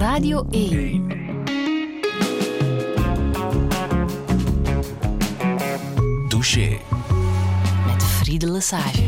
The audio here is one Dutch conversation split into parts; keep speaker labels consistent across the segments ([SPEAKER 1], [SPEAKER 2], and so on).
[SPEAKER 1] Radio 1.
[SPEAKER 2] Douché.
[SPEAKER 1] Met Friede Lesage.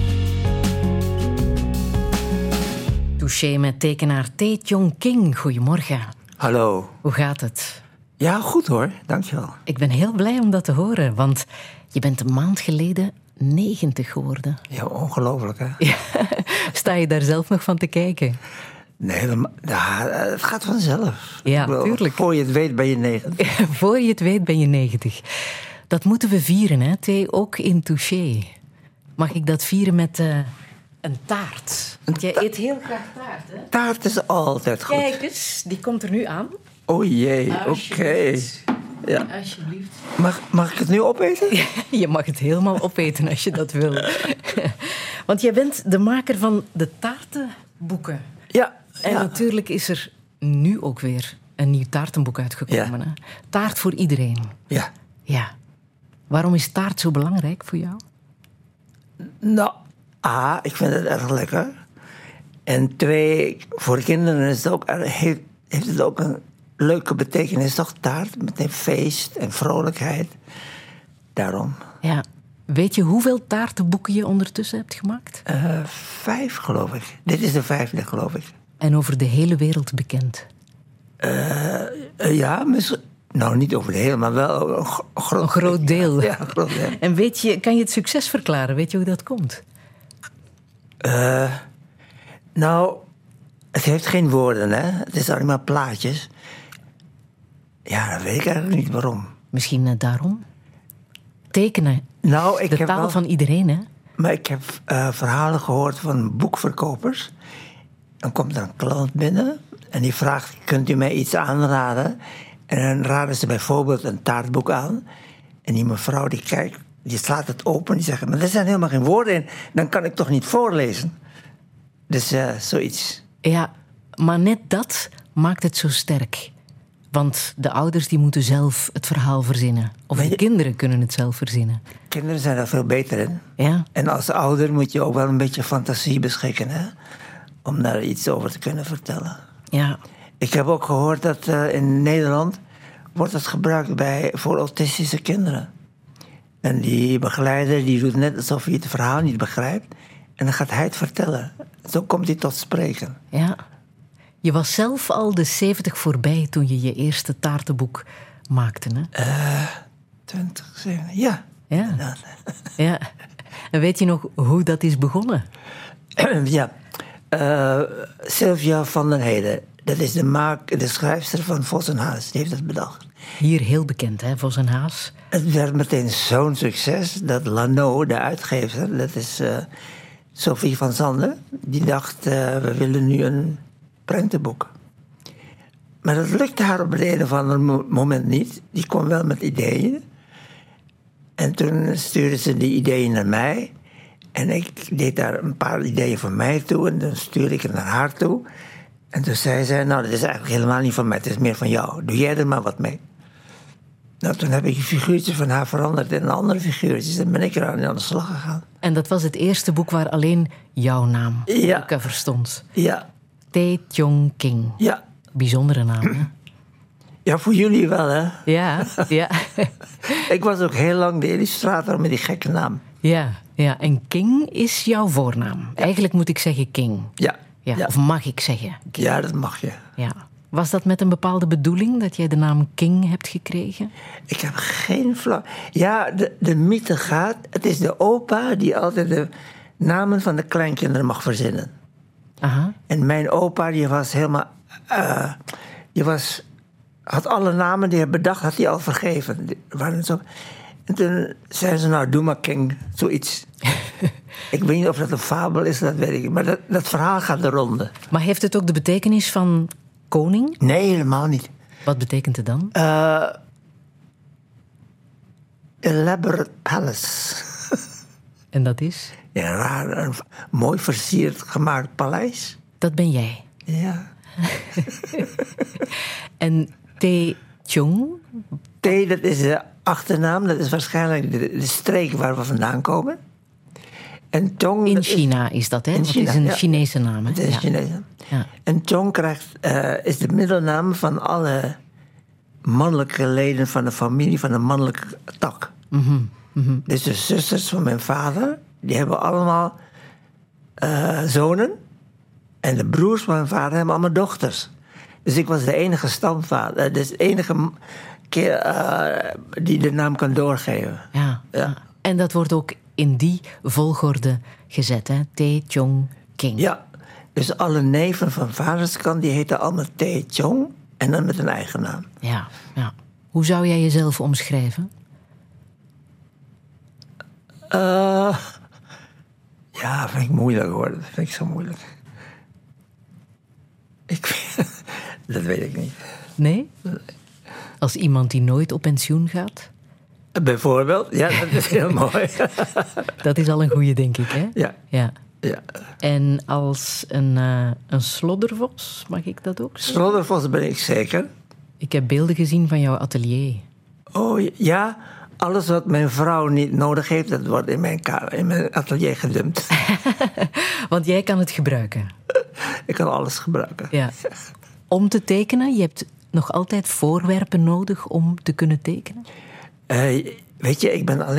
[SPEAKER 1] Douché met tekenaar Tae Jong King. Goedemorgen.
[SPEAKER 3] Hallo.
[SPEAKER 1] Hoe gaat het?
[SPEAKER 3] Ja, goed hoor. Dankjewel.
[SPEAKER 1] Ik ben heel blij om dat te horen, want je bent een maand geleden 90 geworden.
[SPEAKER 3] Ja, ongelooflijk hè?
[SPEAKER 1] Ja. Sta je daar zelf nog van te kijken?
[SPEAKER 3] Nee, het gaat vanzelf.
[SPEAKER 1] Ja, tuurlijk.
[SPEAKER 3] Voor je het weet ben je 90.
[SPEAKER 1] Voor je het weet ben je 90. Dat moeten we vieren, hè, Thee, ook in Touché. Mag ik dat vieren met een taart? Want jij eet heel graag taart, hè?
[SPEAKER 3] Taart is altijd goed.
[SPEAKER 1] Kijk eens, die komt er nu aan.
[SPEAKER 3] Oh jee, oké. Ja.
[SPEAKER 1] Alsjeblieft.
[SPEAKER 3] Mag ik het nu opeten?
[SPEAKER 1] Je mag het helemaal opeten als je dat wil. Want jij bent de maker van de taartenboeken.
[SPEAKER 3] Ja.
[SPEAKER 1] En natuurlijk is er nu ook weer een nieuw taartenboek uitgekomen.
[SPEAKER 3] Ja.
[SPEAKER 1] Hè? Taart voor iedereen.
[SPEAKER 3] Ja.
[SPEAKER 1] Ja. Waarom is taart zo belangrijk voor jou?
[SPEAKER 3] Nou, A, ik vind het erg lekker. En 2, voor kinderen is het ook, heeft het ook een leuke betekenis, toch? Taart, meteen feest en vrolijkheid. Daarom.
[SPEAKER 1] Ja. Weet je hoeveel taartenboeken je ondertussen hebt gemaakt?
[SPEAKER 3] 5, geloof ik. Dit is de 5e, geloof ik.
[SPEAKER 1] En over de hele wereld bekend?
[SPEAKER 3] Ja, misschien. Nou, niet over de hele, maar wel een
[SPEAKER 1] groot deel.
[SPEAKER 3] Ja, een groot deel.
[SPEAKER 1] En kan je het succes verklaren? Weet je hoe dat komt?
[SPEAKER 3] Nou, het heeft geen woorden, hè. Het is alleen maar plaatjes. Ja, dat weet ik eigenlijk niet waarom.
[SPEAKER 1] Misschien daarom? Tekenen.
[SPEAKER 3] Nou, ik
[SPEAKER 1] de
[SPEAKER 3] heb
[SPEAKER 1] taal
[SPEAKER 3] wel,
[SPEAKER 1] van iedereen, hè?
[SPEAKER 3] Maar ik heb verhalen gehoord van boekverkopers. Dan komt er een klant binnen en die vraagt, kunt u mij iets aanraden? En dan raden ze bijvoorbeeld een taartboek aan. En die mevrouw die kijkt, die slaat het open. Die zegt, maar er zijn helemaal geen woorden in. Dan kan ik toch niet voorlezen? Dus zoiets.
[SPEAKER 1] Ja, maar net dat maakt het zo sterk. Want de ouders die moeten zelf het verhaal verzinnen. Of de kinderen kunnen het zelf verzinnen.
[SPEAKER 3] Kinderen zijn daar veel beter in.
[SPEAKER 1] Ja.
[SPEAKER 3] En als ouder moet je ook wel een beetje fantasie beschikken, hè? Om daar iets over te kunnen vertellen.
[SPEAKER 1] Ja.
[SPEAKER 3] Ik heb ook gehoord dat in Nederland wordt het gebruikt voor autistische kinderen. En die begeleider die doet net alsof hij het verhaal niet begrijpt. En dan gaat hij het vertellen. Zo komt hij tot spreken.
[SPEAKER 1] Ja. Je was zelf al de 70 voorbij toen je je eerste taartenboek maakte, hè?
[SPEAKER 3] 20, ja.
[SPEAKER 1] Ja. Ja. En weet je nog hoe dat is begonnen?
[SPEAKER 3] Ja. Sylvia van den Heden. Dat is de schrijfster van Vos en Haas. Die heeft dat bedacht.
[SPEAKER 1] Hier heel bekend, hè, Vos en Haas.
[SPEAKER 3] Het werd meteen zo'n succes dat Lano, de uitgever, dat is Sophie van Zanden, die dacht, we willen nu een prentenboek. Maar dat lukte haar op het een of ander moment niet. Die kwam wel met ideeën. En toen stuurde ze die ideeën naar mij. En ik deed daar een paar ideeën van mij toe. En dan stuurde ik het naar haar toe. En toen zei zij, nou, dat is eigenlijk helemaal niet van mij. Het is meer van jou. Doe jij er maar wat mee. Nou, toen heb ik een figuurtje van haar veranderd in een andere figuurtje. En ben ik er aan de slag gegaan.
[SPEAKER 1] En dat was het eerste boek waar alleen jouw naam op
[SPEAKER 3] Ja.
[SPEAKER 1] de cover stond.
[SPEAKER 3] Ja.
[SPEAKER 1] Tae Jong King.
[SPEAKER 3] Ja.
[SPEAKER 1] Bijzondere naam, hè?
[SPEAKER 3] Ja, voor jullie wel, hè?
[SPEAKER 1] Ja, ja.
[SPEAKER 3] Ik was ook heel lang de illustrator met die gekke naam.
[SPEAKER 1] Ja, ja. En King is jouw voornaam. Eigenlijk moet ik zeggen King.
[SPEAKER 3] Ja.
[SPEAKER 1] Ja.
[SPEAKER 3] Ja.
[SPEAKER 1] Of mag ik zeggen King?
[SPEAKER 3] Ja, dat mag je.
[SPEAKER 1] Ja. Was dat met een bepaalde bedoeling dat jij de naam King hebt gekregen?
[SPEAKER 3] Ik heb geen flauw... Ja, de mythe gaat... Het is de opa die altijd de namen van de kleinkinderen mag verzinnen.
[SPEAKER 1] Aha.
[SPEAKER 3] En mijn opa, die was helemaal... had alle namen die hij bedacht, had hij al vergeven. Die waren zo... En toen zeiden ze, nou, doe maar King, zoiets. Ik weet niet of dat een fabel is, dat weet ik niet. Maar dat verhaal gaat de ronde.
[SPEAKER 1] Maar heeft het ook de betekenis van koning?
[SPEAKER 3] Nee, helemaal niet.
[SPEAKER 1] Wat betekent het dan?
[SPEAKER 3] Elaborate palace.
[SPEAKER 1] En dat is?
[SPEAKER 3] Ja, raar, een mooi versierd gemaakt paleis.
[SPEAKER 1] Dat ben jij.
[SPEAKER 3] Ja.
[SPEAKER 1] En Tae Jong?
[SPEAKER 3] Tae, dat is de achternaam. Dat is waarschijnlijk de streek waar we vandaan komen. En Tong...
[SPEAKER 1] In China is dat, hè?
[SPEAKER 3] In China,
[SPEAKER 1] het is een
[SPEAKER 3] ja.
[SPEAKER 1] Chinese naam, hè?
[SPEAKER 3] Het is Chinese.
[SPEAKER 1] Ja.
[SPEAKER 3] En Tong is de middelnaam van alle mannelijke leden van de familie, van de mannelijke tak. Dus de zusters van mijn vader, die hebben allemaal zonen. En de broers van mijn vader hebben allemaal dochters. Dus ik was de enige stamvader. Dus de enige keer die de naam kan doorgeven.
[SPEAKER 1] Ja. En dat wordt ook in die volgorde gezet, hè? Tae Chong King.
[SPEAKER 3] Ja, dus alle neven van vaderskant, die heten allemaal Tae Chong. En dan met een eigen naam.
[SPEAKER 1] Ja. Hoe zou jij jezelf omschrijven?
[SPEAKER 3] Ja, vind ik moeilijk hoor. Dat vind ik zo moeilijk. Dat weet ik niet.
[SPEAKER 1] Nee? Als iemand die nooit op pensioen gaat?
[SPEAKER 3] Bijvoorbeeld, ja, dat is heel mooi.
[SPEAKER 1] Dat is al een goeie, denk ik, hè?
[SPEAKER 3] Ja.
[SPEAKER 1] En als een sloddervos, mag ik dat ook?
[SPEAKER 3] Sloddervos ben ik zeker.
[SPEAKER 1] Ik heb beelden gezien van jouw atelier.
[SPEAKER 3] Oh ja, alles wat mijn vrouw niet nodig heeft, dat wordt in mijn atelier gedumpt.
[SPEAKER 1] Want jij kan het gebruiken.
[SPEAKER 3] Ik kan alles gebruiken.
[SPEAKER 1] Ja. Om te tekenen, je hebt nog altijd voorwerpen nodig om te kunnen tekenen?
[SPEAKER 3] Weet je,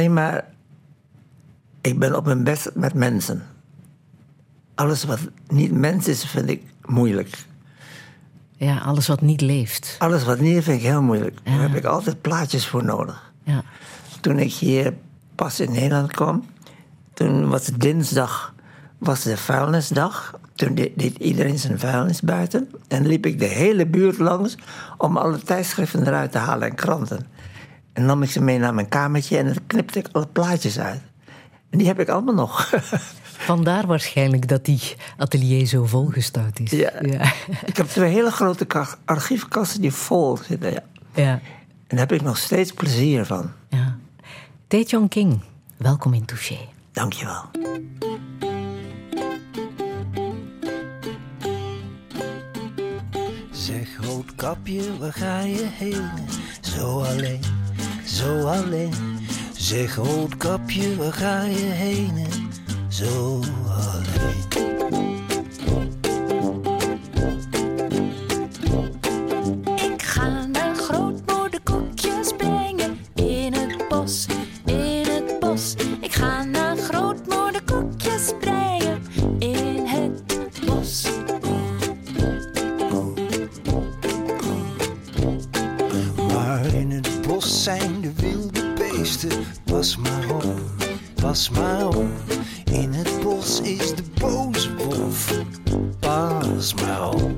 [SPEAKER 3] ik ben op mijn best met mensen. Alles wat niet mens is, vind ik moeilijk.
[SPEAKER 1] Ja, alles wat niet leeft.
[SPEAKER 3] Alles wat niet vind ik heel moeilijk. Daar heb ik altijd plaatjes voor nodig.
[SPEAKER 1] Ja.
[SPEAKER 3] Toen ik hier pas in Nederland kwam, toen was het dinsdag, was de vuilnisdag. Toen deed iedereen zijn vuilnis buiten. En liep ik de hele buurt langs om alle tijdschriften eruit te halen en kranten. En nam ik ze mee naar mijn kamertje en dan knipte ik alle plaatjes uit. En die heb ik allemaal nog.
[SPEAKER 1] Vandaar waarschijnlijk dat die atelier zo volgestouwd is.
[SPEAKER 3] Ja. Ik heb 2 hele grote archiefkasten die vol zitten. Ja. En daar heb ik nog steeds plezier van.
[SPEAKER 1] Ja. Tae Chong King, welkom in Touché.
[SPEAKER 3] Dank je wel.
[SPEAKER 4] Zeg roodkapje, waar ga je heen? Zo alleen, zo alleen. Zeg roodkapje, waar ga je heen? Zo alleen.
[SPEAKER 5] Ik ga naar grootmoeder koekjes brengen in het bos, in het bos. Ik ga naar grootmoeder koekjes brengen in het bos.
[SPEAKER 4] Maar in het bos zijn de wilde beesten. Pas maar op, pas maar op. In het bos is de boze wolf. Pas maar op.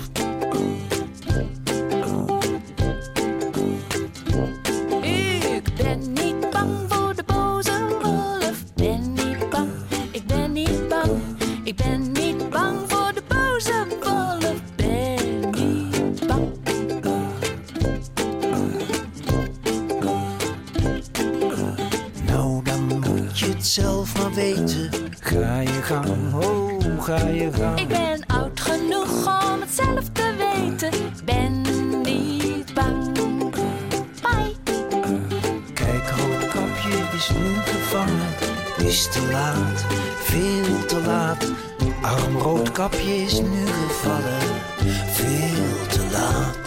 [SPEAKER 5] Ik ben niet bang voor de boze wolf. Ben niet bang, ik ben niet bang. Ik ben niet bang voor de boze wolf. Ben niet bang.
[SPEAKER 4] Nou, dan moet je het zelf maar weten. Ga je gang, oh, ga je gang.
[SPEAKER 5] Ik ben oud genoeg om het zelf te weten. Ben niet bang. Bye.
[SPEAKER 4] Kijk, roodkapje is nu gevangen. Is te laat, veel te laat. Arm roodkapje is nu gevallen. Veel te laat.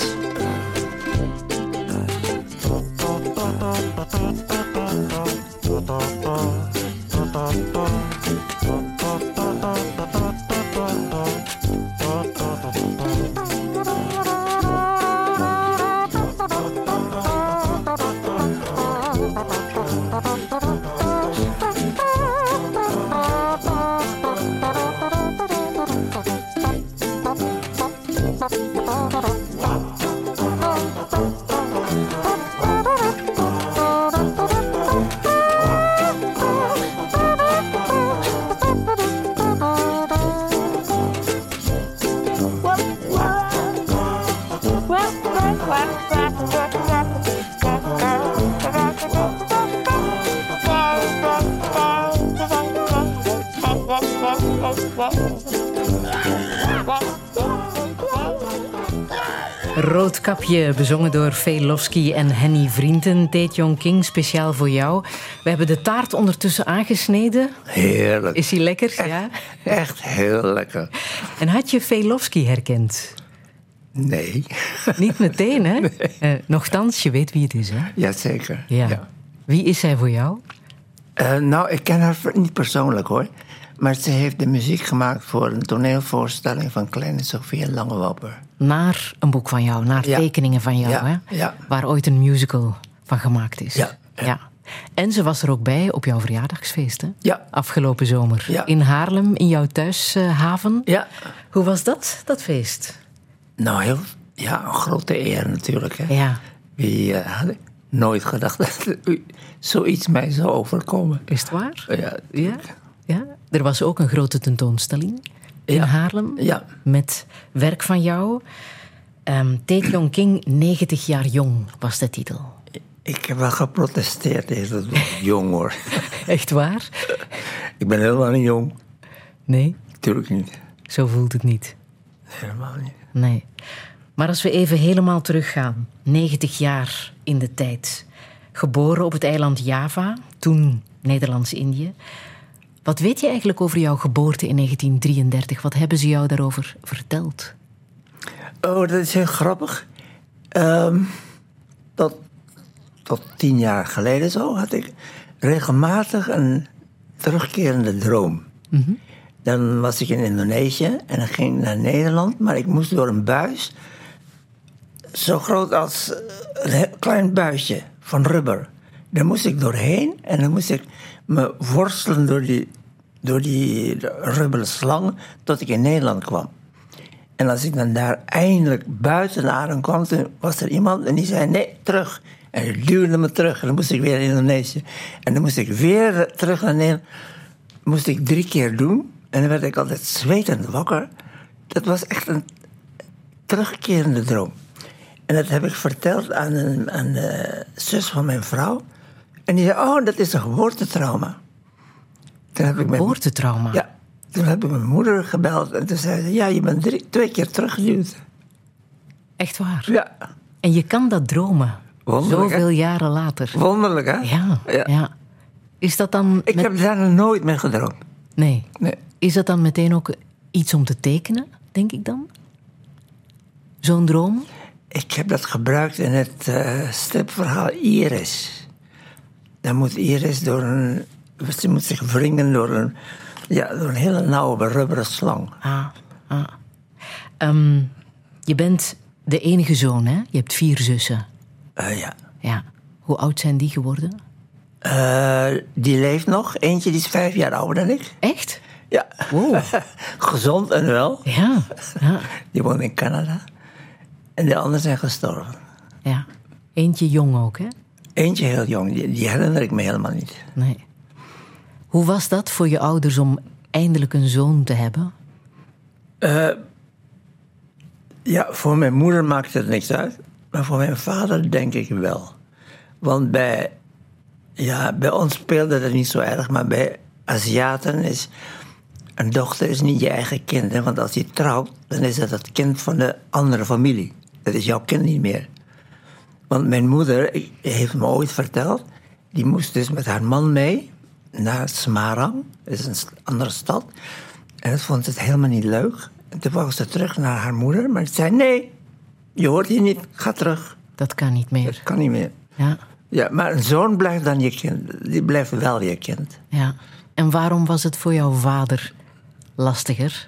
[SPEAKER 1] Roodkapje, bezongen door Velofsky en Henny Vrienden. Taecyeon King, speciaal voor jou. We hebben de taart ondertussen aangesneden.
[SPEAKER 3] Heerlijk.
[SPEAKER 1] Is hij lekker? Ja.
[SPEAKER 3] Echt heel lekker.
[SPEAKER 1] En had je Velofsky herkend?
[SPEAKER 3] Nee.
[SPEAKER 1] Niet meteen, hè? Nee. Nochtans, je weet wie het is, hè?
[SPEAKER 3] Jazeker.
[SPEAKER 1] Ja.
[SPEAKER 3] Ja.
[SPEAKER 1] Wie is zij voor jou?
[SPEAKER 3] Nou, ik ken haar niet persoonlijk, hoor. Maar ze heeft de muziek gemaakt voor een toneelvoorstelling van Kleine Sophie en Langewapper.
[SPEAKER 1] Naar een boek van jou, naar
[SPEAKER 3] Ja.
[SPEAKER 1] tekeningen van jou,
[SPEAKER 3] Ja,
[SPEAKER 1] hè?
[SPEAKER 3] ja.
[SPEAKER 1] Waar ooit een musical van gemaakt is.
[SPEAKER 3] Ja.
[SPEAKER 1] En ze was er ook bij op jouw verjaardagsfeest, hè?
[SPEAKER 3] Ja.
[SPEAKER 1] Afgelopen zomer.
[SPEAKER 3] Ja.
[SPEAKER 1] In Haarlem, in jouw thuishaven.
[SPEAKER 3] Ja.
[SPEAKER 1] Hoe was dat feest?
[SPEAKER 3] Nou, een grote eer natuurlijk, hè.
[SPEAKER 1] Ja.
[SPEAKER 3] Wie had nooit gedacht dat zoiets mij zou overkomen.
[SPEAKER 1] Is het waar?
[SPEAKER 3] Ja,
[SPEAKER 1] Ja? Ja? Er was ook een grote tentoonstelling in
[SPEAKER 3] Ja.
[SPEAKER 1] Haarlem.
[SPEAKER 3] Ja.
[SPEAKER 1] Met werk van jou. Taecyeon King, 90 jaar jong, was de titel.
[SPEAKER 3] Ik heb wel geprotesteerd tegen dat woord jong, hoor.
[SPEAKER 1] Echt waar?
[SPEAKER 3] Ik ben helemaal niet jong.
[SPEAKER 1] Nee,
[SPEAKER 3] Natuurlijk niet.
[SPEAKER 1] zo voelt het niet.
[SPEAKER 3] Helemaal niet.
[SPEAKER 1] Nee. Maar als we even helemaal teruggaan. 90 jaar in de tijd. Geboren op het eiland Java, toen Nederlands-Indië. Wat weet je eigenlijk over jouw geboorte in 1933? Wat hebben ze jou daarover verteld?
[SPEAKER 3] Oh, dat is heel grappig. Tot 10 jaar geleden zo had ik regelmatig een terugkerende droom.
[SPEAKER 1] Mhm.
[SPEAKER 3] Dan was ik in Indonesië en dan ging ik naar Nederland, maar ik moest door een buis zo groot als een heel klein buisje van rubber. Daar moest ik doorheen en dan moest ik me worstelen door die rubberen slang tot ik in Nederland kwam. En als ik dan daar eindelijk buiten de adem kwam, toen was er iemand en die zei nee, terug. En die duwde me terug en dan moest ik weer in Indonesië. En dan moest ik weer terug naar Nederland. Moest ik 3 keer doen. En dan werd ik altijd zwetend wakker. Dat was echt een terugkerende droom. En dat heb ik verteld aan de zus van mijn vrouw. En die zei, oh, dat is een geboortetrauma. Toen heb ik
[SPEAKER 1] Geboortetrauma?
[SPEAKER 3] Ja. Toen heb ik mijn moeder gebeld. En toen zei ze, ja, je bent 2 keer teruggeduwd.
[SPEAKER 1] Echt waar?
[SPEAKER 3] Ja.
[SPEAKER 1] En je kan dat dromen.
[SPEAKER 3] Wonderlijk, hè?
[SPEAKER 1] Zoveel jaren later.
[SPEAKER 3] Wonderlijk, hè?
[SPEAKER 1] Ja. Is dat dan...
[SPEAKER 3] Ik heb daar nog nooit mee gedroomd.
[SPEAKER 1] Nee.
[SPEAKER 3] Nee.
[SPEAKER 1] Is dat dan meteen ook iets om te tekenen, denk ik dan? Zo'n droom?
[SPEAKER 3] Ik heb dat gebruikt in het stripverhaal Iris. Dan moet Iris ze moet zich wringen door een hele nauwe rubberen slang.
[SPEAKER 1] Je bent de enige zoon, hè? Je hebt 4 zussen.
[SPEAKER 3] Ja.
[SPEAKER 1] Ja. Hoe oud zijn die geworden?
[SPEAKER 3] Die leeft nog. Eentje die is 5 jaar ouder dan ik.
[SPEAKER 1] Echt?
[SPEAKER 3] Ja.
[SPEAKER 1] Wow.
[SPEAKER 3] Gezond en wel.
[SPEAKER 1] Ja.
[SPEAKER 3] Die woont in Canada. En de anderen zijn gestorven.
[SPEAKER 1] Ja. Eentje jong ook, hè?
[SPEAKER 3] Eentje heel jong. Die herinner ik me helemaal niet.
[SPEAKER 1] Nee. Hoe was dat voor je ouders om eindelijk een zoon te hebben?
[SPEAKER 3] Ja, voor mijn moeder maakt het niks uit. Maar voor mijn vader denk ik wel. Want bij ons speelde dat niet zo erg. Maar bij Aziaten is een dochter is niet je eigen kind. Hè? Want als je trouwt, dan is dat het kind van de andere familie. Dat is jouw kind niet meer. Want mijn moeder heeft me ooit verteld. Die moest dus met haar man mee naar Semarang. Dat is een andere stad. En dat vond ze het helemaal niet leuk. En toen wou ze terug naar haar moeder. Maar ze zei, nee, je hoort hier niet. Ga terug.
[SPEAKER 1] Dat kan niet meer.
[SPEAKER 3] Dat kan niet meer.
[SPEAKER 1] Ja.
[SPEAKER 3] Ja, maar een zoon blijft dan je kind. Die blijft wel je kind.
[SPEAKER 1] Ja. En waarom was het voor jouw vader lastiger?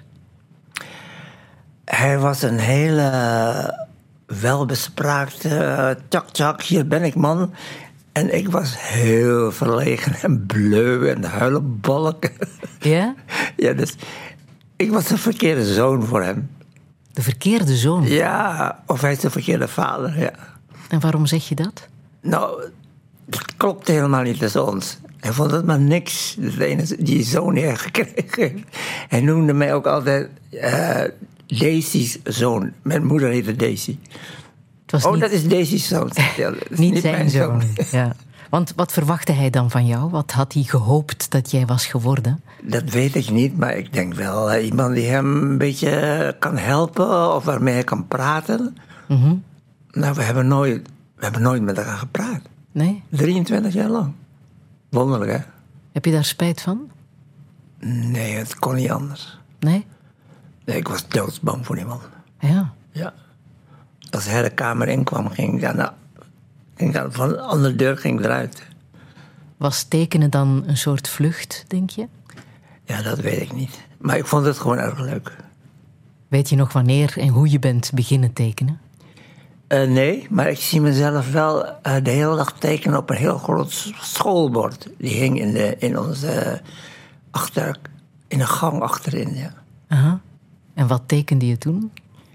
[SPEAKER 3] Hij was een hele welbespraakte... tjak, hier ben ik, man. En ik was heel verlegen en bleu en huilenbalk.
[SPEAKER 1] Ja?
[SPEAKER 3] Ja, dus ik was de verkeerde zoon voor hem.
[SPEAKER 1] De verkeerde zoon?
[SPEAKER 3] Ja, of hij is de verkeerde vader, ja.
[SPEAKER 1] En waarom zeg je dat?
[SPEAKER 3] Nou, dat klopt helemaal niet tussen ons. Hij vond het maar niks, die zoon die hij gekregen heeft. Hij noemde mij ook altijd Daisy's zoon. Mijn moeder heette Daisy. Dat is Daisy's zoon. Ja, dat is
[SPEAKER 1] niet zijn
[SPEAKER 3] mijn
[SPEAKER 1] zoon. Ja. Want wat verwachtte hij dan van jou? Wat had hij gehoopt dat jij was geworden?
[SPEAKER 3] Dat weet ik niet, maar ik denk wel iemand die hem een beetje kan helpen of waarmee hij kan praten. Nou, we hebben nooit met elkaar gepraat.
[SPEAKER 1] Nee?
[SPEAKER 3] 23 jaar lang. Wonderlijk, hè?
[SPEAKER 1] Heb je daar spijt van?
[SPEAKER 3] Nee, het kon niet anders.
[SPEAKER 1] Nee?
[SPEAKER 3] Nee, ik was doodsbang voor die man.
[SPEAKER 1] Ja.
[SPEAKER 3] Ja. Als hij de kamer inkwam, ging ik van de andere deur ging ik eruit.
[SPEAKER 1] Was tekenen dan een soort vlucht, denk je?
[SPEAKER 3] Ja, dat weet ik niet. Maar ik vond het gewoon erg leuk.
[SPEAKER 1] Weet je nog wanneer en hoe je bent beginnen tekenen?
[SPEAKER 3] Nee, maar ik zie mezelf wel de hele dag tekenen op een heel groot schoolbord. Die hing in onze in een gang achterin, ja.
[SPEAKER 1] Aha. En wat tekende je toen?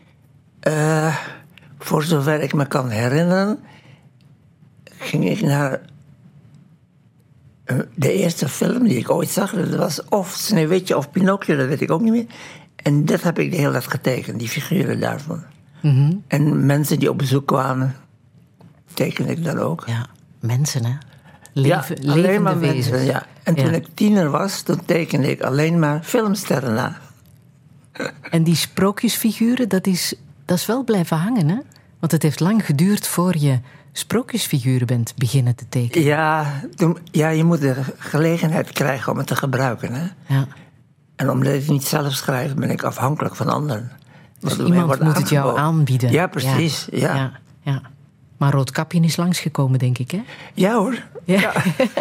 [SPEAKER 3] Voor zover ik me kan herinneren, ging ik naar de eerste film die ik ooit zag. Dat was of Sneeuwwitje of Pinocchio, dat weet ik ook niet meer. En dat heb ik de hele dag getekend, die figuren daarvan. En mensen die op bezoek kwamen, tekende ik dan ook.
[SPEAKER 1] Ja, mensen, hè?
[SPEAKER 3] Ja, alleen maar
[SPEAKER 1] wezens.
[SPEAKER 3] mensen, ja. En toen ik 10 was, toen tekende ik alleen maar filmsterren na.
[SPEAKER 1] En die sprookjesfiguren, dat is wel blijven hangen, hè? Want het heeft lang geduurd voor je sprookjesfiguren bent beginnen te tekenen.
[SPEAKER 3] Ja, je moet de gelegenheid krijgen om het te gebruiken, hè?
[SPEAKER 1] Ja.
[SPEAKER 3] En omdat ik niet zelf schrijf, ben ik afhankelijk van anderen.
[SPEAKER 1] Dus iemand moet het jou aanbieden.
[SPEAKER 3] Ja, precies. Ja.
[SPEAKER 1] Maar Roodkapje is langsgekomen, denk ik, hè?
[SPEAKER 3] Ja hoor. Ja.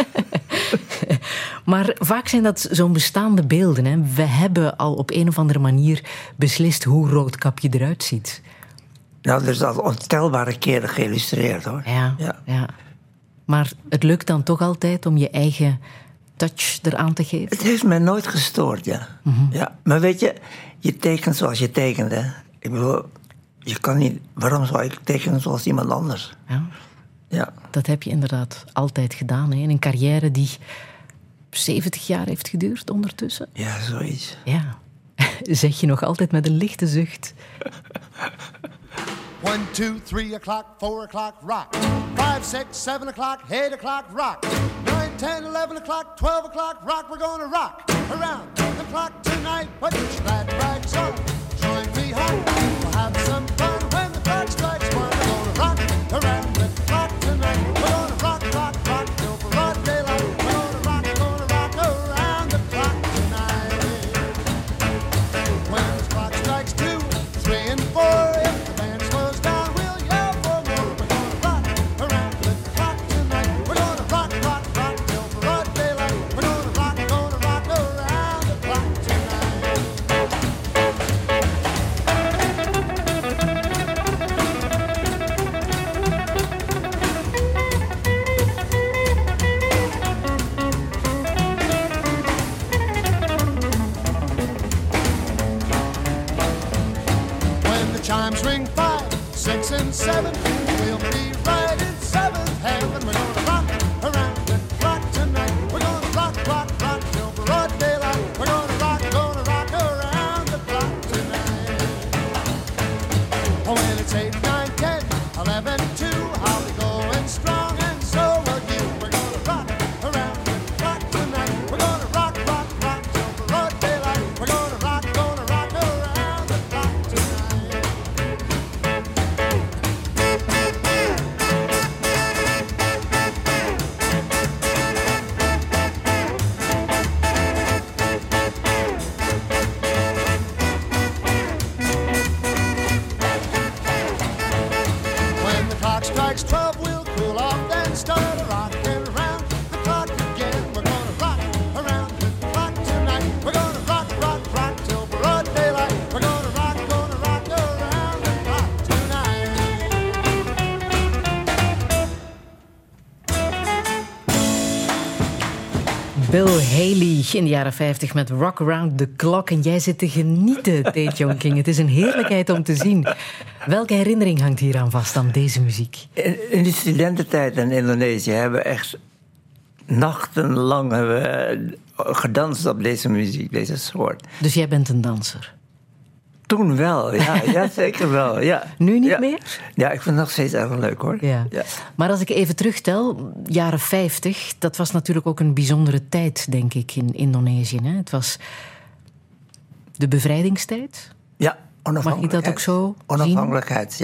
[SPEAKER 1] Maar vaak zijn dat zo'n bestaande beelden, hè? We hebben al op een of andere manier beslist hoe Roodkapje eruit ziet.
[SPEAKER 3] Nou, dat is al ontelbare keren geïllustreerd, hoor.
[SPEAKER 1] Ja. Maar het lukt dan toch altijd om je eigen touch eraan te geven?
[SPEAKER 3] Het heeft mij nooit gestoord, ja. Ja. Maar weet je, je tekent zoals je tekent, hè. Ik bedoel, je kan niet... Waarom zou ik tekenen zoals iemand anders? Ja.
[SPEAKER 1] Dat heb je inderdaad altijd gedaan, hè? In een carrière die 70 jaar heeft geduurd ondertussen.
[SPEAKER 3] Ja, zoiets.
[SPEAKER 1] Ja. Zeg je nog altijd met een lichte zucht.
[SPEAKER 6] 1, 2, 3 o'clock, 4 o'clock, rock. 5, 6, 7 o'clock, 8 o'clock, rock. 9, 10, 11 o'clock, 12 o'clock, rock. We're gonna rock around the clock tonight. Put your glad rags on, join me home. We'll have some fun when the clock strikes 1. We're gonna rock around the clock tonight. We're gonna rock, rock, rock till broad daylight. We're gonna rock around the clock tonight. When the clock strikes 2, 3 and 4. Chimes ring 5, 6 and 7. We'll be right in 7th heaven. We're gonna rock around the clock tonight. We're gonna rock, rock, rock till broad daylight. We're gonna rock around the clock tonight. Oh, when it's 8, 9, 10, 11, 2, I'll be going strong and so will you. We're gonna rock around the clock tonight. We're gonna rock, rock, rock till broad daylight. We're gonna rock around the clock tonight. When the clock strikes 12, we'll cool off, then start rocking around the clock again. We're gonna rock around the clock tonight. We're gonna rock, rock, rock till broad daylight. We're gonna rock around the clock tonight.
[SPEAKER 1] Bill Haley in de jaren 50 met Rock Around the Clock. En jij zit te genieten, Tae King. Het is een heerlijkheid om te zien. Welke herinnering hangt hier aan vast aan deze muziek?
[SPEAKER 3] In die studententijd in Indonesië hebben we echt nachtenlang gedanst op deze muziek, deze soort.
[SPEAKER 1] Dus jij bent een danser?
[SPEAKER 3] Toen wel, ja zeker wel. Ja.
[SPEAKER 1] Nu niet meer?
[SPEAKER 3] Ja, ik vind het nog steeds erg leuk, hoor.
[SPEAKER 1] Ja. Maar als ik even terugtel, jaren 50, dat was natuurlijk ook een bijzondere tijd, denk ik, in Indonesië. Hè? Het was de bevrijdingstijd.
[SPEAKER 3] Ja,
[SPEAKER 1] Mag ik dat ook zo zien?
[SPEAKER 3] Onafhankelijkheid, ja.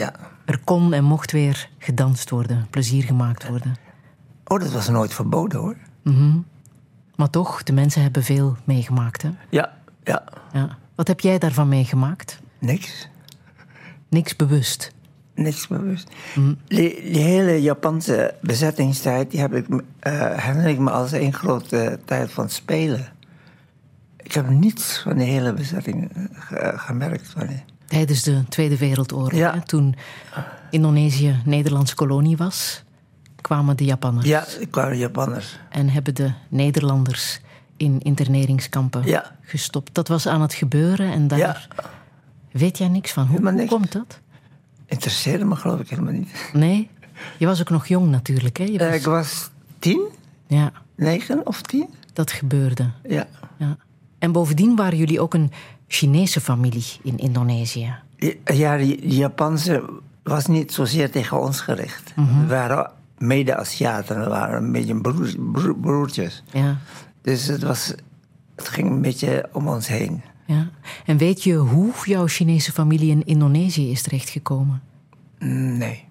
[SPEAKER 1] Er kon en mocht weer gedanst worden, plezier gemaakt worden.
[SPEAKER 3] Oh, dat was nooit verboden, hoor.
[SPEAKER 1] Maar toch, de mensen hebben veel meegemaakt, hè?
[SPEAKER 3] Ja.
[SPEAKER 1] Ja. Wat heb jij daarvan meegemaakt?
[SPEAKER 3] Niks.
[SPEAKER 1] Niks bewust.
[SPEAKER 3] Niks bewust. Die hele Japanse bezettingstijd, die herinner ik me als één grote tijd van spelen. Ik heb niets van de hele bezetting gemerkt.
[SPEAKER 1] Tijdens de Tweede Wereldoorlog,
[SPEAKER 3] Ja.
[SPEAKER 1] hè, toen Indonesië Nederlandse kolonie was, kwamen de Japanners.
[SPEAKER 3] Ja, ik kwamen Japanners.
[SPEAKER 1] En hebben de Nederlanders in interneringskampen
[SPEAKER 3] Ja.
[SPEAKER 1] gestopt. Dat was aan het gebeuren en daar
[SPEAKER 3] Ja.
[SPEAKER 1] weet jij niks van. Hoe
[SPEAKER 3] Helemaal niks.
[SPEAKER 1] komt dat?
[SPEAKER 3] Interesseerde me geloof ik helemaal niet.
[SPEAKER 1] Nee? Je was ook nog jong natuurlijk, hè? Je was...
[SPEAKER 3] Ik was 10,
[SPEAKER 1] Ja,
[SPEAKER 3] 9 of 10.
[SPEAKER 1] dat gebeurde.
[SPEAKER 3] Ja.
[SPEAKER 1] Ja. En bovendien waren jullie ook een Chinese familie in Indonesië.
[SPEAKER 3] Ja, die Japanse was niet zozeer tegen ons gericht. We waren mede-Aziaten, we waren een beetje broertjes.
[SPEAKER 1] Ja.
[SPEAKER 3] Dus het ging een beetje om ons heen.
[SPEAKER 1] Ja. En weet je hoe jouw Chinese familie in Indonesië is terechtgekomen?
[SPEAKER 3] Nee.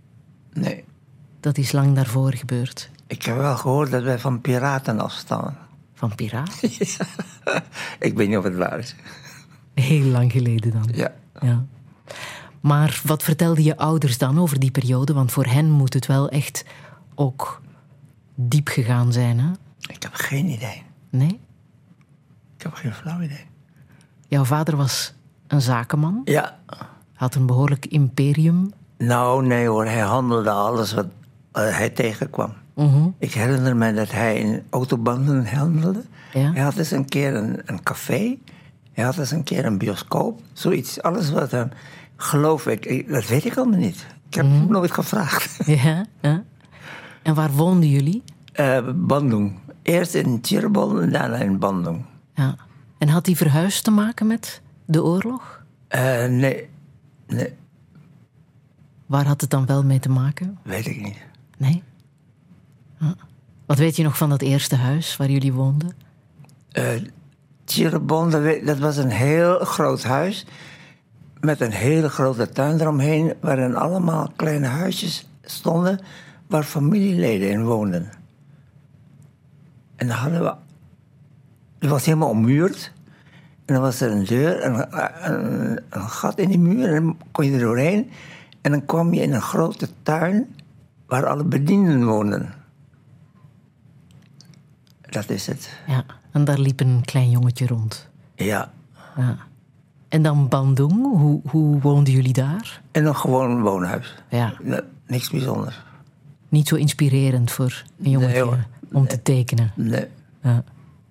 [SPEAKER 1] Dat is lang daarvoor gebeurd.
[SPEAKER 3] Ik heb wel gehoord dat wij van piraten afstammen.
[SPEAKER 1] Van piraat?
[SPEAKER 3] Ik weet niet of het waar is.
[SPEAKER 1] Heel lang geleden dan.
[SPEAKER 3] Ja.
[SPEAKER 1] Ja. Maar wat vertelden je ouders dan over die periode? Want voor hen moet het wel echt ook diep gegaan zijn, hè?
[SPEAKER 3] Ik heb geen idee.
[SPEAKER 1] Nee?
[SPEAKER 3] Ik heb geen flauw idee.
[SPEAKER 1] Jouw vader was een zakenman,
[SPEAKER 3] Ja.
[SPEAKER 1] had een behoorlijk imperium.
[SPEAKER 3] Nou, nee hoor. Hij handelde alles wat hij tegenkwam. Ik herinner me dat hij in autobanden handelde.
[SPEAKER 1] Ja.
[SPEAKER 3] Hij had eens een keer een café. Hij had eens een keer een bioscoop. Zoiets. Alles wat hem... Geloof ik. Dat weet ik allemaal niet. Ik heb hem nooit gevraagd.
[SPEAKER 1] Ja, ja. En waar woonden jullie?
[SPEAKER 3] Bandung. Eerst in Cirebon en daarna in Bandung.
[SPEAKER 1] Ja. En had die verhuis te maken met de oorlog?
[SPEAKER 3] Nee.
[SPEAKER 1] Waar had het dan wel mee te maken?
[SPEAKER 3] Weet ik niet.
[SPEAKER 1] Nee? Ja. Wat weet je nog van dat eerste huis waar jullie woonden?
[SPEAKER 3] Cirebon, dat was een heel groot huis. Met een hele grote tuin eromheen. Waarin allemaal kleine huisjes stonden. Waar familieleden in woonden. En dan hadden we... Het was helemaal ommuurd. En dan was er een deur, een gat in die muur. En dan kon je er doorheen. En dan kwam je in een grote tuin waar alle bedienden woonden. Dat is het.
[SPEAKER 1] Ja, en daar liep een klein jongetje rond.
[SPEAKER 3] Ja.
[SPEAKER 1] Ja. En dan Bandung, hoe woonden jullie daar?
[SPEAKER 3] En een gewoon woonhuis.
[SPEAKER 1] Ja,
[SPEAKER 3] Niks bijzonders.
[SPEAKER 1] niet zo inspirerend voor een jongetje
[SPEAKER 3] Nee, hoor.
[SPEAKER 1] om te tekenen.
[SPEAKER 3] Nee.
[SPEAKER 1] Ja.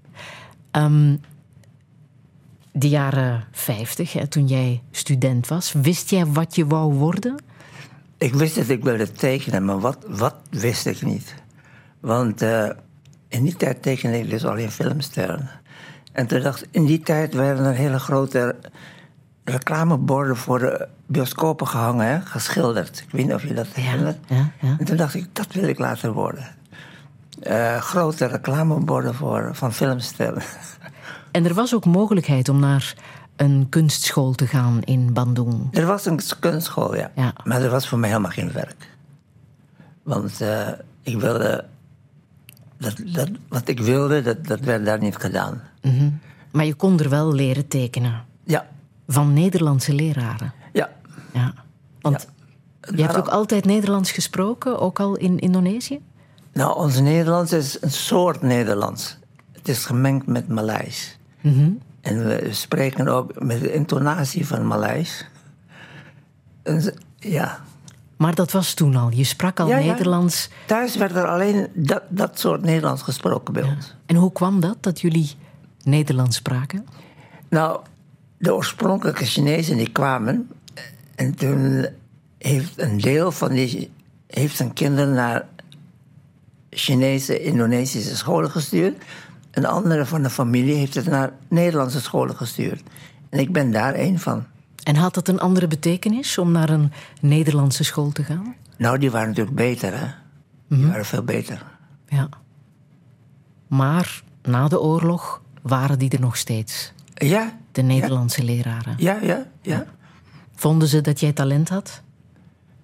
[SPEAKER 1] De jaren 50, hè, toen jij student was, wist jij wat je wou worden?
[SPEAKER 3] Ik wist dat ik wilde tekenen, maar wat wist ik niet. Want in die tijd tekende ik dus alleen filmsterren. En toen dacht ik, in die tijd werden er hele grote reclameborden voor de bioscopen gehangen, hè, geschilderd. Ik weet niet of je dat herinnert.
[SPEAKER 1] Ja.
[SPEAKER 3] En toen dacht ik, dat wil ik later worden. Grote reclameborden van filmsterren.
[SPEAKER 1] En er was ook mogelijkheid om naar een kunstschool te gaan in Bandung.
[SPEAKER 3] Er was een kunstschool, ja.
[SPEAKER 1] Ja.
[SPEAKER 3] Maar er was voor mij helemaal geen werk. Want ik wilde... wat ik wilde, dat werd daar niet gedaan.
[SPEAKER 1] Maar je kon er wel leren tekenen.
[SPEAKER 3] Ja.
[SPEAKER 1] Van Nederlandse leraren.
[SPEAKER 3] Ja.
[SPEAKER 1] Ja. Want je hebt ook altijd Nederlands gesproken, ook al in Indonesië?
[SPEAKER 3] Nou, ons Nederlands is een soort Nederlands. Het is gemengd met Maleis. En we spreken ook met de intonatie van Maleis. En ja.
[SPEAKER 1] Maar dat was toen al. Je sprak al
[SPEAKER 3] Ja.
[SPEAKER 1] Nederlands.
[SPEAKER 3] Thuis werd er alleen dat soort Nederlands gesproken bij ons.
[SPEAKER 1] En hoe kwam dat jullie Nederlands spraken?
[SPEAKER 3] Nou, de oorspronkelijke Chinezen die kwamen. En toen heeft een deel van die heeft zijn kinderen naar Chinese, Indonesische scholen gestuurd. Een andere van de familie heeft het naar Nederlandse scholen gestuurd. En ik ben daar één van.
[SPEAKER 1] En had dat een andere betekenis om naar een Nederlandse school te gaan?
[SPEAKER 3] Nou, die waren natuurlijk beter, hè. Die waren veel beter.
[SPEAKER 1] Ja. Maar na de oorlog waren die er nog steeds.
[SPEAKER 3] Ja.
[SPEAKER 1] De Nederlandse leraren.
[SPEAKER 3] Ja.
[SPEAKER 1] Vonden ze dat jij talent had?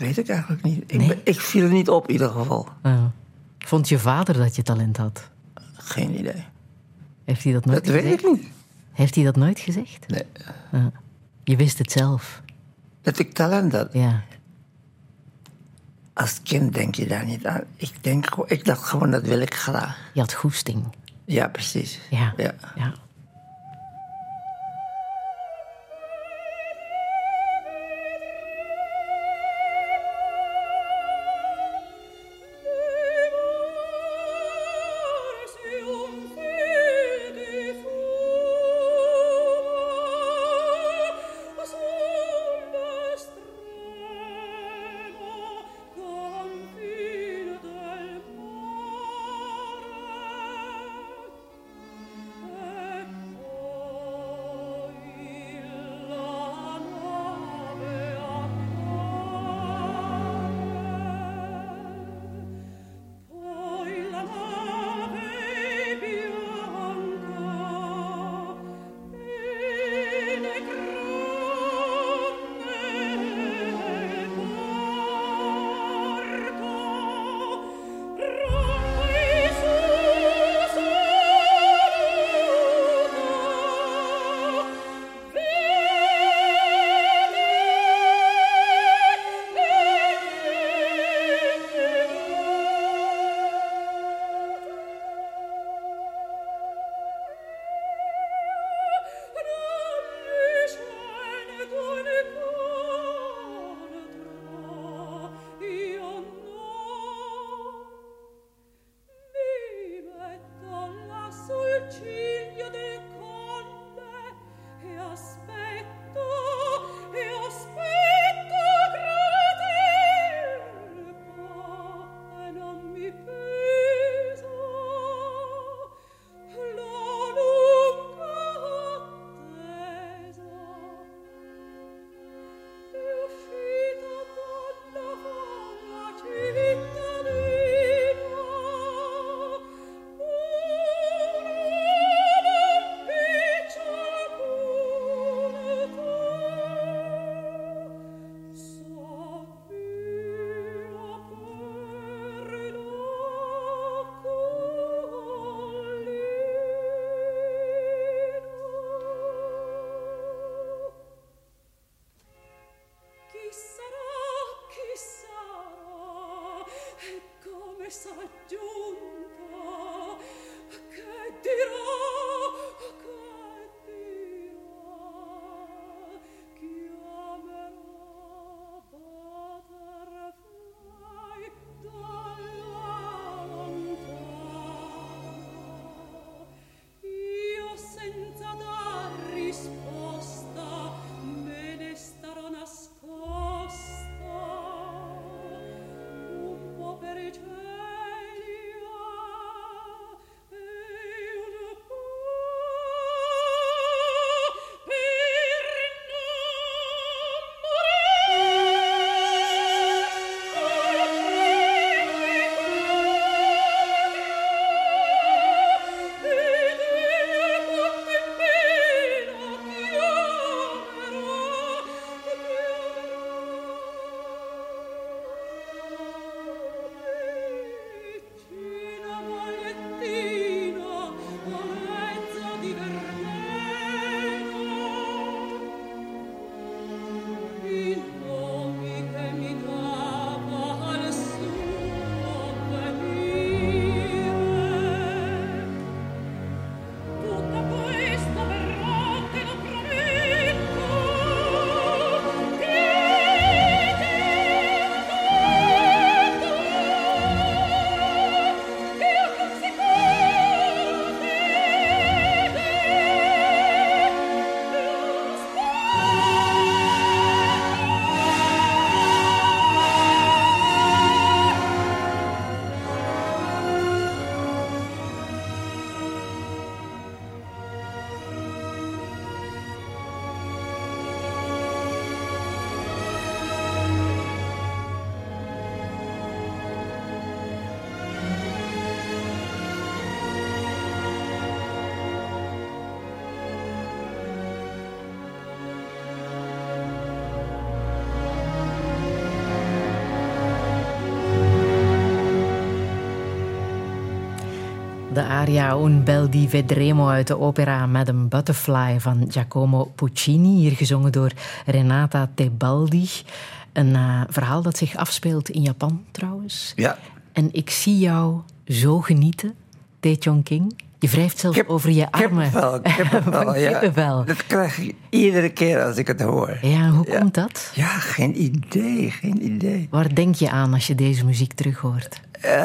[SPEAKER 3] weet ik eigenlijk niet.
[SPEAKER 1] Nee?
[SPEAKER 3] Ik viel niet op in ieder geval.
[SPEAKER 1] Vond je vader dat je talent had?
[SPEAKER 3] Geen idee.
[SPEAKER 1] Heeft hij dat nooit
[SPEAKER 3] Dat
[SPEAKER 1] gezegd?
[SPEAKER 3] weet ik niet.
[SPEAKER 1] Heeft hij dat nooit gezegd?
[SPEAKER 3] Nee.
[SPEAKER 1] Je wist het zelf.
[SPEAKER 3] Dat ik talent had.
[SPEAKER 1] Ja.
[SPEAKER 3] Als kind denk je daar niet aan. Ik dacht gewoon, dat wil ik graag.
[SPEAKER 1] Je had goesting.
[SPEAKER 3] Ja, precies.
[SPEAKER 1] Ja.
[SPEAKER 3] Ja.
[SPEAKER 1] Ja. De aria Un bel di Vedremo uit de opera Madame Butterfly van Giacomo Puccini, hier gezongen door Renata Tebaldi. Een verhaal dat zich afspeelt in Japan trouwens.
[SPEAKER 3] Ja.
[SPEAKER 1] En ik zie jou zo genieten, Tae Chong King. Je wrijft zelfs over je armen.
[SPEAKER 3] Kippenvel, ja.
[SPEAKER 1] Kippenvel.
[SPEAKER 3] Dat krijg ik iedere keer als ik het hoor.
[SPEAKER 1] Ja, hoe komt dat?
[SPEAKER 3] Ja, geen idee.
[SPEAKER 1] Waar denk je aan als je deze muziek terughoort?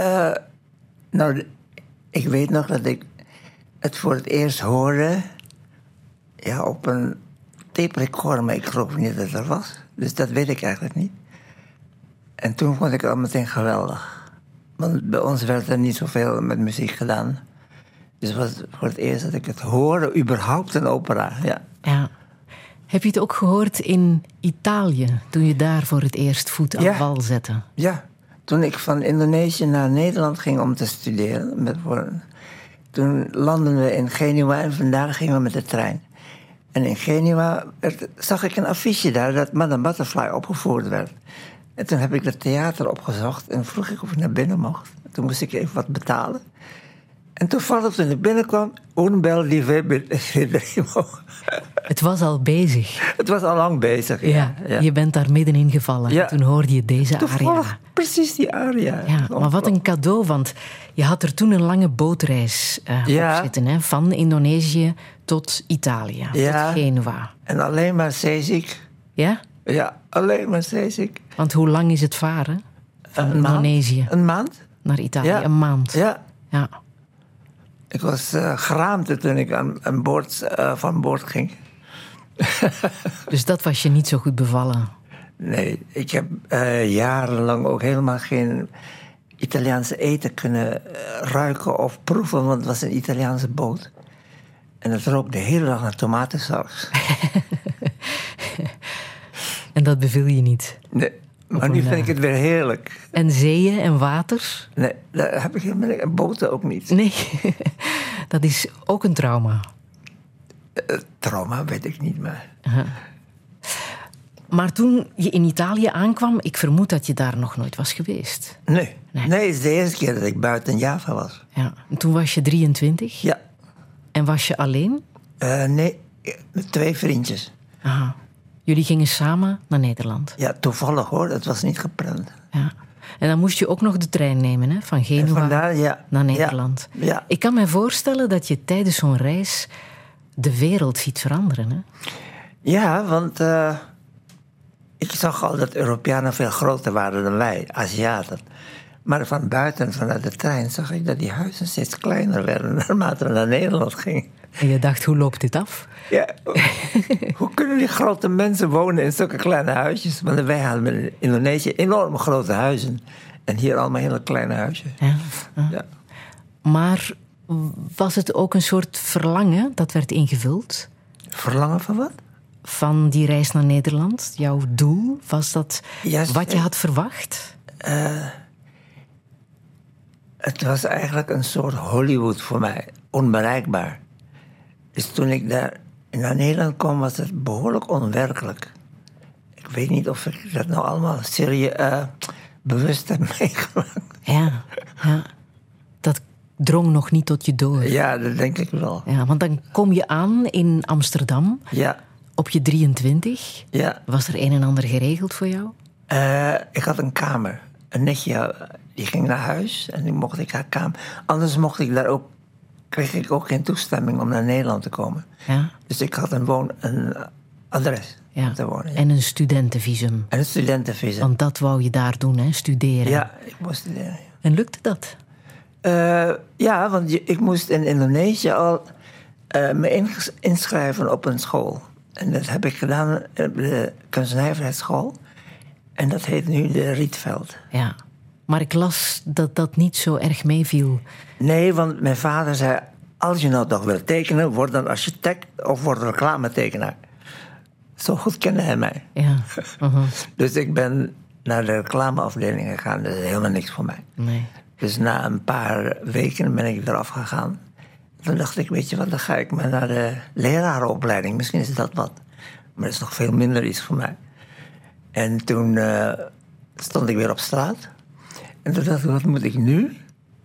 [SPEAKER 3] Nou, ik weet nog dat ik het voor het eerst hoorde... Ja, op een tape recorder, maar ik geloof niet dat het er was. Dus dat weet ik eigenlijk niet. En toen vond ik het al meteen geweldig. Want bij ons werd er niet zoveel met muziek gedaan. Dus het was voor het eerst dat ik het hoorde, überhaupt een opera. Ja.
[SPEAKER 1] Ja. Heb je het ook gehoord in Italië, toen je daar voor het eerst voet aan wal zette?
[SPEAKER 3] Ja, toen ik van Indonesië naar Nederland ging om te studeren... toen landden we in Genua en vandaar gingen we met de trein. En in Genua zag ik een affiche daar dat Madame Butterfly opgevoerd werd. En toen heb ik het theater opgezocht en vroeg ik of ik naar binnen mocht. Toen moest ik even wat betalen. En toevallig toen ik binnenkwam, Un bel di Vedremo.
[SPEAKER 1] Het was al bezig.
[SPEAKER 3] Het was al lang bezig.
[SPEAKER 1] Ja, je bent daar middenin gevallen.
[SPEAKER 3] Ja.
[SPEAKER 1] Toen hoorde je deze
[SPEAKER 3] Toevallig,
[SPEAKER 1] aria.
[SPEAKER 3] precies die aria.
[SPEAKER 1] Ja, maar wat een cadeau, want je had er toen een lange bootreis op zitten. Hè? Van Indonesië tot Italië, tot Genua.
[SPEAKER 3] En alleen maar zeeziek.
[SPEAKER 1] Ja?
[SPEAKER 3] Ja, alleen maar zeeziek.
[SPEAKER 1] Want hoe lang is het varen van Indonesië
[SPEAKER 3] Een maand?
[SPEAKER 1] naar Italië?
[SPEAKER 3] Ja.
[SPEAKER 1] Een maand.
[SPEAKER 3] Ja.
[SPEAKER 1] Ja.
[SPEAKER 3] Ik was geraamd toen ik van boord ging.
[SPEAKER 1] Dus dat was je niet zo goed bevallen?
[SPEAKER 3] Nee, ik heb jarenlang ook helemaal geen Italiaanse eten kunnen ruiken of proeven, want het was een Italiaanse boot. En het rook de hele dag naar tomatensaus.
[SPEAKER 1] En dat beviel je niet?
[SPEAKER 3] Nee, maar nu vind ik het weer heerlijk.
[SPEAKER 1] En zeeën en water?
[SPEAKER 3] Nee, daar heb ik helemaal niet. En boten ook niet.
[SPEAKER 1] Nee, dat is ook een trauma.
[SPEAKER 3] Trauma weet ik niet meer.
[SPEAKER 1] Maar toen je in Italië aankwam, ik vermoed dat je daar nog nooit was geweest.
[SPEAKER 3] Nee, het is de eerste keer dat ik buiten Java was.
[SPEAKER 1] Ja. En toen was je 23?
[SPEAKER 3] Ja.
[SPEAKER 1] En was je alleen?
[SPEAKER 3] Nee, met 2 vriendjes.
[SPEAKER 1] Aha. Jullie gingen samen naar Nederland?
[SPEAKER 3] Ja, toevallig hoor, dat was niet gepland.
[SPEAKER 1] Ja. En dan moest je ook nog de trein nemen, hè? Van Genua naar Nederland.
[SPEAKER 3] Ja.
[SPEAKER 1] Ik kan me voorstellen dat je tijdens zo'n reis de wereld ziet veranderen, hè?
[SPEAKER 3] Ja, want ik zag al dat Europeanen veel groter waren dan wij, Aziaten. Maar van buiten, vanuit de trein, zag ik dat die huizen steeds kleiner werden naarmate we naar Nederland gingen.
[SPEAKER 1] En je dacht, hoe loopt dit af?
[SPEAKER 3] Ja, hoe kunnen die grote mensen wonen in zulke kleine huisjes? Want wij hadden in Indonesië enorme grote huizen. En hier allemaal hele kleine huisjes. Ja.
[SPEAKER 1] Maar was het ook een soort verlangen dat werd ingevuld?
[SPEAKER 3] Verlangen van wat?
[SPEAKER 1] Van die reis naar Nederland? Jouw doel? Was dat wat je had verwacht?
[SPEAKER 3] Het was eigenlijk een soort Hollywood voor mij. Onbereikbaar. Dus toen ik daar naar Nederland kwam, was het behoorlijk onwerkelijk. Ik weet niet of ik dat nou allemaal bewust heb meegemaakt.
[SPEAKER 1] Ja. Dat drong nog niet tot je door.
[SPEAKER 3] Ja, dat denk ik wel.
[SPEAKER 1] Ja, want dan kom je aan in Amsterdam.
[SPEAKER 3] Ja.
[SPEAKER 1] Op je 23.
[SPEAKER 3] Ja.
[SPEAKER 1] Was er een en ander geregeld voor jou?
[SPEAKER 3] Ik had een kamer. Een nichtje, die ging naar huis en nu mocht ik haar kamer. Anders kreeg ik ook geen toestemming om naar Nederland te komen.
[SPEAKER 1] Ja.
[SPEAKER 3] Dus ik had een adres om te wonen. Ja.
[SPEAKER 1] En een studentenvisum.
[SPEAKER 3] En een studentenvisum.
[SPEAKER 1] Want dat wou je daar doen, hè? Studeren.
[SPEAKER 3] Ja, ik moest studeren. Ja.
[SPEAKER 1] En lukte dat?
[SPEAKER 3] Ja, want ik moest in Indonesië al me inschrijven op een school. En dat heb ik gedaan op de kunstnijverheidsschool. En dat heet nu de Rietveld.
[SPEAKER 1] Ja, maar ik las dat dat niet zo erg meeviel.
[SPEAKER 3] Nee, want mijn vader zei... als je nou toch wil tekenen, word dan architect of word reclametekenaar. Zo goed kende hij mij.
[SPEAKER 1] Ja.
[SPEAKER 3] Dus ik ben naar de reclameafdeling gegaan. Dat is helemaal niks voor mij.
[SPEAKER 1] Nee.
[SPEAKER 3] Dus na een paar weken ben ik eraf gegaan. Toen dacht ik, weet je wat, dan ga ik maar naar de lerarenopleiding. Misschien is dat wat. Maar dat is nog veel minder iets voor mij. En toen stond ik weer op straat. En toen dacht ik, wat moet ik nu?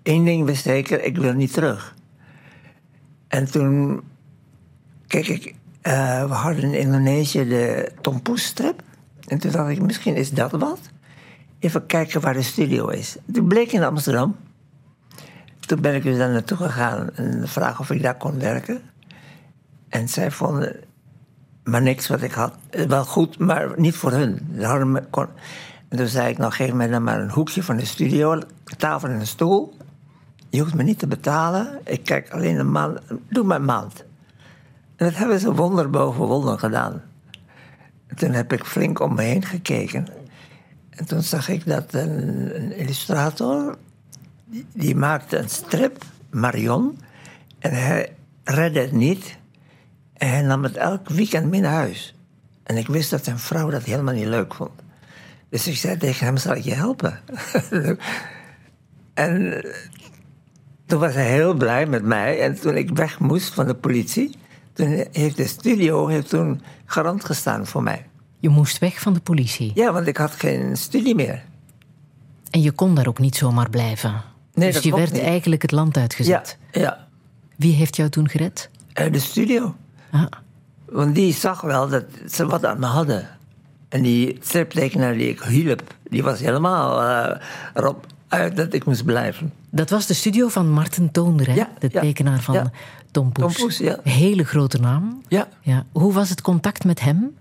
[SPEAKER 3] één ding wist zeker, ik wil niet terug. En toen, kijk ik, we hadden in Indonesië de Tom Poes-strip. En toen dacht ik, misschien is dat wat. Even kijken waar de studio is. Toen bleek in Amsterdam. Toen ben ik dus daar naartoe gegaan en vragen of ik daar kon werken. En zij vonden maar niks wat ik had. Wel goed, maar niet voor hun. En toen zei ik, nou geef mij dan maar een hoekje van de studio, een tafel en een stoel. Je hoeft me niet te betalen. Ik kijk alleen een maand. Doe maar een maand. En dat hebben ze wonder boven wonder gedaan. En toen heb ik flink om me heen gekeken. En toen zag ik dat een illustrator, die maakte een strip, Marion. En hij redde het niet. En hij nam het elk weekend mee naar huis. En ik wist dat zijn vrouw dat helemaal niet leuk vond. Dus ik zei tegen hem, zal ik je helpen? En toen was hij heel blij met mij. En toen ik weg moest van de politie, toen heeft de studio toen garant gestaan voor mij.
[SPEAKER 1] Je moest weg van de politie.
[SPEAKER 3] Ja, want ik had geen studie meer.
[SPEAKER 1] En je kon daar ook niet zomaar blijven.
[SPEAKER 3] Nee,
[SPEAKER 1] dus
[SPEAKER 3] dat
[SPEAKER 1] je
[SPEAKER 3] mocht
[SPEAKER 1] werd
[SPEAKER 3] niet.
[SPEAKER 1] eigenlijk het land uitgezet.
[SPEAKER 3] Ja.
[SPEAKER 1] Wie heeft jou toen gered?
[SPEAKER 3] De studio.
[SPEAKER 1] Ah,
[SPEAKER 3] Want die zag wel dat ze wat aan me hadden. En die striptekenaar die ik hielp, die was helemaal erop uit dat ik moest blijven.
[SPEAKER 1] dat was de studio van Marten Toonder, hè?
[SPEAKER 3] Ja,
[SPEAKER 1] De
[SPEAKER 3] ja,
[SPEAKER 1] tekenaar van
[SPEAKER 3] ja.
[SPEAKER 1] Tom Poes.
[SPEAKER 3] Tom Poes, ja.
[SPEAKER 1] Hele grote naam.
[SPEAKER 3] Ja.
[SPEAKER 1] Ja. Hoe was het contact met hem?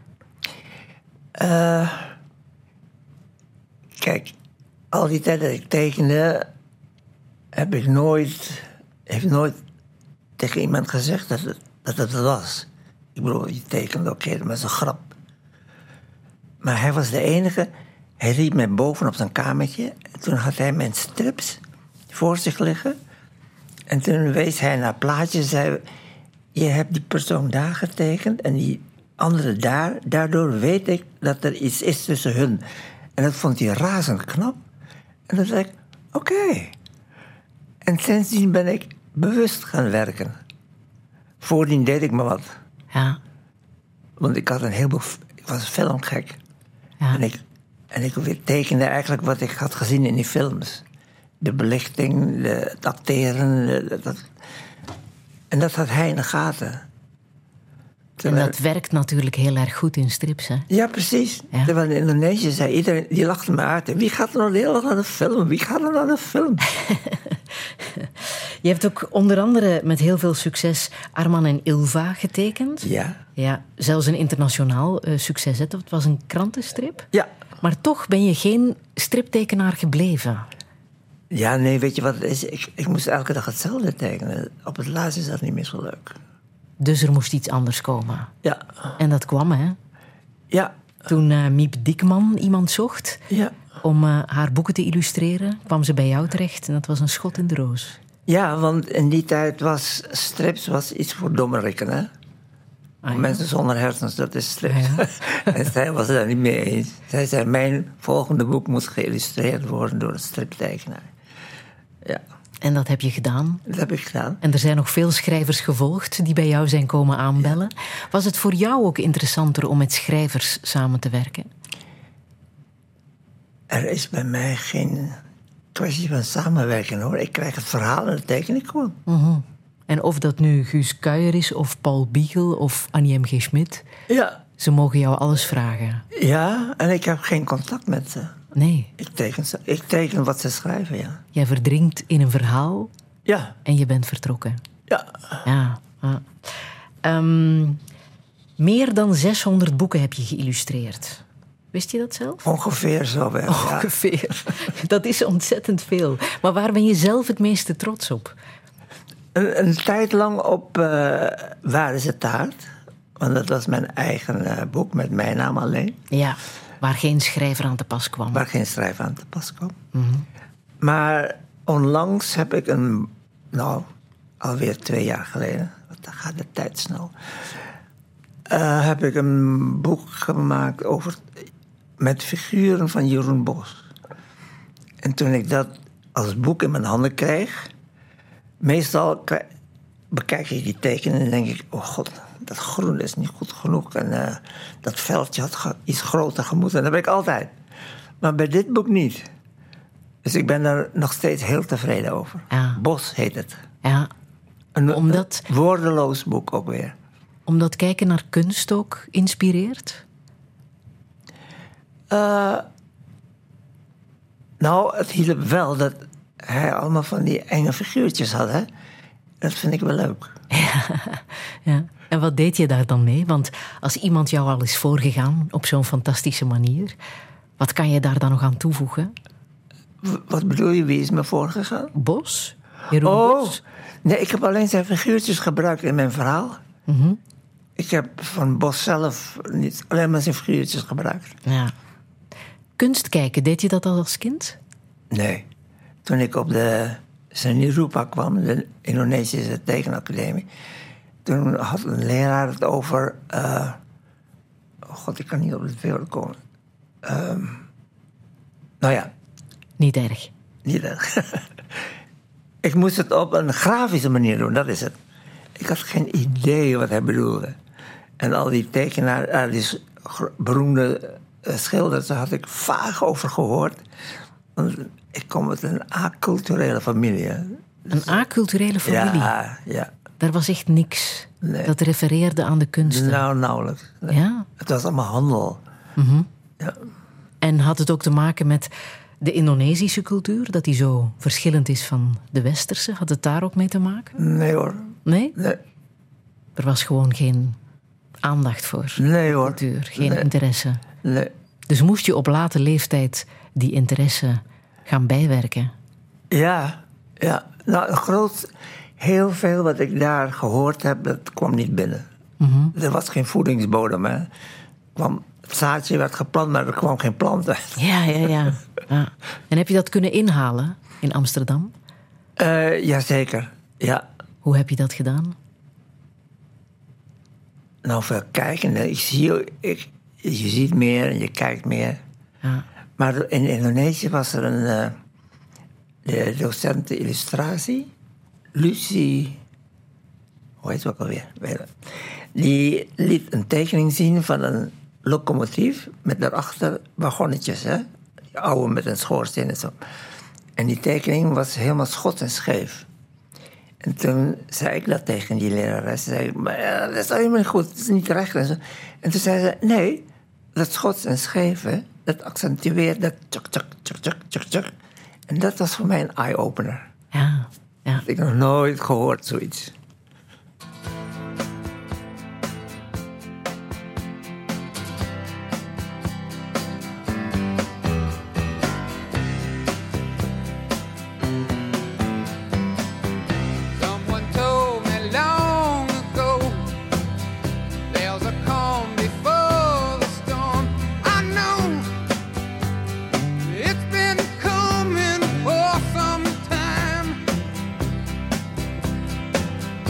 [SPEAKER 3] Kijk, al die tijd dat ik tekende, heeft nooit tegen iemand gezegd dat het was. Ik bedoel, je tekende, oké, dat was een grap. Maar hij was de enige. Hij riep mij boven op zijn kamertje. En toen had hij mijn strips voor zich liggen. En toen wees hij naar plaatjes en zei, je hebt die persoon daar getekend en die andere daar. Daardoor weet ik dat er iets is tussen hun. En dat vond hij razend knap. En dan zei ik, oké. En sindsdien ben ik bewust gaan werken. Voordien deed ik maar wat.
[SPEAKER 1] Ja.
[SPEAKER 3] Want ik had ik was filmgek.
[SPEAKER 1] Ja.
[SPEAKER 3] En ik tekende eigenlijk wat ik had gezien in die films. De belichting, het acteren. En dat had hij in de gaten.
[SPEAKER 1] En dat werkt natuurlijk heel erg goed in strips, hè?
[SPEAKER 3] Ja, precies.
[SPEAKER 1] Ja.
[SPEAKER 3] Terwijl in Indonesië zei iedereen, die lachte me uit. Wie gaat er nou de hele dag naar de film? Wie gaat er naar de film?
[SPEAKER 1] Je hebt ook onder andere met heel veel succes Arman en Ilva getekend.
[SPEAKER 3] Ja.
[SPEAKER 1] Ja, zelfs een internationaal succes. Hè? Het was een krantenstrip.
[SPEAKER 3] Ja.
[SPEAKER 1] Maar toch ben je geen striptekenaar gebleven.
[SPEAKER 3] Ja, nee, weet je wat het is? Ik moest elke dag hetzelfde tekenen. Op het laatst is dat niet meer zo leuk.
[SPEAKER 1] Dus er moest iets anders komen.
[SPEAKER 3] Ja.
[SPEAKER 1] En dat kwam, hè?
[SPEAKER 3] Ja.
[SPEAKER 1] Toen Miep Dikman iemand zocht
[SPEAKER 3] Ja.
[SPEAKER 1] om haar boeken te illustreren, kwam ze bij jou terecht. En dat was een schot in de roos.
[SPEAKER 3] Ja, want in die tijd was strips iets voor dommerikken, hè?
[SPEAKER 1] Ah, ja.
[SPEAKER 3] Mensen zonder hersens, dat is strips.
[SPEAKER 1] Ja.
[SPEAKER 3] En zij was het daar niet mee eens. Zij zei, mijn volgende boek moet geïllustreerd worden door een striptekenaar. Ja,
[SPEAKER 1] En dat heb je gedaan.
[SPEAKER 3] dat heb ik gedaan.
[SPEAKER 1] En er zijn nog veel schrijvers gevolgd die bij jou zijn komen aanbellen. Was het voor jou ook interessanter om met schrijvers samen te werken?
[SPEAKER 3] Er is bij mij geen kwestie van samenwerken, hoor. Ik krijg het verhaal en dat teken ik gewoon.
[SPEAKER 1] En of dat nu Guus Kuijer is, of Paul Biegel, of Annie M.G. Schmid,
[SPEAKER 3] Ja.
[SPEAKER 1] ze mogen jou alles vragen.
[SPEAKER 3] Ja, en ik heb geen contact met ze.
[SPEAKER 1] Nee,
[SPEAKER 3] Ik teken wat ze schrijven, ja.
[SPEAKER 1] jij verdrinkt in een verhaal
[SPEAKER 3] Ja,
[SPEAKER 1] en je bent vertrokken.
[SPEAKER 3] ja.
[SPEAKER 1] Ja. Meer dan 600 boeken heb je geïllustreerd. Wist je dat zelf?
[SPEAKER 3] Ongeveer zo wel, ja.
[SPEAKER 1] Ongeveer. Dat is ontzettend veel. Maar waar ben je zelf het meeste trots op?
[SPEAKER 3] Een tijd lang op Waar is het taart? Want dat was mijn eigen boek met mijn naam alleen.
[SPEAKER 1] Ja, waar geen schrijver aan te pas kwam.
[SPEAKER 3] Waar geen schrijver aan te pas kwam. Maar onlangs heb ik alweer 2 jaar geleden, want dan gaat de tijd snel, heb ik een boek gemaakt met figuren van Jeroen Bos. En toen ik dat als boek in mijn handen kreeg, meestal bekijk ik die tekenen en denk ik, oh god, dat groen is niet goed genoeg. En dat veldje had iets groter gemoeten. En dat ben ik altijd. Maar bij dit boek niet. Dus ik ben daar nog steeds heel tevreden over.
[SPEAKER 1] Ja.
[SPEAKER 3] Bos heet het.
[SPEAKER 1] Ja, Omdat-
[SPEAKER 3] Een woordeloos boek ook weer.
[SPEAKER 1] omdat kijken naar kunst ook inspireert?
[SPEAKER 3] Nou, het hielp wel dat hij allemaal van die enge figuurtjes had. Hè? Dat vind ik wel leuk.
[SPEAKER 1] Ja. En wat deed je daar dan mee? Want als iemand jou al is voorgegaan op zo'n fantastische manier, wat kan je daar dan nog aan toevoegen?
[SPEAKER 3] Wat bedoel je, wie is me voorgegaan?
[SPEAKER 1] Bos? Jeroen
[SPEAKER 3] Oh,
[SPEAKER 1] Bos?
[SPEAKER 3] nee, ik heb alleen zijn figuurtjes gebruikt in mijn verhaal. Ik heb van Bos zelf niet alleen maar zijn figuurtjes gebruikt.
[SPEAKER 1] Ja. Kunst kijken, deed je dat al als kind?
[SPEAKER 3] Nee. Toen ik op de Seni Rupa kwam, de Indonesische tekenacademie, toen had een leraar het over... God, ik kan niet op het woord komen. Nou ja,
[SPEAKER 1] Niet erg.
[SPEAKER 3] niet erg. Ik moest het op een grafische manier doen, dat is het. Ik had geen idee wat hij bedoelde. En al die tekenaars, die beroemde schilders, daar had ik vaag over gehoord. Want ik kom uit een aculturele familie. hè.
[SPEAKER 1] Een aculturele familie.
[SPEAKER 3] Ja.
[SPEAKER 1] Daar was echt niks
[SPEAKER 3] Nee.
[SPEAKER 1] dat refereerde aan de kunsten.
[SPEAKER 3] Nou, nauwelijks. Nee.
[SPEAKER 1] Ja?
[SPEAKER 3] Het was allemaal handel. Ja.
[SPEAKER 1] En had het ook te maken met de Indonesische cultuur, dat die zo verschillend is van de westerse? Had het daar ook mee te maken?
[SPEAKER 3] Nee hoor.
[SPEAKER 1] Nee?
[SPEAKER 3] Nee,
[SPEAKER 1] Er was gewoon geen aandacht voor
[SPEAKER 3] nee hoor.
[SPEAKER 1] cultuur, geen
[SPEAKER 3] Nee.
[SPEAKER 1] interesse.
[SPEAKER 3] Nee.
[SPEAKER 1] Dus moest je op late leeftijd die interesse gaan bijwerken?
[SPEAKER 3] Ja. Nou, heel veel wat ik daar gehoord heb, dat kwam niet binnen. Er was geen voedingsbodem. Hè. Het zaadje werd geplant, maar er kwam geen plant uit.
[SPEAKER 1] Ja. Ja. En heb je dat kunnen inhalen in Amsterdam?
[SPEAKER 3] Jazeker, ja.
[SPEAKER 1] Hoe heb je dat gedaan?
[SPEAKER 3] Nou, veel kijken. Je ziet meer en je kijkt meer.
[SPEAKER 1] Ja.
[SPEAKER 3] Maar in Indonesië was er een de docent illustratie, Lucie, hoe heet ze ook alweer? Die liet een tekening zien van een locomotief met daarachter wagonnetjes, hè? Die oude met een schoorsteen en zo. En die tekening was helemaal schots en scheef. En toen zei ik dat tegen die lerares. Ze zei, maar dat is helemaal niet goed, dat is niet recht. En, zo. En toen zei ze, nee, dat schots en scheve, dat accentueert dat tjuk, tjuk, tjuk, tjuk, tjuk, tjuk. En dat was voor mij een eye-opener.
[SPEAKER 1] Ja.
[SPEAKER 3] Ik heb nog nooit gehoord, zoiets.
[SPEAKER 7] Someone told me long ago there's a calm before the storm. I know it's been coming for some time.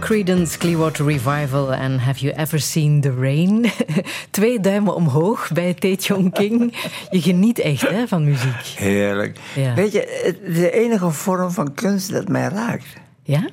[SPEAKER 1] Creedence Clearwater Revival en Have You Ever Seen the Rain? 2 duimen omhoog bij Tae King. Je geniet echt hè, van muziek.
[SPEAKER 3] Heerlijk.
[SPEAKER 1] Ja.
[SPEAKER 3] Weet je, de enige vorm van kunst dat mij raakt.
[SPEAKER 1] Ja?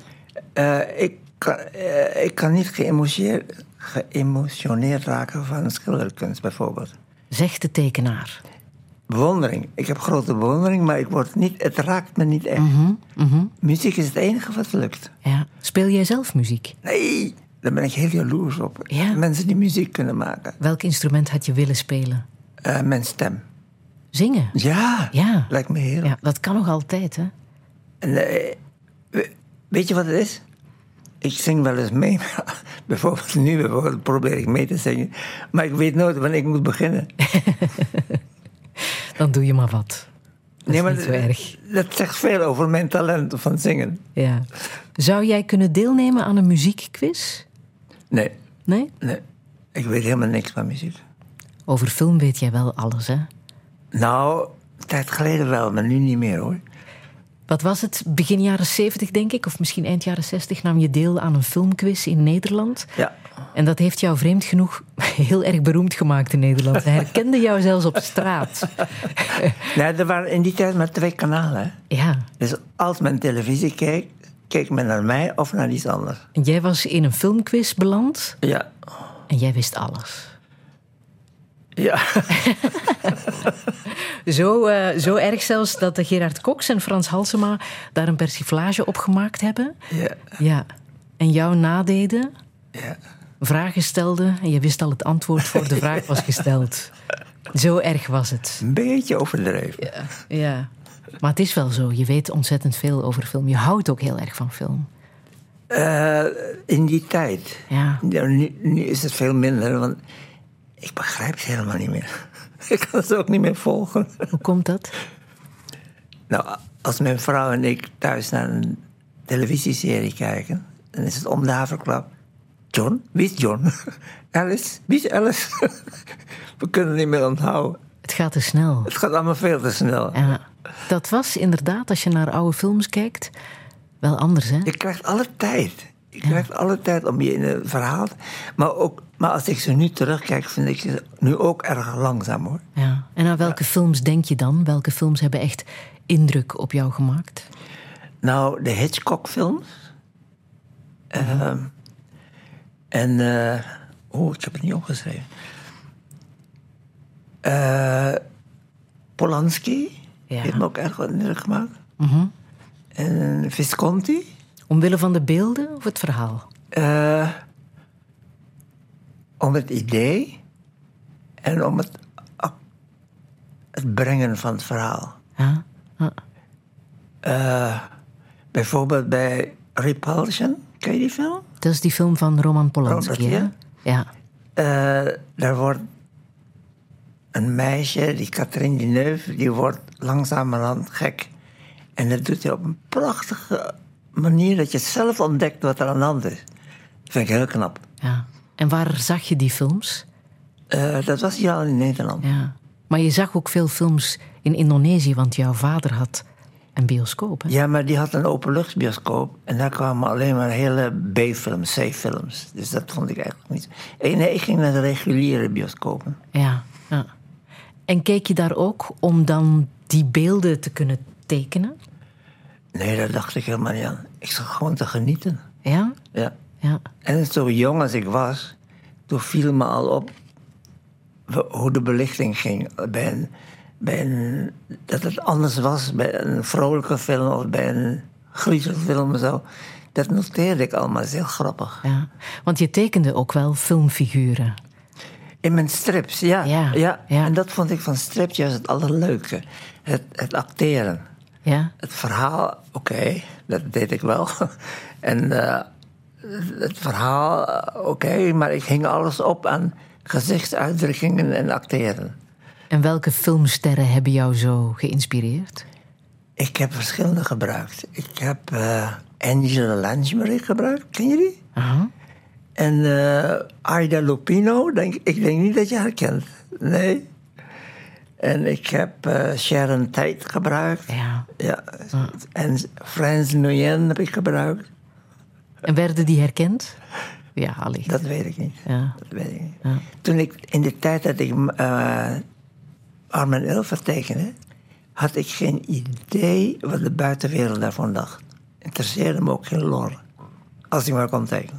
[SPEAKER 3] Ik kan niet geëmotioneerd raken van schilderkunst, bijvoorbeeld.
[SPEAKER 1] Zegt de tekenaar.
[SPEAKER 3] Bewondering. Ik heb grote bewondering, maar het raakt me niet echt. Muziek is het enige wat lukt.
[SPEAKER 1] Ja. Speel jij zelf muziek?
[SPEAKER 3] Nee, daar ben ik heel jaloers op.
[SPEAKER 1] Ja?
[SPEAKER 3] Mensen die muziek kunnen maken.
[SPEAKER 1] Welk instrument had je willen spelen?
[SPEAKER 3] Mijn stem.
[SPEAKER 1] Zingen?
[SPEAKER 3] Ja,
[SPEAKER 1] Ja.
[SPEAKER 3] lijkt me heel.
[SPEAKER 1] Ja, dat kan nog altijd, hè?
[SPEAKER 3] En, weet je wat het is? Ik zing wel eens mee. Bijvoorbeeld probeer ik mee te zingen. Maar ik weet nooit wanneer ik moet beginnen.
[SPEAKER 1] Dan doe je maar wat. Dat is niet zo erg.
[SPEAKER 3] Dat zegt veel over mijn talent van zingen.
[SPEAKER 1] Ja. Zou jij kunnen deelnemen aan een muziekquiz?
[SPEAKER 3] Nee.
[SPEAKER 1] Nee?
[SPEAKER 3] Nee. Ik weet helemaal niks van muziek.
[SPEAKER 1] Over film weet jij wel alles, hè?
[SPEAKER 3] Nou, een tijd geleden wel, maar nu niet meer, hoor.
[SPEAKER 1] Wat was het? Begin jaren 70, denk ik, of misschien eind jaren 60... nam je deel aan een filmquiz in Nederland.
[SPEAKER 3] Ja.
[SPEAKER 1] En dat heeft jou vreemd genoeg heel erg beroemd gemaakt in Nederland. Ze herkenden jou zelfs op straat.
[SPEAKER 3] Nee, er waren in die tijd maar 2 kanalen, hè.
[SPEAKER 1] Ja.
[SPEAKER 3] Dus als men televisie keek men naar mij of naar iets anders.
[SPEAKER 1] En jij was in een filmquiz beland
[SPEAKER 3] Ja.
[SPEAKER 1] en jij wist alles.
[SPEAKER 3] Ja.
[SPEAKER 1] Zo erg zelfs dat de Gerard Cox en Frans Halsema daar een persiflage op gemaakt hebben.
[SPEAKER 3] Ja.
[SPEAKER 1] Ja. En jou nadeden,
[SPEAKER 3] Ja.
[SPEAKER 1] vragen stelden en je wist al het antwoord voor de vraag was gesteld. Zo erg was het.
[SPEAKER 3] Een beetje overdreven.
[SPEAKER 1] Ja. Maar het is wel zo. Je weet ontzettend veel over film. Je houdt ook heel erg van film.
[SPEAKER 3] In die tijd.
[SPEAKER 1] Ja.
[SPEAKER 3] Nu is het veel minder, want ik begrijp het helemaal niet meer. Ik kan het ook niet meer volgen.
[SPEAKER 1] Hoe komt dat?
[SPEAKER 3] Nou, als mijn vrouw en ik thuis naar een televisieserie kijken, dan is het om de haverklap. John? Wie is John? Alice? Wie is Alice? We kunnen het niet meer onthouden.
[SPEAKER 1] Het gaat te snel.
[SPEAKER 3] Het gaat allemaal veel te snel.
[SPEAKER 1] Ja. Dat was inderdaad, als je naar oude films kijkt, wel anders, hè?
[SPEAKER 3] Je krijgt alle tijd. Je krijgt alle tijd om je in een verhaal. Maar als ik ze nu terugkijk, vind ik ze nu ook erg langzaam, hoor.
[SPEAKER 1] Ja. En aan welke films denk je dan? Welke films hebben echt indruk op jou gemaakt?
[SPEAKER 3] Nou, de Hitchcock-films. Ik heb het niet opgeschreven. Polanski heeft me ook erg wat indruk gemaakt. En Visconti.
[SPEAKER 1] Omwille van de beelden of het verhaal?
[SPEAKER 3] Om het idee en om het brengen van het verhaal.
[SPEAKER 1] Ja.
[SPEAKER 3] Bijvoorbeeld bij Repulsion, ken je die film?
[SPEAKER 1] Dat is die film van Roman Polanski, hè? Ja.
[SPEAKER 3] Daar wordt een meisje, die Catherine Deneuve, die wordt langzamerhand gek. En dat doet hij op een prachtige manier dat je zelf ontdekt wat er aan de hand is. Dat vind ik heel knap.
[SPEAKER 1] Ja. En waar zag je die films?
[SPEAKER 3] Dat was hier al in Nederland.
[SPEAKER 1] Ja. Maar je zag ook veel films in Indonesië, want jouw vader had een bioscoop, hè?
[SPEAKER 3] Ja, maar die had een openluchtbioscoop. En daar kwamen alleen maar hele B-films, C-films. Dus dat vond ik eigenlijk niet. Nee, ik ging naar de reguliere bioscopen.
[SPEAKER 1] Ja. En keek je daar ook om dan die beelden te kunnen tekenen?
[SPEAKER 3] Nee, daar dacht ik helemaal niet aan. Ik zat gewoon te genieten.
[SPEAKER 1] Ja?
[SPEAKER 3] Ja.
[SPEAKER 1] Ja.
[SPEAKER 3] En zo jong als ik was, toen viel me al op hoe de belichting ging. Dat het anders was bij een vrolijke film of bij een griezelfilm en zo. Dat noteerde ik allemaal. Dat is heel grappig.
[SPEAKER 1] Ja. Want je tekende ook wel filmfiguren.
[SPEAKER 3] In mijn strips, ja.
[SPEAKER 1] Ja.
[SPEAKER 3] En dat vond ik van strips juist het allerleuke. Het acteren.
[SPEAKER 1] Ja.
[SPEAKER 3] Het verhaal, oké, dat deed ik wel. En het verhaal, oké, maar ik hing alles op aan gezichtsuitdrukkingen en acteren.
[SPEAKER 1] En welke filmsterren hebben jou zo geïnspireerd?
[SPEAKER 3] Ik heb verschillende gebruikt. Ik heb Angela Lansbury gebruikt, ken je die?
[SPEAKER 1] Aha.
[SPEAKER 3] En Ida Lupino, ik denk niet dat je haar kent. Nee. En ik heb Sharon Tate gebruikt.
[SPEAKER 1] Ja.
[SPEAKER 3] Ja. En Frans Nguyen heb ik gebruikt.
[SPEAKER 1] En werden die herkend? Ja, allicht.
[SPEAKER 3] Dat weet ik niet.
[SPEAKER 1] Ja.
[SPEAKER 3] Dat weet ik niet.
[SPEAKER 1] Ja.
[SPEAKER 3] Toen ik in de tijd dat ik Arm en Ilver tekende, had ik geen idee wat de buitenwereld daarvan dacht. Interesseerde me ook geen lor. Als ik maar kon tekenen.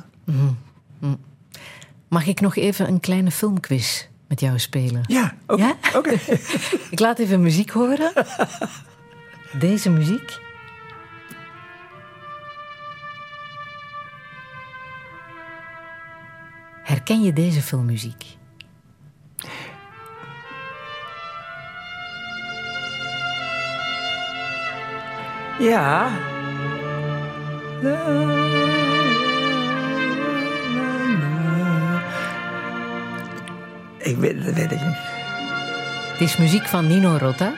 [SPEAKER 1] Mag ik nog even een kleine filmquiz met jou spelen?
[SPEAKER 3] Ja, oké.
[SPEAKER 1] Ja?
[SPEAKER 3] Oké.
[SPEAKER 1] Ik laat even muziek horen. Deze muziek. Herken je deze filmmuziek?
[SPEAKER 3] Ja. Dat weet ik niet.
[SPEAKER 1] Het is muziek van Nino Rota.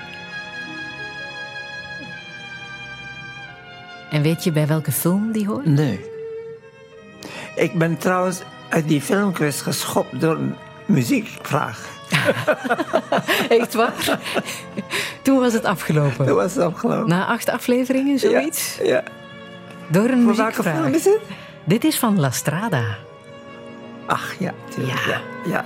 [SPEAKER 1] En weet je bij welke film die hoort?
[SPEAKER 3] Nee. Ik ben trouwens uit die filmquiz geschopt door een muziekvraag.
[SPEAKER 1] Echt waar? Toen was het afgelopen.
[SPEAKER 3] Dat was het afgelopen.
[SPEAKER 1] Na 8 afleveringen, zoiets?
[SPEAKER 3] Ja.
[SPEAKER 1] Door een
[SPEAKER 3] Voor welke
[SPEAKER 1] muziekvraag.
[SPEAKER 3] film is het?
[SPEAKER 1] Dit is van La Strada,
[SPEAKER 3] Ach ja, tuurlijk.
[SPEAKER 1] Ja.
[SPEAKER 3] Ja.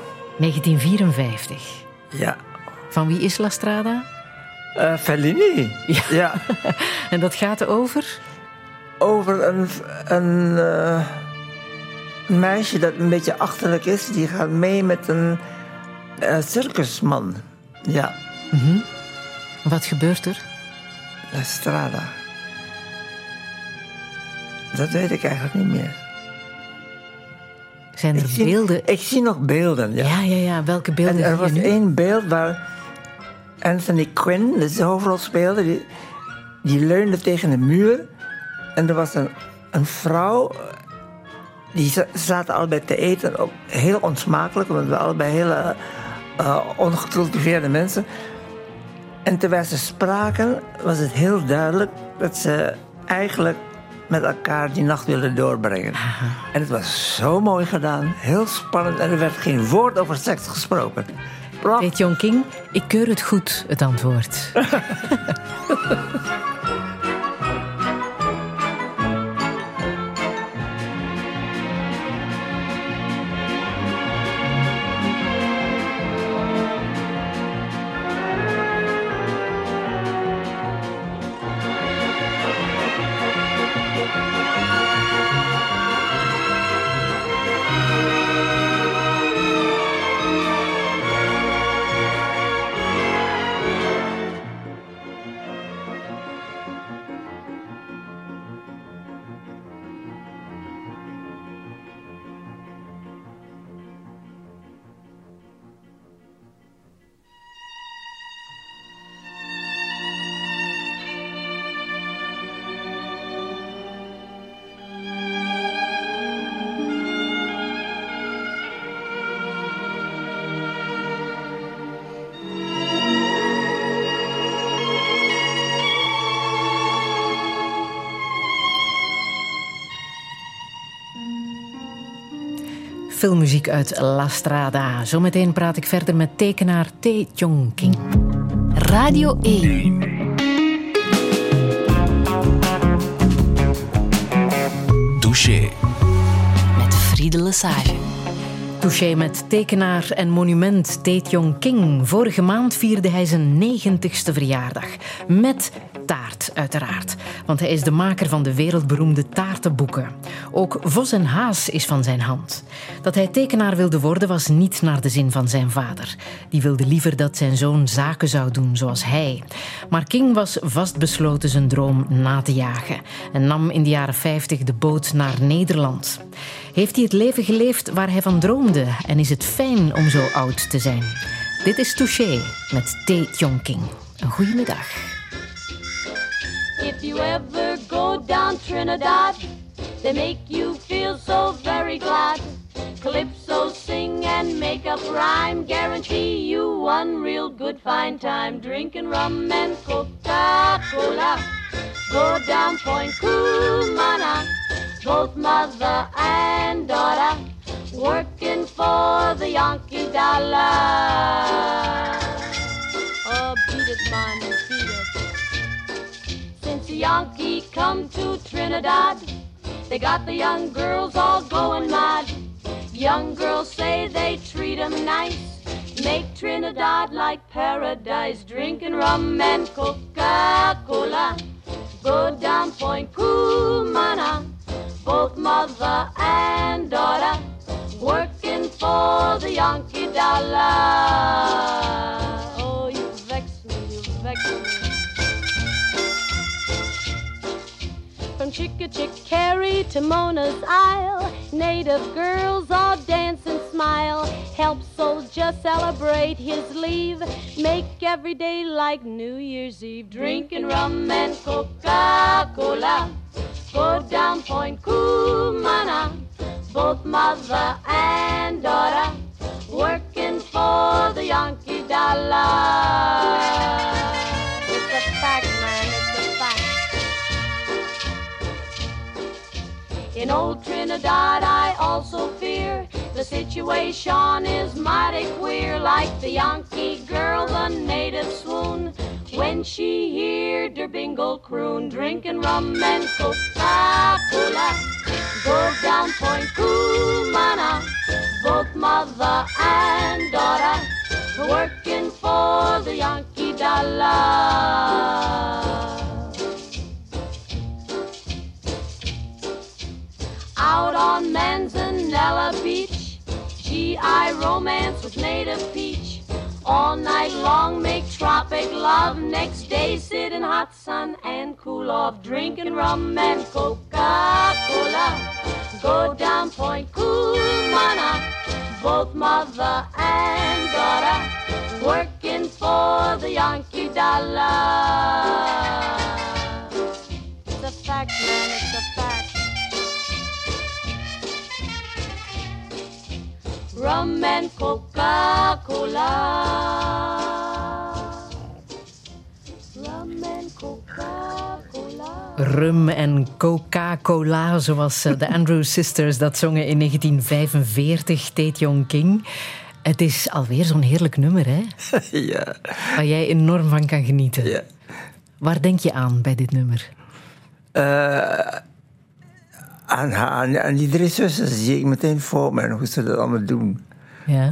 [SPEAKER 1] 1954.
[SPEAKER 3] Ja.
[SPEAKER 1] Van wie is La Strada?
[SPEAKER 3] Fellini.
[SPEAKER 1] Ja.
[SPEAKER 3] Ja.
[SPEAKER 1] En dat gaat over?
[SPEAKER 3] Over een meisje dat een beetje achterlijk is. Die gaat mee met een circusman. Ja.
[SPEAKER 1] Wat gebeurt er?
[SPEAKER 3] La Strada. Dat weet ik eigenlijk niet meer.
[SPEAKER 1] Zijn er beelden?
[SPEAKER 3] Ik zie nog beelden, ja.
[SPEAKER 1] Ja. Welke beelden
[SPEAKER 3] En er
[SPEAKER 1] zie
[SPEAKER 3] was
[SPEAKER 1] je nu?
[SPEAKER 3] één beeld waar Anthony Quinn, de hoofdrolspeler, die leunde tegen een muur. En er was een vrouw, die zaten allebei te eten, ook heel onsmakelijk, want we waren allebei hele ongecultiveerde mensen. En terwijl ze spraken, was het heel duidelijk dat ze eigenlijk met elkaar die nacht wilden doorbrengen. En het was zo mooi gedaan, heel spannend, en er werd geen woord over seks gesproken.
[SPEAKER 1] Tae Yong King, ik keur het goed, het antwoord. Filmmuziek uit La Strada. Zometeen praat ik verder met tekenaar Tae Yong King.
[SPEAKER 5] Radio 1.
[SPEAKER 2] Touché.
[SPEAKER 5] Met Friede Lesage.
[SPEAKER 1] Touché met tekenaar en monument Tae Yong King. Vorige maand vierde hij zijn 90ste verjaardag. Met taart, uiteraard. Want hij is de maker van de wereldberoemde taartenboeken. Ook Vos en Haas is van zijn hand. Dat hij tekenaar wilde worden was niet naar de zin van zijn vader. Die wilde liever dat zijn zoon zaken zou doen zoals hij. Maar King was vastbesloten zijn droom na te jagen. En nam in de jaren 50 de boot naar Nederland. Heeft hij het leven geleefd waar hij van droomde? En is het fijn om zo oud te zijn? Dit is Touché met Tae Yong King. Een goede middag.
[SPEAKER 8] If you ever go down Trinidad, they make you feel so very glad. Calypso sing and make up rhyme, guarantee you one real good fine time. Drinking rum and Coca-Cola, go down Point Cumana, both mother and daughter, working for the Yankee dollar. Oh, beat it, man, beat it. Since the Yankee come to Trinidad, They got the young girls all going mad. Young girls say they treat 'em nice. Make Trinidad like paradise. Drinking rum and Coca-Cola. Go down Point Cumana. Both mother and daughter. Working for the Yankee dollar. Oh, you vex me, you vex me. From Chickahominy to Mona's Isle, native girls all dance and smile. Help soldier celebrate his leave. Make every day like New Year's Eve. Drinking rum and Coca-Cola. Go down Point Cumana. Both mother and daughter. Working for the Yankee dollar. It's a fact, man, it's a fact. In old Trinidad I also fear the situation is mighty queer. Like the Yankee girl, the native swoon when she heard her bingle croon. Drinking rum and Coca-Cola. Go down Point Cumana. Both mother and daughter. Working for the Yankee dollar. Out on Manzanella Beach, GI romance with native peach. All night long make tropic love. Next day sit in hot sun and cool off. Drinking rum and Coca-Cola. Go down Point Cumana. Both mother and daughter. Working for the Yankee dollar. It's a fact, man, it's a fact. Rum and Coca-Cola. Rum and Coca-Cola.
[SPEAKER 1] Rum en Coca-Cola, zoals de Andrews Sisters dat zongen in 1945, Tae-Yong King. Het is alweer zo'n heerlijk nummer, hè?
[SPEAKER 3] Ja.
[SPEAKER 1] Waar jij enorm van kan genieten.
[SPEAKER 3] Ja.
[SPEAKER 1] Waar denk je aan bij dit nummer?
[SPEAKER 3] Aan die 3 zussen zie ik meteen voor me hoe ze dat allemaal doen.
[SPEAKER 1] Ja.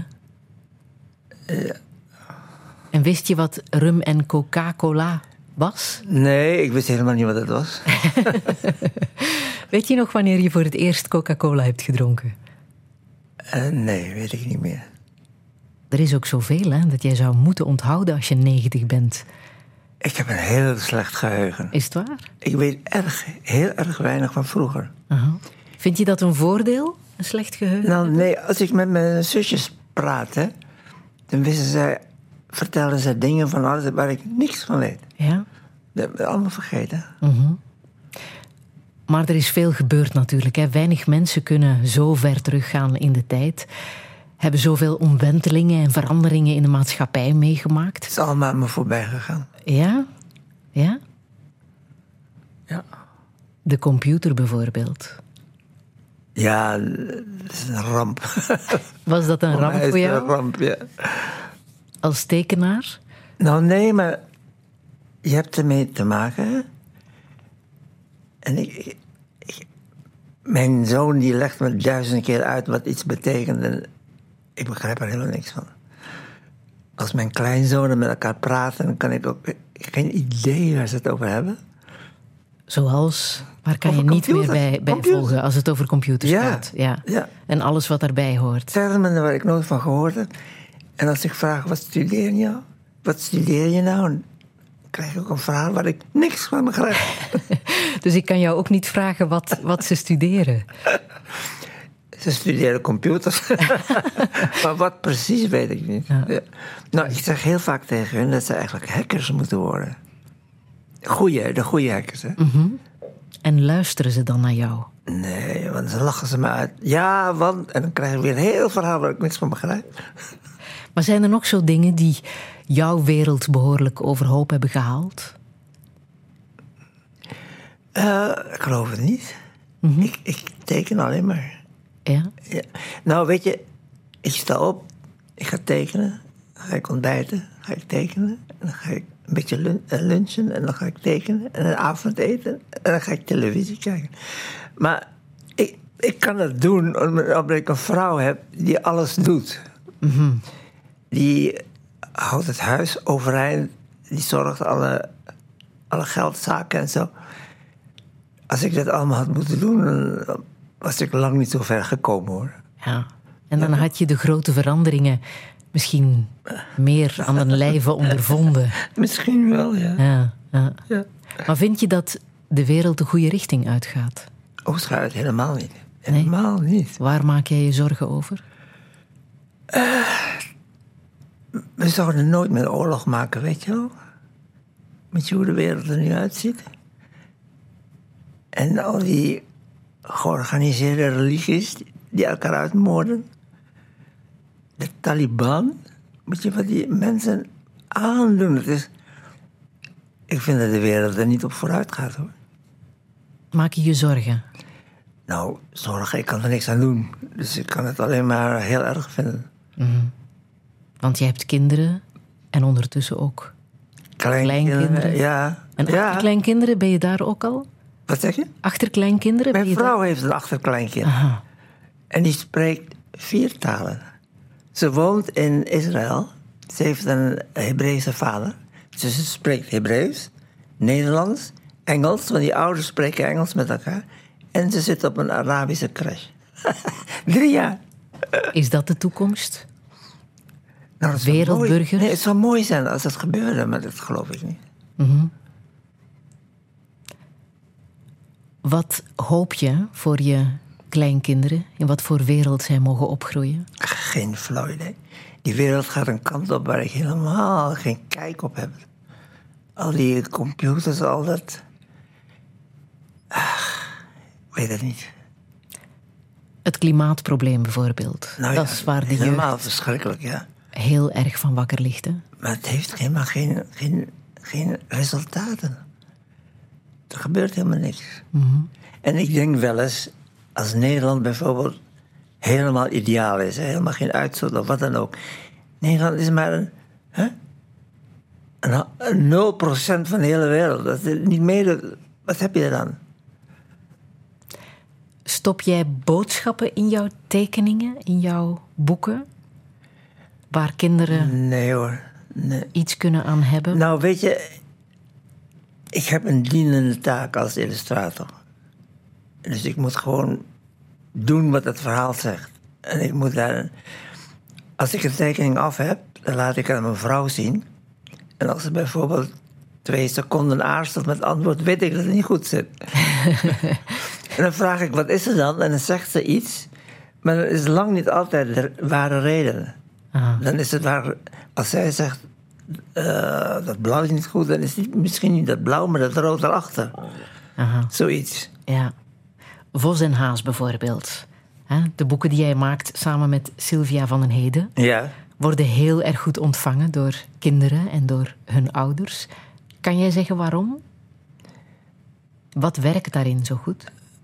[SPEAKER 1] En wist je wat rum en Coca-Cola was?
[SPEAKER 3] Nee, ik wist helemaal niet wat het was.
[SPEAKER 1] Weet je nog wanneer je voor het eerst Coca-Cola hebt gedronken?
[SPEAKER 3] Nee, weet ik niet meer.
[SPEAKER 1] Er is ook zoveel, hè, dat jij zou moeten onthouden als je 90 bent.
[SPEAKER 3] Ik heb een heel slecht geheugen.
[SPEAKER 1] Is het waar?
[SPEAKER 3] Ik weet heel erg weinig van vroeger.
[SPEAKER 1] Uh-huh. Vind je dat een voordeel, een slecht geheugen?
[SPEAKER 3] Nou, nee, als ik met mijn zusjes praatte, dan vertelden zij dingen van alles waar ik niks van weet.
[SPEAKER 1] Ja?
[SPEAKER 3] Dat heb ik allemaal vergeten.
[SPEAKER 1] Uh-huh. Maar er is veel gebeurd natuurlijk, hè. Weinig mensen kunnen zo ver teruggaan in de tijd. Hebben zoveel omwentelingen en veranderingen in de maatschappij meegemaakt.
[SPEAKER 3] Het is allemaal aan me voorbij gegaan.
[SPEAKER 1] Ja? Ja?
[SPEAKER 3] Ja.
[SPEAKER 1] De computer bijvoorbeeld.
[SPEAKER 3] Ja, dat is een ramp.
[SPEAKER 1] Was dat een ramp voor jou?
[SPEAKER 3] Een ramp, ja.
[SPEAKER 1] Als tekenaar?
[SPEAKER 3] Nou, nee, maar je hebt ermee te maken. En mijn zoon die legt me 1000 keer uit wat iets betekent. En ik begrijp er helemaal niks van. Als mijn kleinzonen met elkaar praten, dan kan ik ook geen idee waar ze het over hebben.
[SPEAKER 1] Zoals? Waar kan
[SPEAKER 3] Over
[SPEAKER 1] je niet meer
[SPEAKER 3] computers.
[SPEAKER 1] bij volgen als het over computers
[SPEAKER 3] Ja.
[SPEAKER 1] gaat? Ja.
[SPEAKER 3] Ja.
[SPEAKER 1] En alles wat daarbij hoort.
[SPEAKER 3] Termen waar ik nooit van gehoord heb. En als ik vraag, wat studeer je nou? Wat studeer je nou? Dan krijg ik ook een verhaal waar ik niks van begrijp.
[SPEAKER 1] Dus ik kan jou ook niet vragen wat ze studeren.
[SPEAKER 3] Ze studeren computers. Maar wat precies weet ik niet.
[SPEAKER 1] Ja.
[SPEAKER 3] Ja. Nou, ik zeg heel vaak tegen hun dat ze eigenlijk hackers moeten worden. De goede hackers, hè?
[SPEAKER 1] En luisteren ze dan naar jou?
[SPEAKER 3] Nee, want dan lachen ze me uit. Ja, want... En dan krijg ik weer een heel verhaal waar ik niks van begrijp.
[SPEAKER 1] Maar zijn er nog zo dingen die jouw wereld behoorlijk overhoop hebben gehaald?
[SPEAKER 3] Ik geloof het niet. Ik teken alleen maar.
[SPEAKER 1] Ja?
[SPEAKER 3] Ja. Nou, weet je, ik sta op, ik ga tekenen, dan ga ik ontbijten, ga ik tekenen, en dan ga ik een beetje lunchen en dan ga ik tekenen en een avondeten en dan ga ik televisie kijken. Maar Ik kan het doen omdat ik een vrouw heb die alles doet. Die houdt het huis overeind. Die zorgt alle geldzaken en zo. Als ik dat allemaal had moeten doen, dan was ik lang niet zo ver gekomen, hoor.
[SPEAKER 1] Ja. En dan had je de grote veranderingen misschien meer aan een lijve ondervonden.
[SPEAKER 3] Misschien wel, ja.
[SPEAKER 1] Ja. Maar vind je dat de wereld de goede richting uitgaat?
[SPEAKER 3] Oost-Zuid helemaal niet. Helemaal niet.
[SPEAKER 1] Waar maak jij je zorgen over?
[SPEAKER 3] We zouden nooit meer oorlog maken, weet je wel? Met je hoe de wereld er nu uitziet. En al die georganiseerde religies die elkaar uitmoorden. De Taliban. Moet je wat die mensen aandoen? Ik vind dat de wereld er niet op vooruit gaat, hoor.
[SPEAKER 1] Maak je je zorgen?
[SPEAKER 3] Nou, zorgen, ik kan er niks aan doen. Dus ik kan het alleen maar heel erg vinden.
[SPEAKER 1] Want je hebt kinderen en ondertussen ook kleinkinderen.
[SPEAKER 3] Ja.
[SPEAKER 1] En achterkleinkinderen, ben je daar ook al?
[SPEAKER 3] Wat zeg je?
[SPEAKER 1] Achterkleinkinderen?
[SPEAKER 3] Mijn vrouw heeft een achterkleinkind.
[SPEAKER 1] Aha.
[SPEAKER 3] En die spreekt 4 talen. Ze woont in Israël. Ze heeft een Hebreeuwse vader. Dus ze spreekt Hebreeuws, Nederlands, Engels. Want die ouders spreken Engels met elkaar. En ze zit op een Arabische crash. 3 jaar.
[SPEAKER 1] Is dat de toekomst?
[SPEAKER 3] Nou, dat zou
[SPEAKER 1] Wereldburgers?
[SPEAKER 3] mooi- Nee, het zou mooi zijn als dat gebeurde, maar dat geloof ik niet.
[SPEAKER 1] Wat hoop je voor je kleinkinderen? In wat voor wereld zij mogen opgroeien?
[SPEAKER 3] Geen flauw idee. Die wereld gaat een kant op waar ik helemaal geen kijk op heb. Al die computers, al dat. Ik weet het niet.
[SPEAKER 1] Het klimaatprobleem bijvoorbeeld.
[SPEAKER 3] Nou
[SPEAKER 1] dat
[SPEAKER 3] ja,
[SPEAKER 1] is waar de
[SPEAKER 3] helemaal
[SPEAKER 1] jeugd
[SPEAKER 3] verschrikkelijk, ja.
[SPEAKER 1] heel erg van wakker ligt. Hè?
[SPEAKER 3] Maar het heeft helemaal geen resultaten. Er gebeurt helemaal niks. En ik denk wel eens, als Nederland bijvoorbeeld helemaal ideaal is, hè, helemaal geen uitstoot of wat dan ook. Nederland is maar een 0% van de hele wereld. Dat is niet meer. Wat heb je dan?
[SPEAKER 1] Stop jij boodschappen in jouw tekeningen, in jouw boeken? Waar kinderen
[SPEAKER 3] Nee hoor. Nee.
[SPEAKER 1] iets kunnen aan hebben?
[SPEAKER 3] Nou, weet je, ik heb een dienende taak als illustrator. Dus ik moet gewoon doen wat het verhaal zegt. En ik moet daar... Als ik een tekening af heb, dan laat ik het aan mijn vrouw zien. En als ze bijvoorbeeld 2 seconden aarzelt met antwoord, weet ik dat het niet goed zit. En dan vraag ik, wat is er dan? En dan zegt ze iets. Maar dat is lang niet altijd de ware reden. Dan is het waar... Als zij zegt, dat blauw is niet goed, dan is het misschien niet dat blauw, maar dat rood erachter. Zoiets.
[SPEAKER 1] Ja. Vos en Haas bijvoorbeeld. Hè? De boeken die jij maakt samen met Sylvia van den Heden
[SPEAKER 3] Ja.
[SPEAKER 1] worden heel erg goed ontvangen door kinderen en door hun ouders. Kan jij zeggen waarom? Wat werkt daarin zo goed?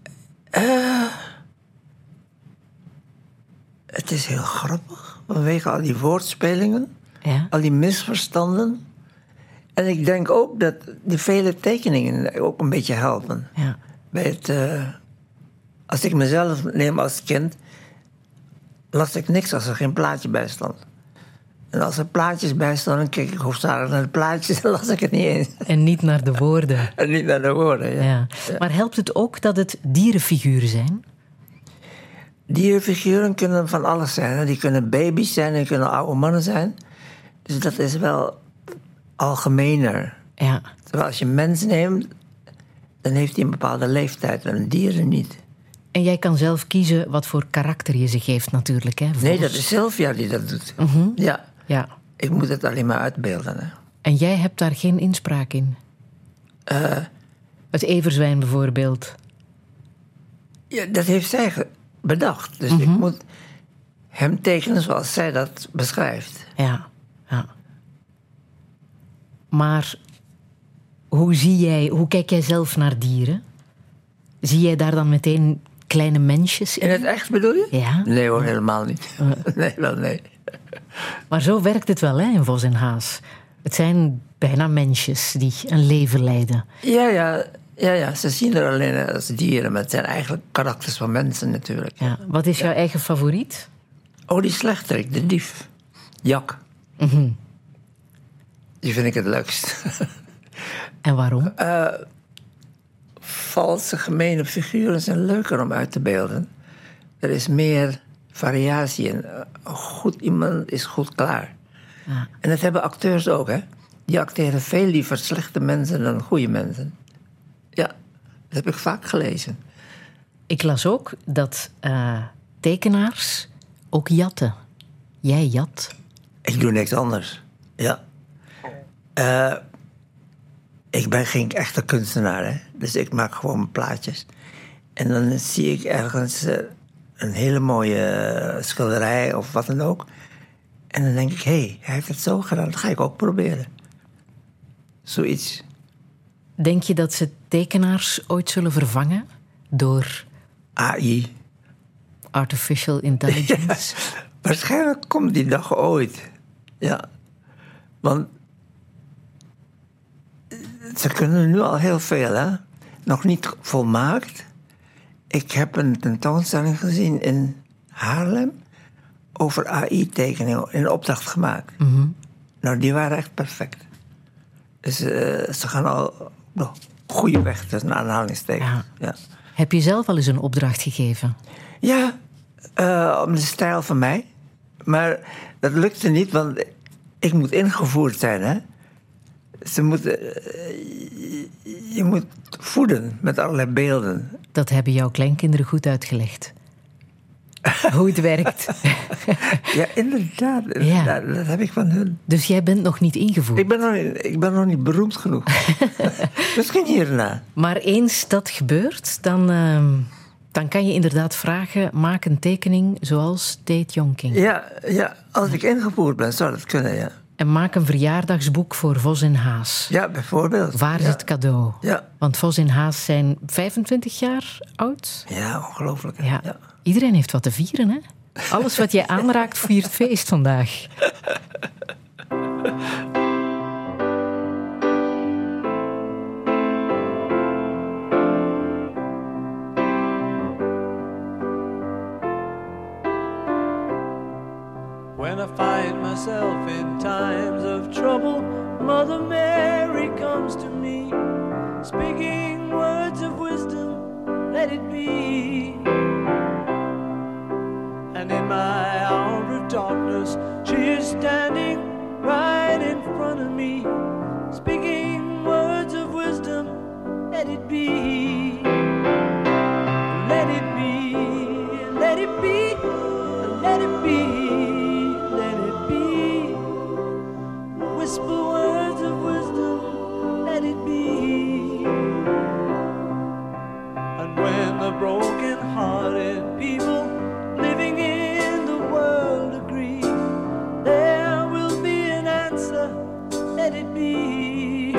[SPEAKER 3] Het is heel grappig, vanwege al die woordspelingen,
[SPEAKER 1] Ja.
[SPEAKER 3] al die misverstanden. En ik denk ook dat die vele tekeningen ook een beetje helpen.
[SPEAKER 1] Ja.
[SPEAKER 3] Bij het, als ik mezelf neem als kind, las ik niks als er geen plaatje bij stond. En als er plaatjes bij stonden, keek ik hoofdzakelijk naar de plaatjes en las ik het niet eens.
[SPEAKER 1] En niet naar de woorden.
[SPEAKER 3] En niet naar de woorden, ja.
[SPEAKER 1] Ja. Maar helpt het ook dat het dierenfiguren zijn?
[SPEAKER 3] Dierenfiguren kunnen van alles zijn. Hè. Die kunnen baby's zijn, die kunnen oude mannen zijn. Dus dat is wel algemener.
[SPEAKER 1] Ja.
[SPEAKER 3] Terwijl als je een mens neemt, dan heeft hij een bepaalde leeftijd en dieren niet.
[SPEAKER 1] En jij kan zelf kiezen wat voor karakter je ze geeft natuurlijk. Hè?
[SPEAKER 3] Nee,
[SPEAKER 1] Vos.
[SPEAKER 3] dat is Sylvia die dat doet. Ja,
[SPEAKER 1] Ja.
[SPEAKER 3] ik moet het alleen maar uitbeelden. Hè.
[SPEAKER 1] En jij hebt daar geen inspraak in? Het everzwijn bijvoorbeeld.
[SPEAKER 3] Ja, dat heeft zij bedacht. Dus ik moet hem tekenen zoals zij dat beschrijft.
[SPEAKER 1] Ja, ja. Maar hoe kijk jij zelf naar dieren? Zie jij daar dan meteen kleine mensjes in?
[SPEAKER 3] In het echt bedoel je?
[SPEAKER 1] Ja.
[SPEAKER 3] Nee hoor, helemaal niet. Nee, wel nee.
[SPEAKER 1] Maar zo werkt het wel, hè, in Vos en Haas. Het zijn bijna mensjes die een leven leiden.
[SPEAKER 3] Ja, Ja, ze zien er alleen als dieren, maar het zijn eigenlijk karakters van mensen natuurlijk.
[SPEAKER 1] Ja. Wat is jouw eigen favoriet?
[SPEAKER 3] Oh, die slechterik, de dief. Jak. Die vind ik het leukst.
[SPEAKER 1] En waarom?
[SPEAKER 3] Valse, gemene figuren zijn leuker om uit te beelden. Er is meer variatie in. Goed iemand is goed klaar.
[SPEAKER 1] Ja.
[SPEAKER 3] En dat hebben acteurs ook, hè. Die acteren veel liever slechte mensen dan goede mensen. Ja, dat heb ik vaak gelezen.
[SPEAKER 1] Ik las ook dat tekenaars ook jatten. Jij jat.
[SPEAKER 3] Ik doe niks anders. Ja. Ik ben geen echte kunstenaar, hè. Dus ik maak gewoon plaatjes. En dan zie ik ergens een hele mooie schilderij of wat dan ook. En dan denk ik, hé, hij heeft het zo gedaan, dat ga ik ook proberen. Zoiets.
[SPEAKER 1] Denk je dat ze tekenaars ooit zullen vervangen door
[SPEAKER 3] AI.
[SPEAKER 1] artificial intelligence?
[SPEAKER 3] Waarschijnlijk komt die dag ooit. Ja. Want ze kunnen nu al heel veel, hè. Nog niet volmaakt. Ik heb een tentoonstelling gezien in Haarlem over AI-tekeningen in opdracht gemaakt. Nou, die waren echt perfect. Dus ze gaan al nog goede weg tussen aanhalingstekens.
[SPEAKER 1] Ja.
[SPEAKER 3] Ja.
[SPEAKER 1] Heb je zelf al eens een opdracht gegeven?
[SPEAKER 3] Ja, om de stijl van mij. Maar dat lukte niet, want ik moet ingevoerd zijn, hè. Je moet voeden met allerlei beelden.
[SPEAKER 1] Dat hebben jouw kleinkinderen goed uitgelegd. Hoe het werkt.
[SPEAKER 3] Ja, inderdaad.
[SPEAKER 1] Ja.
[SPEAKER 3] Dat heb ik van hun.
[SPEAKER 1] Dus jij bent nog niet ingevoerd.
[SPEAKER 3] Ik ben nog niet beroemd genoeg. Misschien hierna.
[SPEAKER 1] Maar eens dat gebeurt, dan kan je inderdaad vragen... maak een tekening zoals Tate Yonking.
[SPEAKER 3] Ja, als ik ingevoerd ben, zou dat kunnen, ja.
[SPEAKER 1] En maak een verjaardagsboek voor Vos en Haas.
[SPEAKER 3] Ja, bijvoorbeeld.
[SPEAKER 1] Waar is het cadeau?
[SPEAKER 3] Ja.
[SPEAKER 1] Want Vos en Haas zijn 25 jaar oud.
[SPEAKER 3] Ja, ongelooflijk. Hè?
[SPEAKER 1] Ja.
[SPEAKER 3] Ja.
[SPEAKER 1] Iedereen heeft wat te vieren, hè? Alles wat jij aanraakt viert feest vandaag.
[SPEAKER 9] When I find myself in times of trouble, Mother Mary comes to me, speaking words of wisdom, let it be. And in my hour of darkness, she is standing right in front of me, speaking words of wisdom, let it be. Let it be, let it be, let it be. Whisper words of wisdom, let it be. And when the broken-hearted people living in the world agree, there will be an answer, let it be.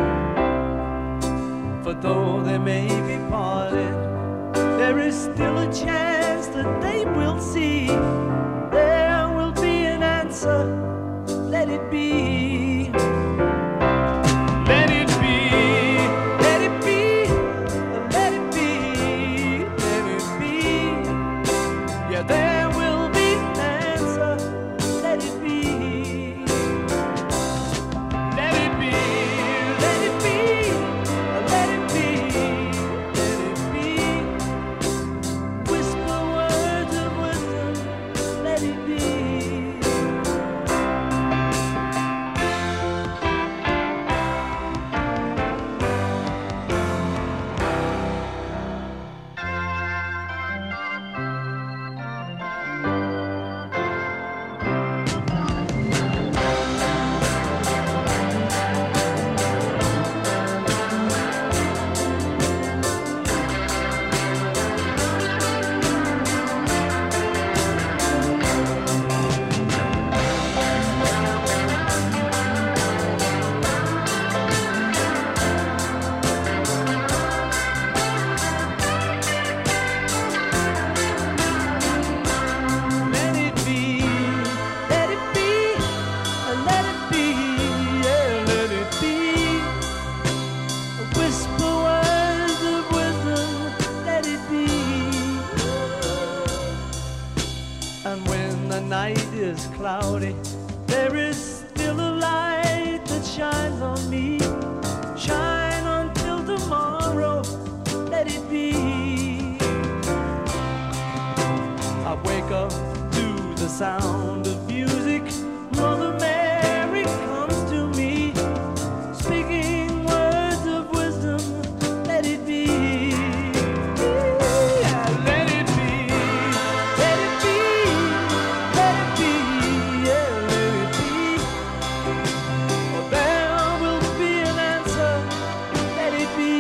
[SPEAKER 9] For though they may be parted, there is still a chance that they will see. There will be an answer, let it be. Let it be, let it be, let it be, let it be. Yeah, there will be an answer, let it be. Let it be, let it be, let it be, let it be. Whisper words of wisdom, let it be. is cloudy, there is still a light that shines on me. Shine until tomorrow, let it be. I wake up to the sound of music. Mother Mary comes to me, speaking words of wisdom. Let it be. Yeah, let it be. Let it be. Let it be. Yeah, let it be. For there will be an answer. Let it be.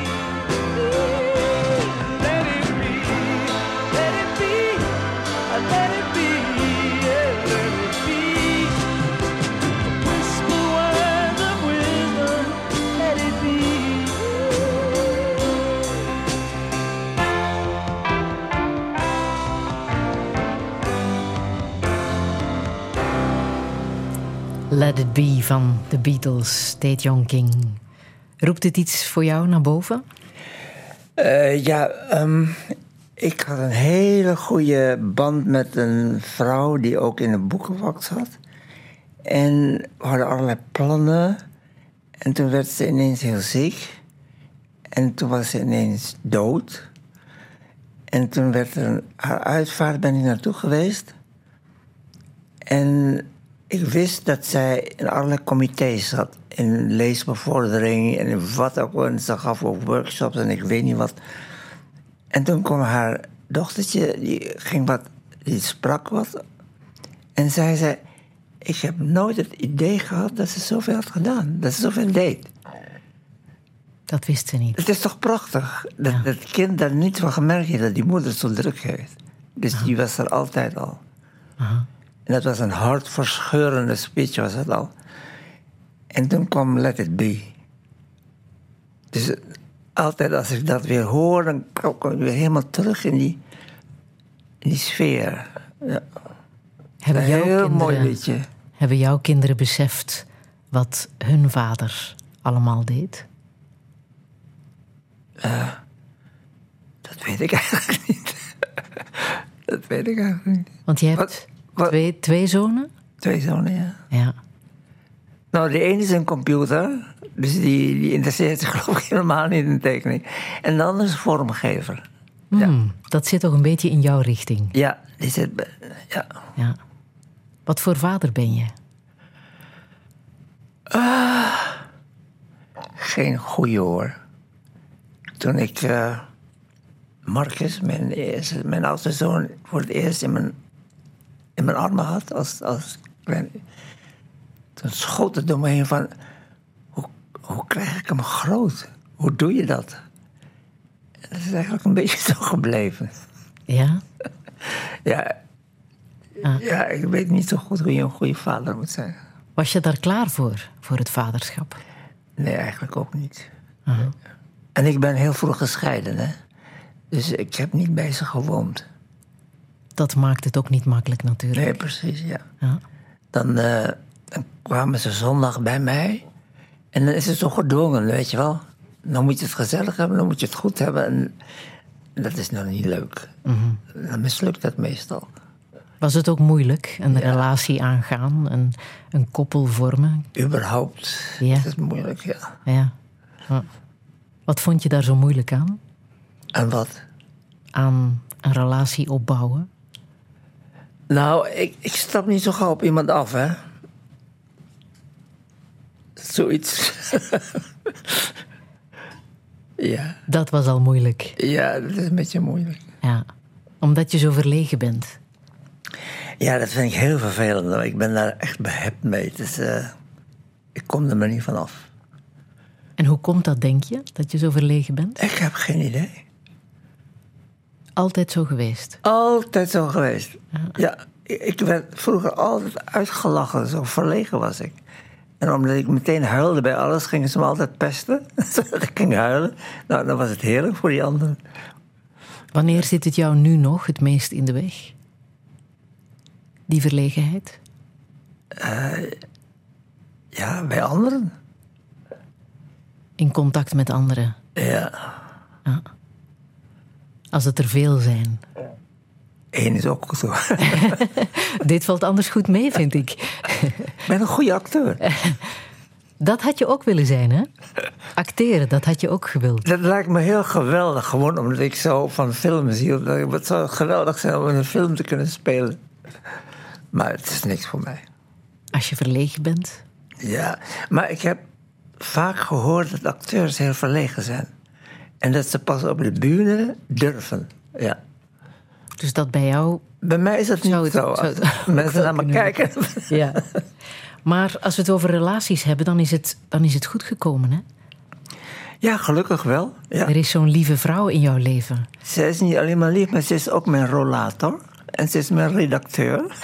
[SPEAKER 9] Let it be. Let it be. Let it be. Yeah, let it be. Whisper words of wisdom. Let it be.
[SPEAKER 1] Let It Be van de Beatles, Tae-Young King. Roept het iets voor jou naar boven?
[SPEAKER 3] Ik had een hele goede band met een vrouw die ook in een boekenvak zat. En we hadden allerlei plannen. En toen werd ze ineens heel ziek. En toen was ze ineens dood. En toen werd er haar uitvaart, ben ik naartoe geweest. En ik wist dat zij in allerlei comité's zat. In leesbevordering en in wat ook. En ze gaf ook workshops en ik weet niet wat. En toen kwam haar dochtertje, die sprak wat. En zij zei, ik heb nooit het idee gehad dat ze zoveel had gedaan. Dat ze zoveel deed.
[SPEAKER 1] Dat wist ze niet.
[SPEAKER 3] Het is toch prachtig dat het kind daar niet van gemerkt heeft dat die moeder zo druk heeft. Dus die was er altijd al.
[SPEAKER 1] Aha.
[SPEAKER 3] En dat was een hartverscheurende speech, was het al. En toen kwam Let It Be. Dus altijd als ik dat weer hoor, dan kom ik weer helemaal terug in die sfeer. Ja. Mooi liedje.
[SPEAKER 1] Hebben jouw kinderen beseft wat hun vader allemaal deed?
[SPEAKER 3] Dat weet ik eigenlijk niet. Dat weet ik eigenlijk niet.
[SPEAKER 1] Want je hebt twee zonen?
[SPEAKER 3] 2 zonen, ja.
[SPEAKER 1] Ja.
[SPEAKER 3] Nou, de ene is een computer. Dus die interesseert zich geloof ik helemaal niet in tekening. En de andere is vormgever.
[SPEAKER 1] Dat zit toch een beetje in jouw richting?
[SPEAKER 3] Ja, die zit... Ja.
[SPEAKER 1] Wat voor vader ben je?
[SPEAKER 3] Geen goeie hoor. Toen ik Marcus, mijn oudste zoon, voor het eerst in mijn armen had als klein... Toen schoot het door me heen van... Hoe krijg ik hem groot? Hoe doe je dat? En dat is eigenlijk een beetje zo gebleven.
[SPEAKER 1] Ja?
[SPEAKER 3] Ja, ik weet niet zo goed hoe je een goede vader moet zijn.
[SPEAKER 1] Was je daar klaar voor het vaderschap?
[SPEAKER 3] Nee, eigenlijk ook niet. En ik ben heel vroeg gescheiden, hè. Dus ik heb niet bij ze gewoond.
[SPEAKER 1] Dat maakt het ook niet makkelijk natuurlijk.
[SPEAKER 3] Nee, precies, ja.
[SPEAKER 1] Ja.
[SPEAKER 3] Dan kwamen ze zondag bij mij. En dan is het zo gedwongen, weet je wel. Dan moet je het gezellig hebben, dan moet je het goed hebben. En dat is nog niet leuk. Dan mislukt het meestal.
[SPEAKER 1] Was het ook moeilijk, een relatie aangaan, een koppel vormen?
[SPEAKER 3] Überhaupt.
[SPEAKER 1] Ja.
[SPEAKER 3] Het is moeilijk, ja.
[SPEAKER 1] Ja. Wat vond je daar zo moeilijk aan?
[SPEAKER 3] En wat?
[SPEAKER 1] Aan een relatie opbouwen?
[SPEAKER 3] Nou, ik stap niet zo gauw op iemand af, hè. Zoiets. Ja.
[SPEAKER 1] Dat was al moeilijk.
[SPEAKER 3] Ja, dat is een beetje moeilijk.
[SPEAKER 1] Ja. Omdat je zo verlegen bent.
[SPEAKER 3] Ja, dat vind ik heel vervelend. Ik ben daar echt behept mee. Dus, ik kom er maar niet van af.
[SPEAKER 1] En hoe komt dat, denk je, dat je zo verlegen bent?
[SPEAKER 3] Ik heb geen idee.
[SPEAKER 1] Altijd zo geweest?
[SPEAKER 3] Altijd zo geweest. Ja, ik werd vroeger altijd uitgelachen. Zo verlegen was ik. En omdat ik meteen huilde bij alles, gingen ze me altijd pesten. Zodat ik ging huilen. Nou, dan was het heerlijk voor die anderen.
[SPEAKER 1] Wanneer zit het jou nu nog het meest in de weg? Die verlegenheid?
[SPEAKER 3] Ja, bij anderen.
[SPEAKER 1] In contact met anderen?
[SPEAKER 3] Ja.
[SPEAKER 1] Als het er veel zijn?
[SPEAKER 3] 1 is ook goed zo.
[SPEAKER 1] Dit valt anders goed mee, vind ik.
[SPEAKER 3] Ik ben een goede acteur.
[SPEAKER 1] Dat had je ook willen zijn, hè? Acteren, dat had je ook gewild.
[SPEAKER 3] Dat lijkt me heel geweldig, gewoon omdat ik zo van films zie. Het zou geweldig zijn om in een film te kunnen spelen. Maar het is niks voor mij.
[SPEAKER 1] Als je verlegen bent.
[SPEAKER 3] Ja, maar ik heb vaak gehoord dat acteurs heel verlegen zijn. En dat ze pas op de bühne durven. Ja.
[SPEAKER 1] Dus dat bij jou...
[SPEAKER 3] Bij mij is dat niet
[SPEAKER 1] Zou het-
[SPEAKER 3] zo.
[SPEAKER 1] zou
[SPEAKER 3] Als
[SPEAKER 1] het-
[SPEAKER 3] mensen naar me
[SPEAKER 1] kunnen.
[SPEAKER 3] kijken.
[SPEAKER 1] Ja. Maar als we het over relaties hebben, dan is het goed gekomen, hè?
[SPEAKER 3] Ja, gelukkig wel. Ja.
[SPEAKER 1] Er is zo'n lieve vrouw in jouw leven.
[SPEAKER 3] Ze is niet alleen maar lief, maar ze is ook mijn rollator. En ze is mijn redacteur.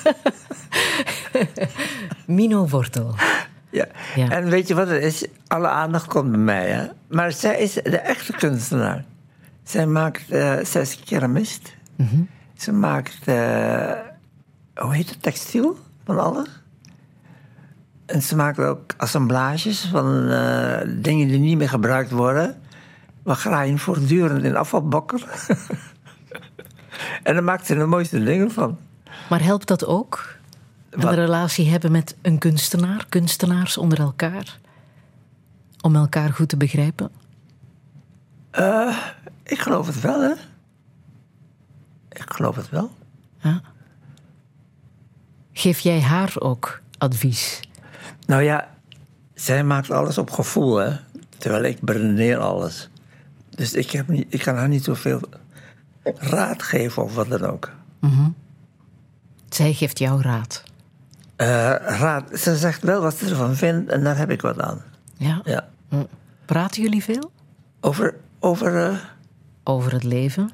[SPEAKER 1] Mino Wortel.
[SPEAKER 3] Ja.
[SPEAKER 1] Ja.
[SPEAKER 3] En weet je wat het is? Alle aandacht komt bij mij. Hè? Maar zij is de echte kunstenaar. Zij is keramist. Ze maakt, hoe heet het, textiel van alles. En ze maakt ook assemblages van dingen die niet meer gebruikt worden. We graaien voortdurend in afvalbakken. En daar maakt ze de mooiste dingen van.
[SPEAKER 1] Maar helpt dat ook?
[SPEAKER 3] Wat?
[SPEAKER 1] Een relatie hebben met een kunstenaar, kunstenaars onder elkaar? Om elkaar goed te begrijpen?
[SPEAKER 3] Ik geloof het wel, hè. Ik geloof het wel.
[SPEAKER 1] Ja. Geef jij haar ook advies?
[SPEAKER 3] Nou ja, zij maakt alles op gevoel, hè. Terwijl ik beredeneer alles. Dus ik kan haar niet zoveel raad geven of wat dan ook.
[SPEAKER 1] Zij geeft jou raad.
[SPEAKER 3] Ze zegt wel wat ze ervan vindt en daar heb ik wat aan.
[SPEAKER 1] Ja.
[SPEAKER 3] Ja.
[SPEAKER 1] Praten jullie veel?
[SPEAKER 3] Over
[SPEAKER 1] het leven?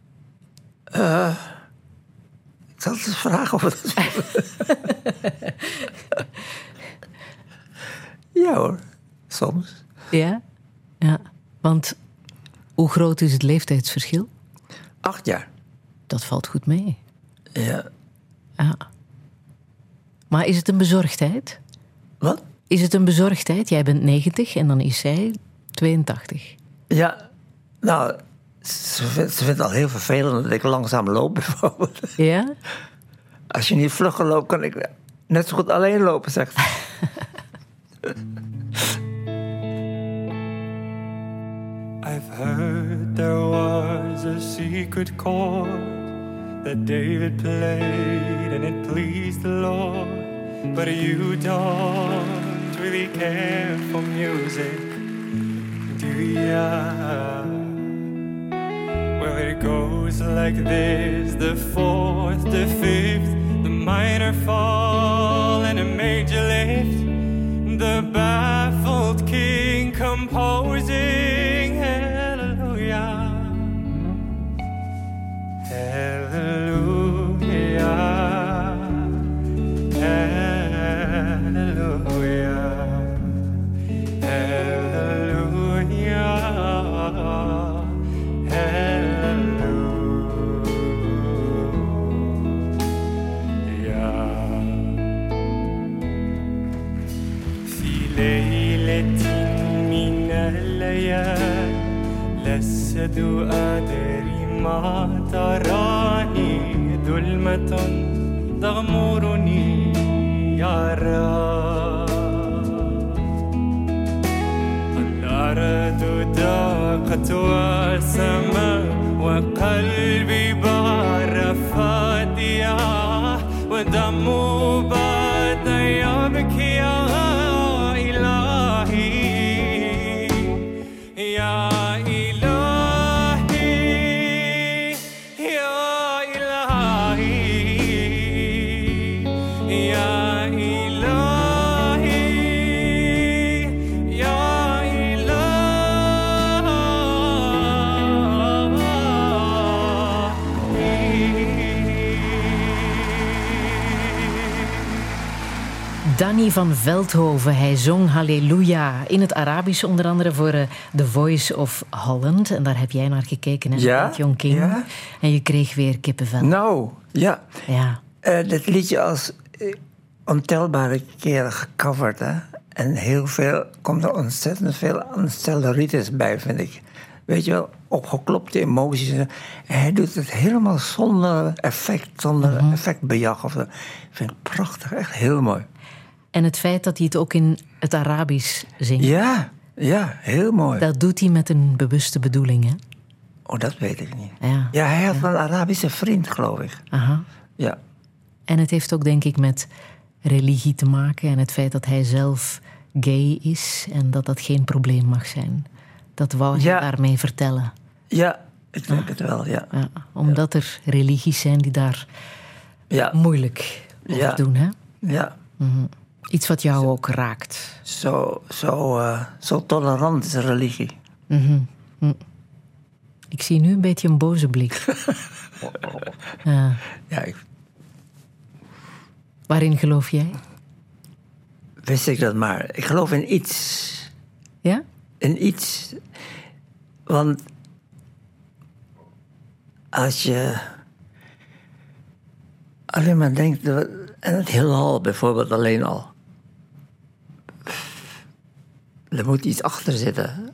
[SPEAKER 3] ik zal het eens vragen of het... Ja hoor, soms.
[SPEAKER 1] Ja? Ja. Want hoe groot is het leeftijdsverschil?
[SPEAKER 3] 8 jaar.
[SPEAKER 1] Dat valt goed mee.
[SPEAKER 3] Ja.
[SPEAKER 1] Ja. Maar is het een bezorgdheid?
[SPEAKER 3] Wat?
[SPEAKER 1] Is het een bezorgdheid? Jij bent 90 en dan is zij 82.
[SPEAKER 3] Ja, nou, ze vindt het al heel vervelend dat ik langzaam loop bijvoorbeeld.
[SPEAKER 1] Ja?
[SPEAKER 3] Als je niet vlugger loopt, kan ik net zo goed alleen lopen, zegt ze.
[SPEAKER 9] I've heard there was a secret chord that David played and it pleased the Lord. But you don't really care for music, do ya? Well, it goes like this: the fourth, the fifth, the minor fall and a major lift. The baffled king composing hallelujah, hallelujah, hallelujah, hallelujah, ليلة من الليالي لست أدري ما تراني ظلمة تغمرني يا رب. الأرض ضاقت والسماء وقلبي بار فاديا ودم بات يبكي يا
[SPEAKER 1] Danny van Veldhoven, hij zong Halleluja in het Arabisch, onder andere voor The Voice of Holland. En daar heb jij naar gekeken, hè,
[SPEAKER 3] Ja,
[SPEAKER 1] met John King.
[SPEAKER 3] ja.
[SPEAKER 1] En je kreeg weer kippenvel.
[SPEAKER 3] Nou, ja.
[SPEAKER 1] Ja.
[SPEAKER 3] Dat liedje als ontelbare keren gecoverd, hè. En komt er ontzettend veel ancellaritis bij, vind ik. Weet je wel, opgeklopte emoties. En hij doet het helemaal zonder effectbejag. Of zo. Ik vind het prachtig, echt heel mooi.
[SPEAKER 1] En het feit dat hij het ook in het Arabisch zingt...
[SPEAKER 3] Ja, heel mooi.
[SPEAKER 1] Dat doet hij met een bewuste bedoeling, hè?
[SPEAKER 3] Oh, dat weet ik niet.
[SPEAKER 1] Ja,
[SPEAKER 3] hij had een Arabische vriend, geloof ik.
[SPEAKER 1] Aha.
[SPEAKER 3] Ja.
[SPEAKER 1] En het heeft ook, denk ik, met religie te maken... en het feit dat hij zelf gay is... en dat dat geen probleem mag zijn. Dat wou hij daarmee vertellen.
[SPEAKER 3] Ja, ik denk het wel, ja.
[SPEAKER 1] Omdat er religies zijn die daar moeilijk over doen, hè?
[SPEAKER 3] Ja.
[SPEAKER 1] Mm-hmm. Iets wat jou ook raakt.
[SPEAKER 3] Zo tolerant is religie.
[SPEAKER 1] Mm-hmm. Ik zie nu een beetje een boze blik. Waarin geloof jij?
[SPEAKER 3] Wist ik dat maar. Ik geloof in iets.
[SPEAKER 1] Ja?
[SPEAKER 3] In iets. Want als je alleen maar denkt... en het heelal bijvoorbeeld alleen al... er moet iets achter zitten.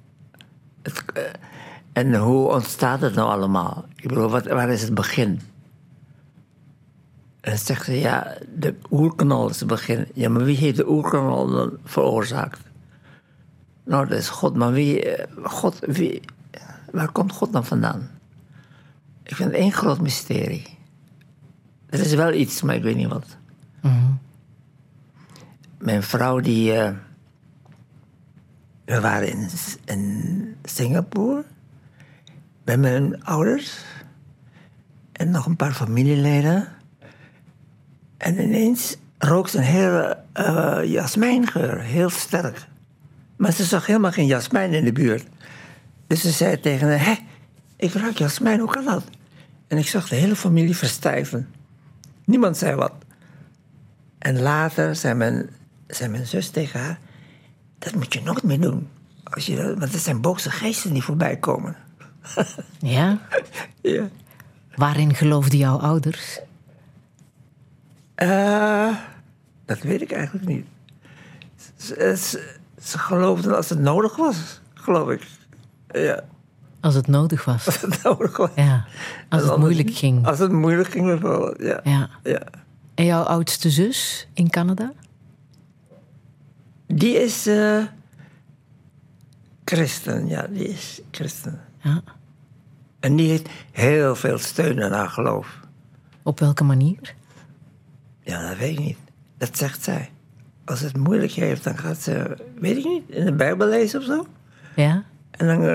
[SPEAKER 3] En hoe ontstaat het nou allemaal? Ik bedoel, waar is het begin? En dan zegt ze, de oerknal is het begin. Ja, maar wie heeft de oerknal dan veroorzaakt? Nou, dat is God. Maar waar komt God dan vandaan? Ik vind het één groot mysterie. Er is wel iets, maar ik weet niet wat.
[SPEAKER 1] Mm-hmm.
[SPEAKER 3] Mijn vrouw, we waren in Singapore... bij mijn ouders... en nog een paar familieleden... en ineens rook ze een hele jasmijngeur, heel sterk. Maar ze zag helemaal geen jasmijn in de buurt. Dus ze zei tegen haar... ik ruik jasmijn, hoe kan dat? En ik zag de hele familie verstijven. Niemand zei wat. En later zei mijn zus tegen haar... dat moet je nooit meer doen. Want het zijn boze geesten die voorbij komen.
[SPEAKER 1] Ja?
[SPEAKER 3] Ja.
[SPEAKER 1] Waarin geloofden jouw ouders?
[SPEAKER 3] Dat weet ik eigenlijk niet. Ze geloofden als het nodig was, geloof ik. Ja.
[SPEAKER 1] Als het nodig was?
[SPEAKER 3] Als het nodig was.
[SPEAKER 1] Ja. Als het moeilijk ging?
[SPEAKER 3] Als het moeilijk ging, bijvoorbeeld, ja.
[SPEAKER 1] En jouw oudste zus in Canada?
[SPEAKER 3] Die is christen, die is christen.
[SPEAKER 1] Ja.
[SPEAKER 3] En die heeft heel veel steun aan haar geloof.
[SPEAKER 1] Op welke manier?
[SPEAKER 3] Ja, dat weet ik niet. Dat zegt zij. Als het moeilijk heeft, dan gaat ze, weet ik niet, in de Bijbel lezen of zo.
[SPEAKER 1] Ja.
[SPEAKER 3] En dan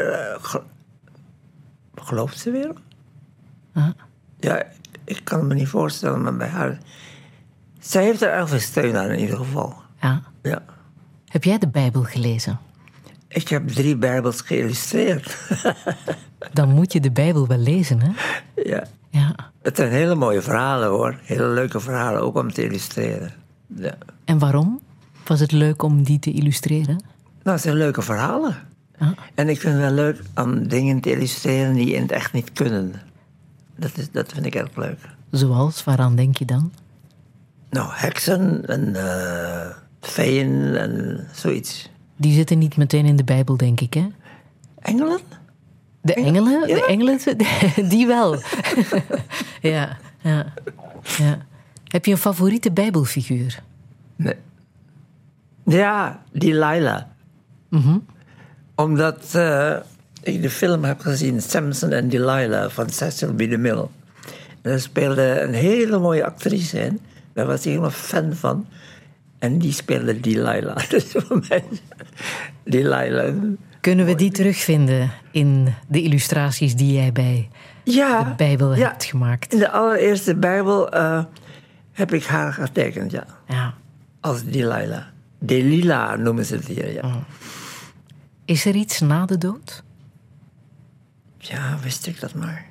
[SPEAKER 3] gelooft ze weer. Ja, ik kan het me niet voorstellen, maar bij haar... Zij heeft er erg veel steun aan in ieder geval. Ja.
[SPEAKER 1] Heb jij de Bijbel gelezen?
[SPEAKER 3] Ik heb 3 Bijbels geïllustreerd.
[SPEAKER 1] Dan moet je de Bijbel wel lezen, hè?
[SPEAKER 3] Ja.
[SPEAKER 1] Ja.
[SPEAKER 3] Het zijn hele mooie verhalen, hoor. Hele leuke verhalen, ook om te illustreren. Ja.
[SPEAKER 1] En waarom was het leuk om die te illustreren?
[SPEAKER 3] Nou, het zijn leuke verhalen. En ik vind het wel leuk om dingen te illustreren die in het echt niet kunnen. Dat vind ik erg leuk.
[SPEAKER 1] Zoals? Waaraan denk je dan?
[SPEAKER 3] Nou, heksen en feeën en zoiets.
[SPEAKER 1] Die zitten niet meteen in de Bijbel, denk ik, hè?
[SPEAKER 3] Engelen?
[SPEAKER 1] De engelen? Ja? De engelen, die wel. Ja. Heb je een favoriete Bijbelfiguur?
[SPEAKER 3] Nee. Ja, Delilah.
[SPEAKER 1] Mm-hmm.
[SPEAKER 3] Omdat ik de film heb gezien, Samson en Delilah, van Cecil B. DeMille. En daar speelde een hele mooie actrice in. Daar was ik helemaal fan van. En die speelde Delilah. Dus voor mij Delilah.
[SPEAKER 1] Kunnen we die terugvinden in de illustraties die jij bij de Bijbel hebt gemaakt?
[SPEAKER 3] In de allereerste Bijbel heb ik haar getekend,
[SPEAKER 1] ja.
[SPEAKER 3] Als Delilah. Delilah noemen ze het hier, ja.
[SPEAKER 1] Is er iets na de dood?
[SPEAKER 3] Ja, wist ik dat maar.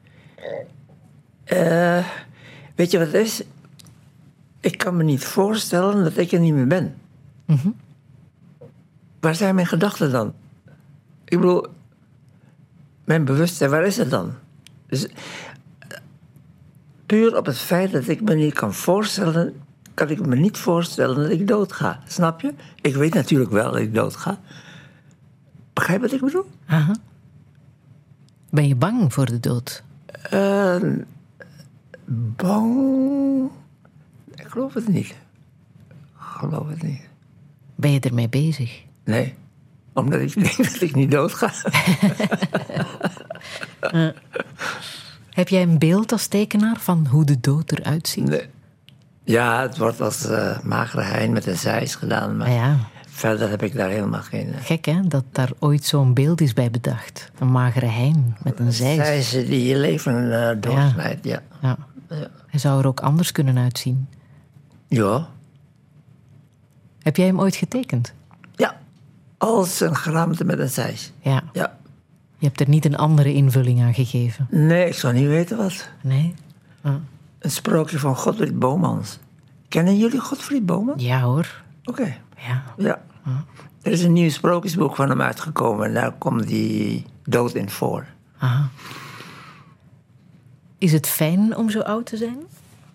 [SPEAKER 3] Weet je wat het is? Ik kan me niet voorstellen dat ik er niet meer ben.
[SPEAKER 1] Mm-hmm.
[SPEAKER 3] Waar zijn mijn gedachten dan? Ik bedoel, mijn bewustzijn, waar is het dan? Dus, puur op het feit dat ik me niet kan voorstellen... kan ik me niet voorstellen dat ik doodga. Snap je? Ik weet natuurlijk wel dat ik doodga. Begrijp je wat ik bedoel?
[SPEAKER 1] Aha. Ben je bang voor de dood?
[SPEAKER 3] Bang? Ik geloof het niet.
[SPEAKER 1] Ben je ermee bezig?
[SPEAKER 3] Nee, omdat ik denk dat ik niet doodga.
[SPEAKER 1] Heb jij een beeld als tekenaar van hoe de dood eruit ziet?
[SPEAKER 3] Nee. Ja, het wordt als magere hein met een zeis gedaan. Maar
[SPEAKER 1] Ja,
[SPEAKER 3] verder heb ik daar helemaal geen...
[SPEAKER 1] gek hè, dat daar ooit zo'n beeld is bij bedacht. Een magere hein met een zeis.
[SPEAKER 3] Zeizen die je leven doorsnijdt, ja.
[SPEAKER 1] Ja. Hij zou er ook anders kunnen uitzien.
[SPEAKER 3] Ja.
[SPEAKER 1] Heb jij hem ooit getekend?
[SPEAKER 3] Ja, als een geraamte met een zeis.
[SPEAKER 1] Ja.
[SPEAKER 3] Ja.
[SPEAKER 1] Je hebt er niet een andere invulling aan gegeven?
[SPEAKER 3] Nee, ik zou niet weten wat.
[SPEAKER 1] Nee?
[SPEAKER 3] Een sprookje van Godfried Bomans. Kennen jullie Godfried Bomans?
[SPEAKER 1] Ja hoor.
[SPEAKER 3] Oké.
[SPEAKER 1] Ja.
[SPEAKER 3] Ja. Er is een nieuw sprookjesboek van hem uitgekomen en daar komt die dood in voor.
[SPEAKER 1] Aha. Is het fijn om zo oud te zijn?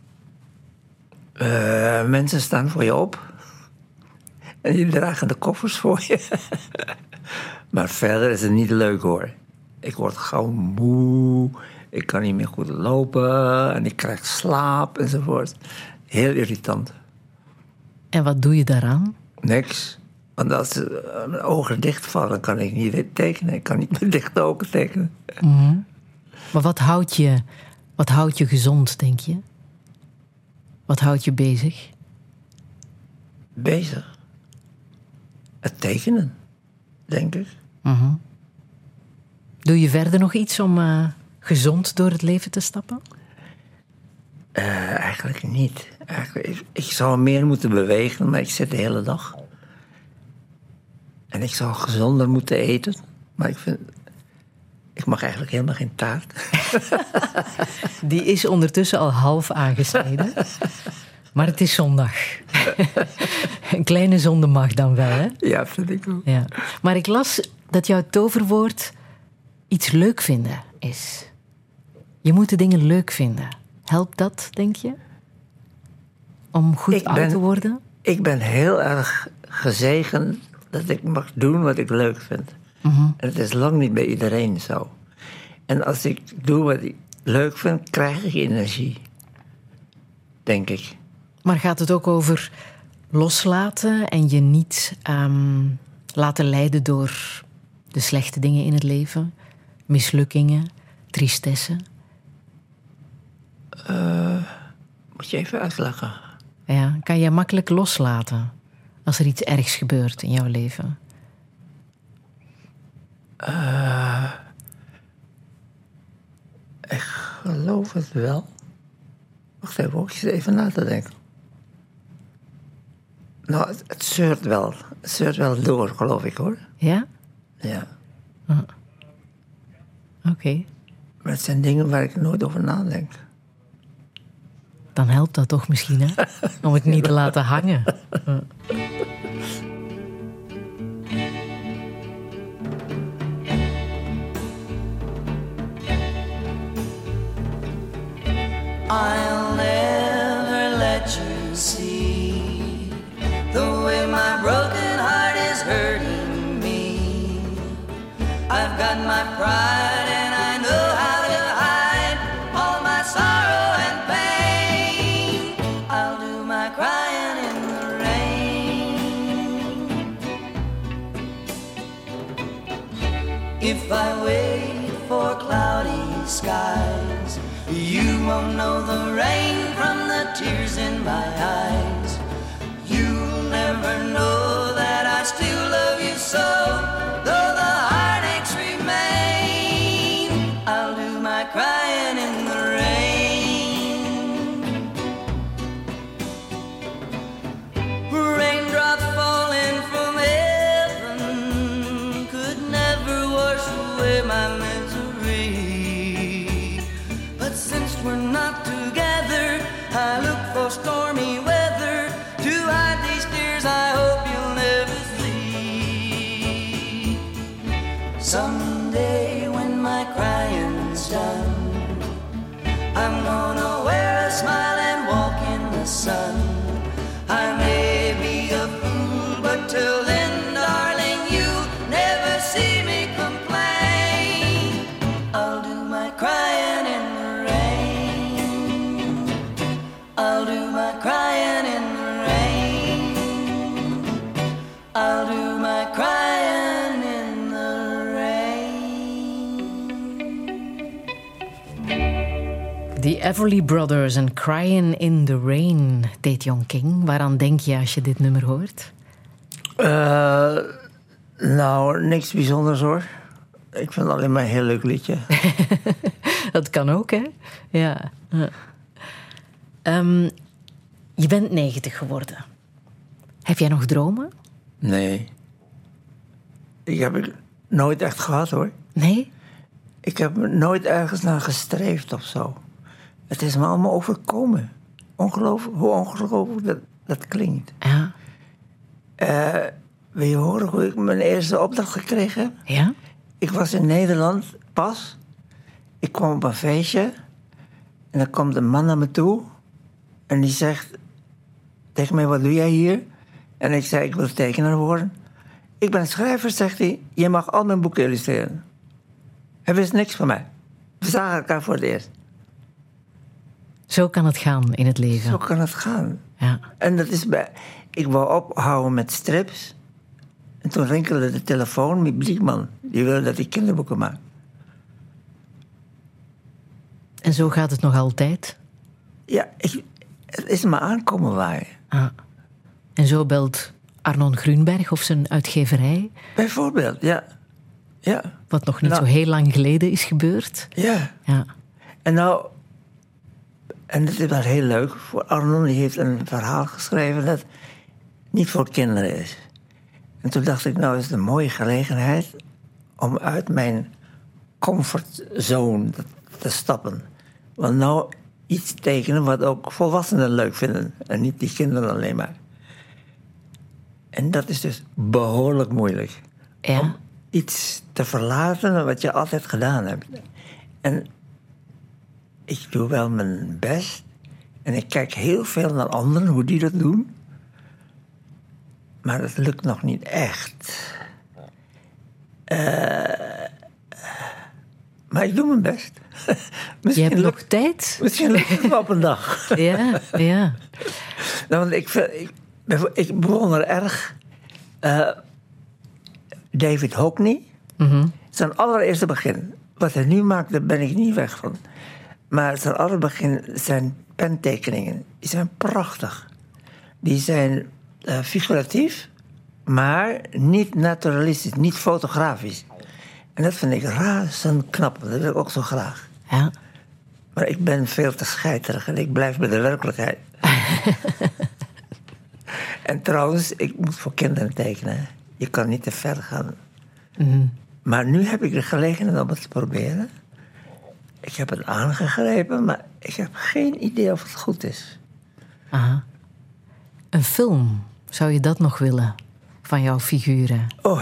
[SPEAKER 3] Mensen staan voor je op. En die dragen de koffers voor je. Maar verder is het niet leuk hoor. Ik word gauw moe. Ik kan niet meer goed lopen. En ik krijg slaap enzovoort. Heel irritant.
[SPEAKER 1] En wat doe je daaraan?
[SPEAKER 3] Niks. Want als mijn ogen dichtvallen, kan ik niet tekenen. Ik kan niet met dichte ogen tekenen.
[SPEAKER 1] Maar wat houdt je gezond, denk je? Wat houdt je bezig?
[SPEAKER 3] Bezig. Het tekenen, denk ik.
[SPEAKER 1] Doe je verder nog iets om gezond door het leven te stappen?
[SPEAKER 3] Eigenlijk niet. Ik zou meer moeten bewegen, maar ik zit de hele dag. En ik zou gezonder moeten eten. Maar ik mag eigenlijk helemaal geen taart.
[SPEAKER 1] Die is ondertussen al half aangesneden. Maar het is zondag. Een kleine zonde mag dan wel, hè?
[SPEAKER 3] Ja, vind ik ook.
[SPEAKER 1] Ja. Maar ik las dat jouw toverwoord iets leuk vinden is. Je moet de dingen leuk vinden. Helpt dat, denk je? Om goed oud te worden?
[SPEAKER 3] Ik ben heel erg gezegend dat ik mag doen wat ik leuk vind. En het is lang niet bij iedereen zo. En als ik doe wat ik leuk vind, krijg ik energie. Denk ik.
[SPEAKER 1] Maar gaat het ook over loslaten en je niet laten leiden door de slechte dingen in het leven? Mislukkingen, tristesse?
[SPEAKER 3] Moet je even uitleggen.
[SPEAKER 1] Ja, kan je makkelijk loslaten als er iets ergs gebeurt in jouw leven?
[SPEAKER 3] Ik geloof het wel. Wacht even, hoor. Ik zit even na te denken. Nou, het zeurt wel. Het zeurt wel door, geloof ik, hoor.
[SPEAKER 1] Ja?
[SPEAKER 3] Ja.
[SPEAKER 1] Oké.
[SPEAKER 3] Maar het zijn dingen waar ik nooit over nadenk.
[SPEAKER 1] Dan helpt dat toch misschien, hè? Om het niet te laten hangen.
[SPEAKER 10] I'll never let you see the way my broken heart is hurting me. I've got my pride and I know how to hide all my sorrow and pain. I'll do my crying in the rain. If I wait for cloudy skies, you won't know the rain from the tears in my eyes. You'll never know that I still love you so, though the heartaches remain. I'll do my crying in the rain. Raindrops falling from heaven could never wash away my misery. But since we're not together, I look for stormy weather to hide these tears I hope you'll never see. Someday when my crying's done, I'm gonna wear a smile and walk in the sun. I may be a fool, but till then, darling, you'll never see me complain. I'll
[SPEAKER 1] The Everly Brothers en Crying in the Rain, Tae-Yong King. Waaraan denk je als je dit nummer hoort?
[SPEAKER 3] Nou, niks bijzonders hoor. Ik vind het alleen maar een heel leuk liedje.
[SPEAKER 1] Dat kan ook, hè? Ja. Je bent 90 geworden. Heb jij nog dromen?
[SPEAKER 3] Nee. Ik heb het nooit echt gehad hoor.
[SPEAKER 1] Nee?
[SPEAKER 3] Ik heb nooit ergens naar gestreefd of zo. Het is me allemaal overkomen. Ongelooflijk, hoe ongelooflijk dat klinkt.
[SPEAKER 1] Ja.
[SPEAKER 3] Wil je horen hoe ik mijn eerste opdracht gekregen heb?
[SPEAKER 1] Ja?
[SPEAKER 3] Ik was in Nederland pas. Ik kwam op een feestje. En dan komt een man naar me toe. En die zegt tegen mij, wat doe jij hier? En ik zei, ik wil tekenaar worden. Ik ben schrijver, zegt hij. Je mag al mijn boeken illustreren. Hij wist niks van mij. We zagen elkaar voor het eerst.
[SPEAKER 1] Zo kan het gaan in het leven.
[SPEAKER 3] Zo kan het gaan.
[SPEAKER 1] Ja.
[SPEAKER 3] En dat is bij... Ik wou ophouden met strips. En toen rinkelde de telefoon met Bliekman. Die wilde dat ik kinderboeken maak.
[SPEAKER 1] En zo gaat het nog altijd?
[SPEAKER 3] Ja, het is me aankomen waaien.
[SPEAKER 1] Ah. En zo belt Arnon Grunberg of zijn uitgeverij?
[SPEAKER 3] Bijvoorbeeld, ja. Ja.
[SPEAKER 1] Wat nog niet zo heel lang geleden is gebeurd?
[SPEAKER 3] Ja.
[SPEAKER 1] Ja.
[SPEAKER 3] En dat is wel heel leuk. Voor Arnon, die heeft een verhaal geschreven dat niet voor kinderen is. En toen dacht ik, nou is het een mooie gelegenheid om uit mijn comfortzone te stappen. Want nou iets tekenen wat ook volwassenen leuk vinden. En niet die kinderen alleen maar. En dat is dus behoorlijk moeilijk.
[SPEAKER 1] Ja.
[SPEAKER 3] Om iets te verlaten wat je altijd gedaan hebt. En ik doe wel mijn best. En ik kijk heel veel naar anderen, hoe die dat doen. Maar dat lukt nog niet echt. Maar ik doe mijn best.
[SPEAKER 1] Je hebt nog tijd?
[SPEAKER 3] Misschien lukt het wel op een dag.
[SPEAKER 1] Ja, ja.
[SPEAKER 3] Nou, want ik bewonder erg David Hockney. Zijn allereerste begin. Wat hij nu maakt, daar ben ik niet weg van. Maar zijn allereerste begin zijn pentekeningen. Die zijn prachtig. Die zijn figuratief, maar niet naturalistisch, niet fotografisch. En dat vind ik razend knap. Dat wil ik ook zo graag.
[SPEAKER 1] Ja.
[SPEAKER 3] Maar ik ben veel te scheiterig en ik blijf bij de werkelijkheid. En trouwens, ik moet voor kinderen tekenen. Je kan niet te ver gaan. Maar nu heb ik de gelegenheid om het te proberen. Ik heb het aangegrepen, maar ik heb geen idee of het goed is.
[SPEAKER 1] Aha. Een film, zou je dat nog willen? Van jouw figuren?
[SPEAKER 3] Oh,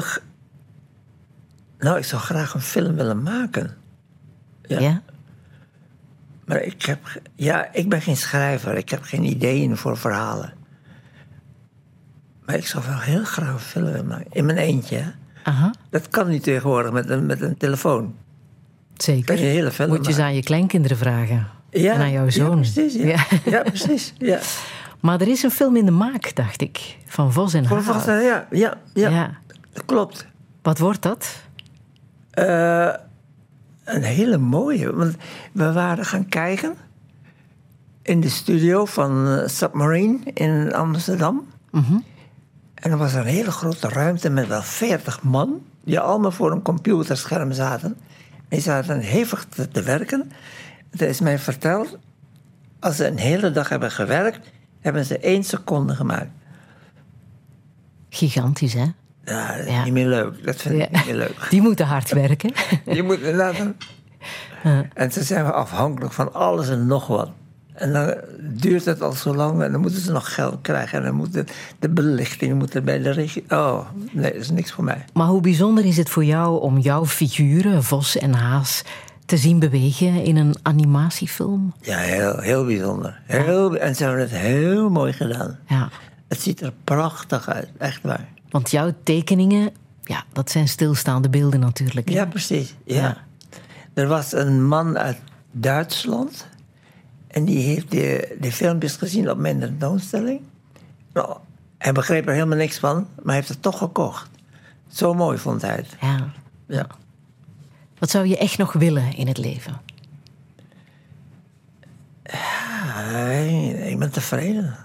[SPEAKER 3] Nou, ik zou graag een film willen maken.
[SPEAKER 1] Ja?
[SPEAKER 3] Maar ik ben geen schrijver. Ik heb geen ideeën voor verhalen. Maar ik zou wel heel graag een film willen maken. In mijn eentje, hè?
[SPEAKER 1] Aha.
[SPEAKER 3] Dat kan niet tegenwoordig met een telefoon.
[SPEAKER 1] Zeker.
[SPEAKER 3] Kan je een hele film
[SPEAKER 1] Moet je eens
[SPEAKER 3] maken.
[SPEAKER 1] aan je kleinkinderen vragen.
[SPEAKER 3] Ja,
[SPEAKER 1] En aan jouw zoon.
[SPEAKER 3] Ja, precies. Ja, ja precies. Ja.
[SPEAKER 1] Maar er is een film in de maak, dacht ik. Van Vos en Haas.
[SPEAKER 3] Ja. Dat klopt.
[SPEAKER 1] Wat wordt dat?
[SPEAKER 3] Een hele mooie. Want we waren gaan kijken in de studio van Submarine in Amsterdam. En er was een hele grote ruimte met wel 40 man... die allemaal voor een computerscherm zaten. En die zaten hevig te werken. Er is mij verteld... als ze een hele dag hebben gewerkt... hebben ze 1 seconde gemaakt.
[SPEAKER 1] Gigantisch, hè?
[SPEAKER 3] Ja, dat is niet meer leuk. Dat vind ik niet meer leuk.
[SPEAKER 1] Die moeten hard werken.
[SPEAKER 3] Je moet inderdaad... En ze zijn we afhankelijk van alles en nog wat. En dan duurt het al zo lang en dan moeten ze nog geld krijgen. En dan moet de belichting moet er bij de regie... Oh, nee, dat is niks voor mij.
[SPEAKER 1] Maar hoe bijzonder is het voor jou om jouw figuren, Vos en Haas... te zien bewegen in een animatiefilm?
[SPEAKER 3] Ja, heel bijzonder. En ze hebben het heel mooi gedaan.
[SPEAKER 1] Ja.
[SPEAKER 3] Het ziet er prachtig uit, echt waar.
[SPEAKER 1] Want jouw tekeningen, ja, dat zijn stilstaande beelden natuurlijk. Hè?
[SPEAKER 3] Ja, precies. Ja. Er was een man uit Duitsland... en die heeft de filmpjes gezien op mijn tentoonstelling. Nou, hij begreep er helemaal niks van, maar hij heeft het toch gekocht. Zo mooi vond hij het.
[SPEAKER 1] Ja. Wat zou je echt nog willen in het leven?
[SPEAKER 3] Ik ben tevreden.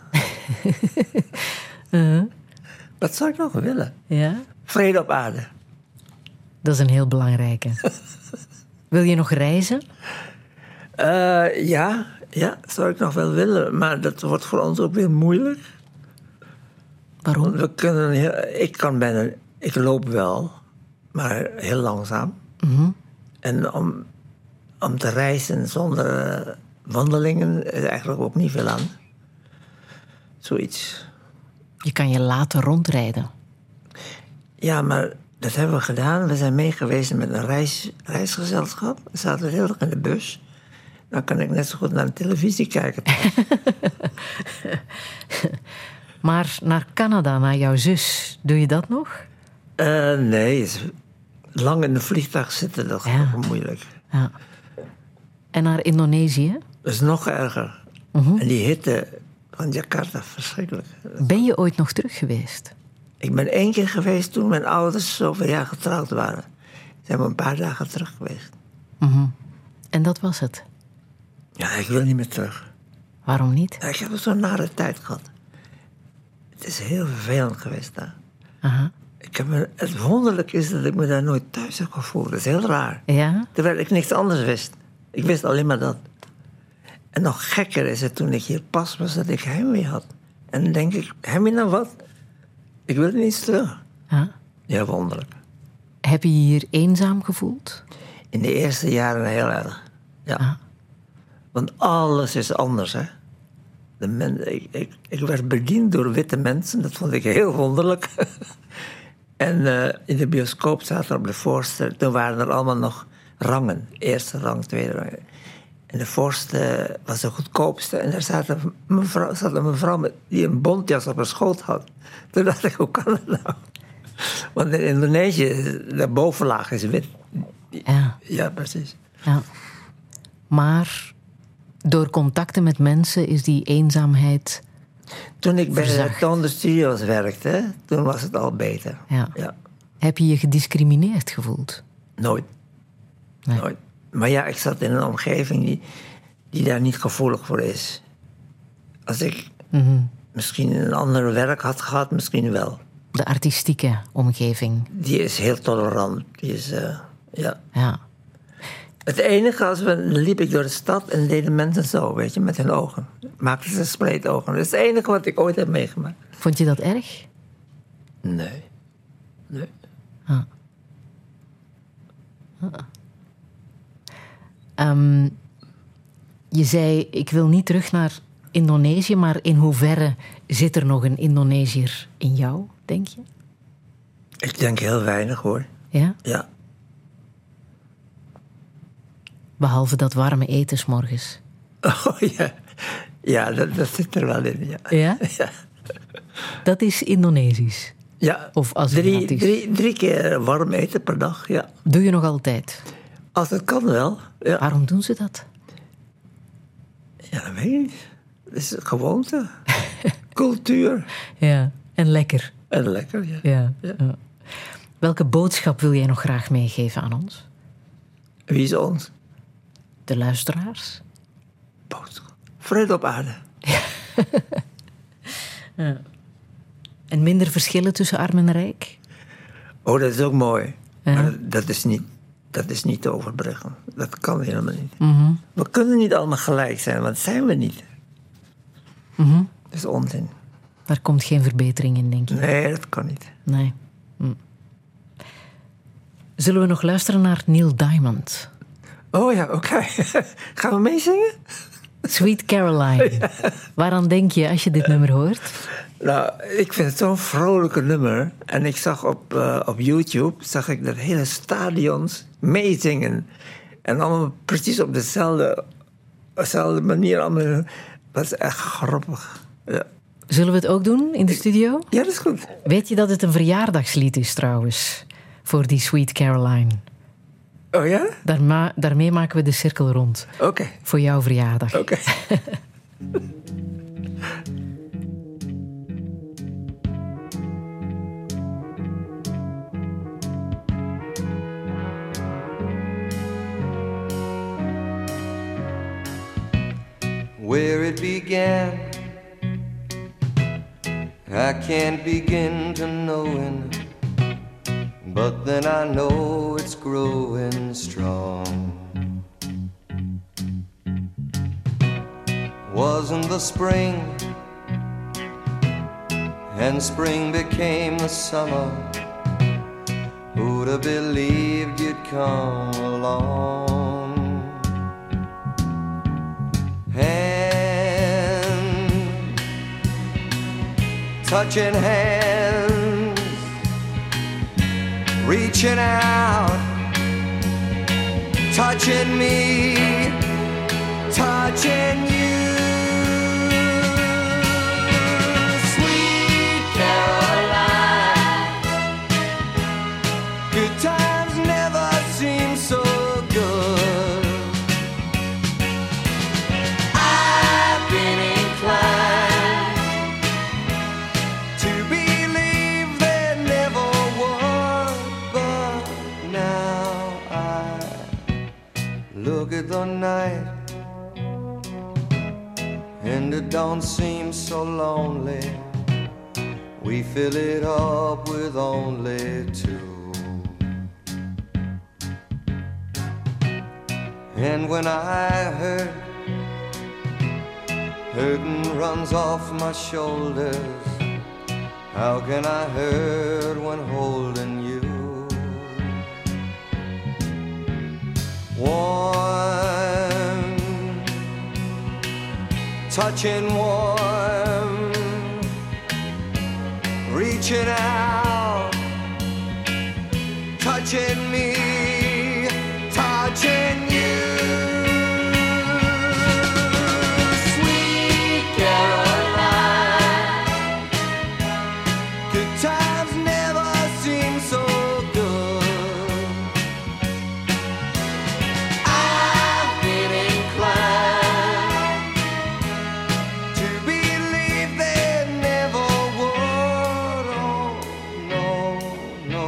[SPEAKER 3] Wat zou ik nog willen?
[SPEAKER 1] Ja?
[SPEAKER 3] Vrede op aarde.
[SPEAKER 1] Dat is een heel belangrijke. Wil je nog reizen?
[SPEAKER 3] Ja, zou ik nog wel willen. Maar dat wordt voor ons ook weer moeilijk.
[SPEAKER 1] Waarom?
[SPEAKER 3] Want ik loop wel, maar heel langzaam. En om te reizen zonder wandelingen is eigenlijk ook niet veel aan. Zoiets.
[SPEAKER 1] Je kan je laten rondrijden.
[SPEAKER 3] Ja, maar dat hebben we gedaan. We zijn meegeweest met een reisgezelschap. We zaten heel erg in de bus. Dan kan ik net zo goed naar de televisie kijken.
[SPEAKER 1] Maar naar Canada, naar jouw zus, doe je dat nog?
[SPEAKER 3] Nee, lang in de vliegtuig zitten, dat is ook moeilijk.
[SPEAKER 1] Ja. En naar Indonesië?
[SPEAKER 3] Dat is nog erger. En die hitte van Jakarta, verschrikkelijk.
[SPEAKER 1] Ben je ooit nog terug geweest?
[SPEAKER 3] Ik ben 1 keer geweest toen mijn ouders zoveel jaar getrouwd waren. Zijn we een paar dagen terug geweest.
[SPEAKER 1] En dat was het?
[SPEAKER 3] Ja, ik wil niet meer terug.
[SPEAKER 1] Waarom niet?
[SPEAKER 3] Ja, ik heb zo'n nare tijd gehad. Het is heel vervelend geweest daar.
[SPEAKER 1] Aha.
[SPEAKER 3] Het wonderlijk is dat ik me daar nooit thuis heb gevoeld. Dat is heel raar.
[SPEAKER 1] Ja?
[SPEAKER 3] Terwijl ik niks anders wist. Ik wist alleen maar dat. En nog gekker is het toen ik hier pas was dat ik heimwee had. En dan denk ik, heimwee naar wat? Ik wil niet terug. Ja, wonderlijk.
[SPEAKER 1] Heb je je hier eenzaam gevoeld?
[SPEAKER 3] In de eerste jaren heel erg. Ja. Want alles is anders, hè. Ik werd bediend door witte mensen. Dat vond ik heel wonderlijk. En in de bioscoop zaten er op de voorste... Toen waren er allemaal nog rangen. Eerste rang, tweede rang. En de voorste was de goedkoopste. En daar zat een mevrouw die een bontjas op haar schoot had. Toen dacht ik, hoe kan dat nou? Want in Indonesië, de bovenlaag is wit. Ja, precies.
[SPEAKER 1] Ja. Maar door contacten met mensen is die eenzaamheid...
[SPEAKER 3] Toen ik bij
[SPEAKER 1] verzacht.
[SPEAKER 3] de Toon de Studios werkte, toen was het al beter.
[SPEAKER 1] Ja. Heb je je gediscrimineerd gevoeld?
[SPEAKER 3] Nooit.
[SPEAKER 1] Nee.
[SPEAKER 3] Nooit. Maar ja, ik zat in een omgeving die daar niet gevoelig voor is. Als ik misschien een ander werk had gehad, misschien wel.
[SPEAKER 1] De artistieke omgeving.
[SPEAKER 3] Die is heel tolerant. Die is,
[SPEAKER 1] Ja.
[SPEAKER 3] Het enige, liep ik door de stad en deden mensen zo, weet je, met hun ogen. Maakten ze spleetogen. Dat is het enige wat ik ooit heb meegemaakt.
[SPEAKER 1] Vond je dat erg?
[SPEAKER 3] Nee.
[SPEAKER 1] Je zei, ik wil niet terug naar Indonesië, maar in hoeverre zit er nog een Indonesiër in jou, denk je?
[SPEAKER 3] Ik denk heel weinig, hoor.
[SPEAKER 1] Ja?
[SPEAKER 3] Ja.
[SPEAKER 1] Behalve dat warme eten 's morgens.
[SPEAKER 3] Oh ja. Ja, dat zit er wel in, ja.
[SPEAKER 1] Ja?
[SPEAKER 3] Ja.
[SPEAKER 1] Dat is Indonesisch?
[SPEAKER 3] Ja.
[SPEAKER 1] Of Aziatisch?
[SPEAKER 3] 3 keer warm eten per dag, ja.
[SPEAKER 1] Doe je nog altijd?
[SPEAKER 3] Als het kan wel, ja.
[SPEAKER 1] Waarom doen ze dat?
[SPEAKER 3] Ja, dat weet ik niet. Het is een gewoonte. Cultuur.
[SPEAKER 1] Ja, en lekker.
[SPEAKER 3] En lekker, ja.
[SPEAKER 1] Ja. Welke boodschap wil jij nog graag meegeven aan ons?
[SPEAKER 3] Wie is ons?
[SPEAKER 1] De luisteraars?
[SPEAKER 3] Boodschap. Vrede op aarde.
[SPEAKER 1] Ja. En minder verschillen tussen arm en rijk?
[SPEAKER 3] Oh, dat is ook mooi.
[SPEAKER 1] Ja.
[SPEAKER 3] Maar dat is niet te overbruggen. Dat kan helemaal niet. We kunnen niet allemaal gelijk zijn, want dat zijn we niet. Dat is onzin.
[SPEAKER 1] Daar komt geen verbetering in, denk ik.
[SPEAKER 3] Nee, dat kan niet.
[SPEAKER 1] Nee. Zullen we nog luisteren naar Neil Diamond?
[SPEAKER 3] Oh ja, oké. Gaan we meezingen?
[SPEAKER 1] Sweet Caroline. Ja. Waaraan denk je als je dit nummer hoort?
[SPEAKER 3] Nou, ik vind het zo'n vrolijke nummer. En ik zag op YouTube dat hele stadions meezingen. En allemaal precies op dezelfde manier. Allemaal, dat is echt grappig. Ja.
[SPEAKER 1] Zullen we het ook doen in de studio?
[SPEAKER 3] Ja, dat is goed.
[SPEAKER 1] Weet je dat het een verjaardagslied is trouwens? Voor die Sweet Caroline.
[SPEAKER 3] Oh ja?
[SPEAKER 1] Daarmee maken we de cirkel rond.
[SPEAKER 3] Oké.
[SPEAKER 1] Voor jouw verjaardag.
[SPEAKER 3] Oké.
[SPEAKER 10] it began. I can't begin to knowing, but then I know it's growing strong. Wasn't the spring, and spring became the summer. Who'd have believed you'd come along? Hand, touching hands, reaching out, touching me, touching you. Sweet Caroline, good times never seem so good. I've been inclined to believe there never was, but now I look at the night and it don't seem so lonely. We fill it up with only two. And when I hurt, hurting runs off my shoulders. How can I hurt when holding you? Warm, touching warm, reaching out, touching me, touching you. Sweet Caroline, good times never seem so good. I've been inclined to believe there never would. Oh, no, no.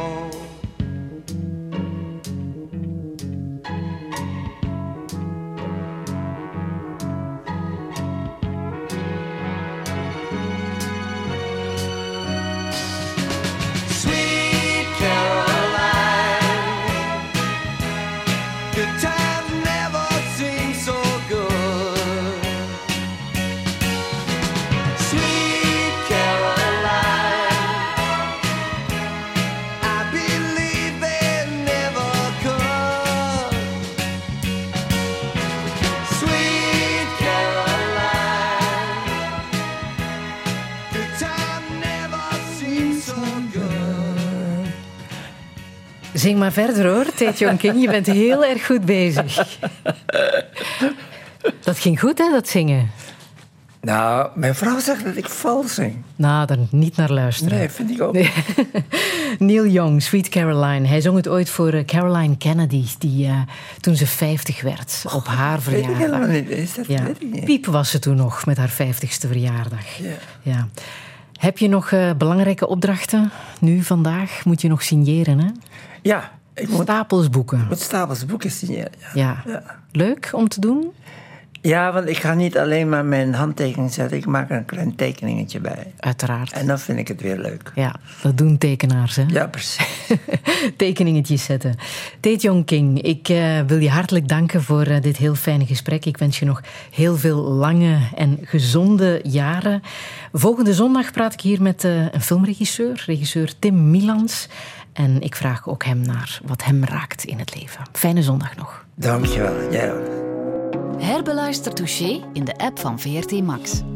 [SPEAKER 10] Sweet Caroline, good times never seem so good. Sweet Caroline, I believe they never could. Sweet Caroline, good times never seem so good.
[SPEAKER 1] Zing maar verder hoor, Tae-Joon King. Je bent heel erg goed bezig. Dat ging goed, hè, dat zingen?
[SPEAKER 3] Nou, mijn vrouw zegt dat ik vals zing.
[SPEAKER 1] Nou, daar niet naar luisteren.
[SPEAKER 3] Nee, vind ik ook.
[SPEAKER 1] Nee. Neil Young, Sweet Caroline. Hij zong het ooit voor Caroline Kennedy, die toen ze 50 werd, op haar
[SPEAKER 3] Weet ik
[SPEAKER 1] verjaardag.
[SPEAKER 3] helemaal niet. Is dat
[SPEAKER 1] Ja.
[SPEAKER 3] weet ik niet.
[SPEAKER 1] Piep was ze toen nog met haar 50ste verjaardag.
[SPEAKER 3] Ja.
[SPEAKER 1] Ja. Heb je nog belangrijke opdrachten? Nu, vandaag, moet je nog signeren, hè?
[SPEAKER 3] Ja, ik moet
[SPEAKER 1] Stapels boeken.
[SPEAKER 3] stapels boeken signeren. Ja.
[SPEAKER 1] Ja. Leuk om te doen?
[SPEAKER 3] Ja, want ik ga niet alleen maar mijn handtekening zetten. Ik maak er een klein tekeningetje bij.
[SPEAKER 1] Uiteraard.
[SPEAKER 3] En dan vind ik het weer leuk.
[SPEAKER 1] Ja, dat doen tekenaars, hè?
[SPEAKER 3] Ja, precies.
[SPEAKER 1] Tekeningetjes zetten. Tae-Joon King, ik wil je hartelijk danken voor dit heel fijne gesprek. Ik wens je nog heel veel lange en gezonde jaren. Volgende zondag praat ik hier met een filmregisseur, regisseur Tim Milans. En ik vraag ook hem naar wat hem raakt in het leven. Fijne zondag nog.
[SPEAKER 3] Dankjewel. Jij ook.
[SPEAKER 11] Herbeluister Touché in de app van VRT Max.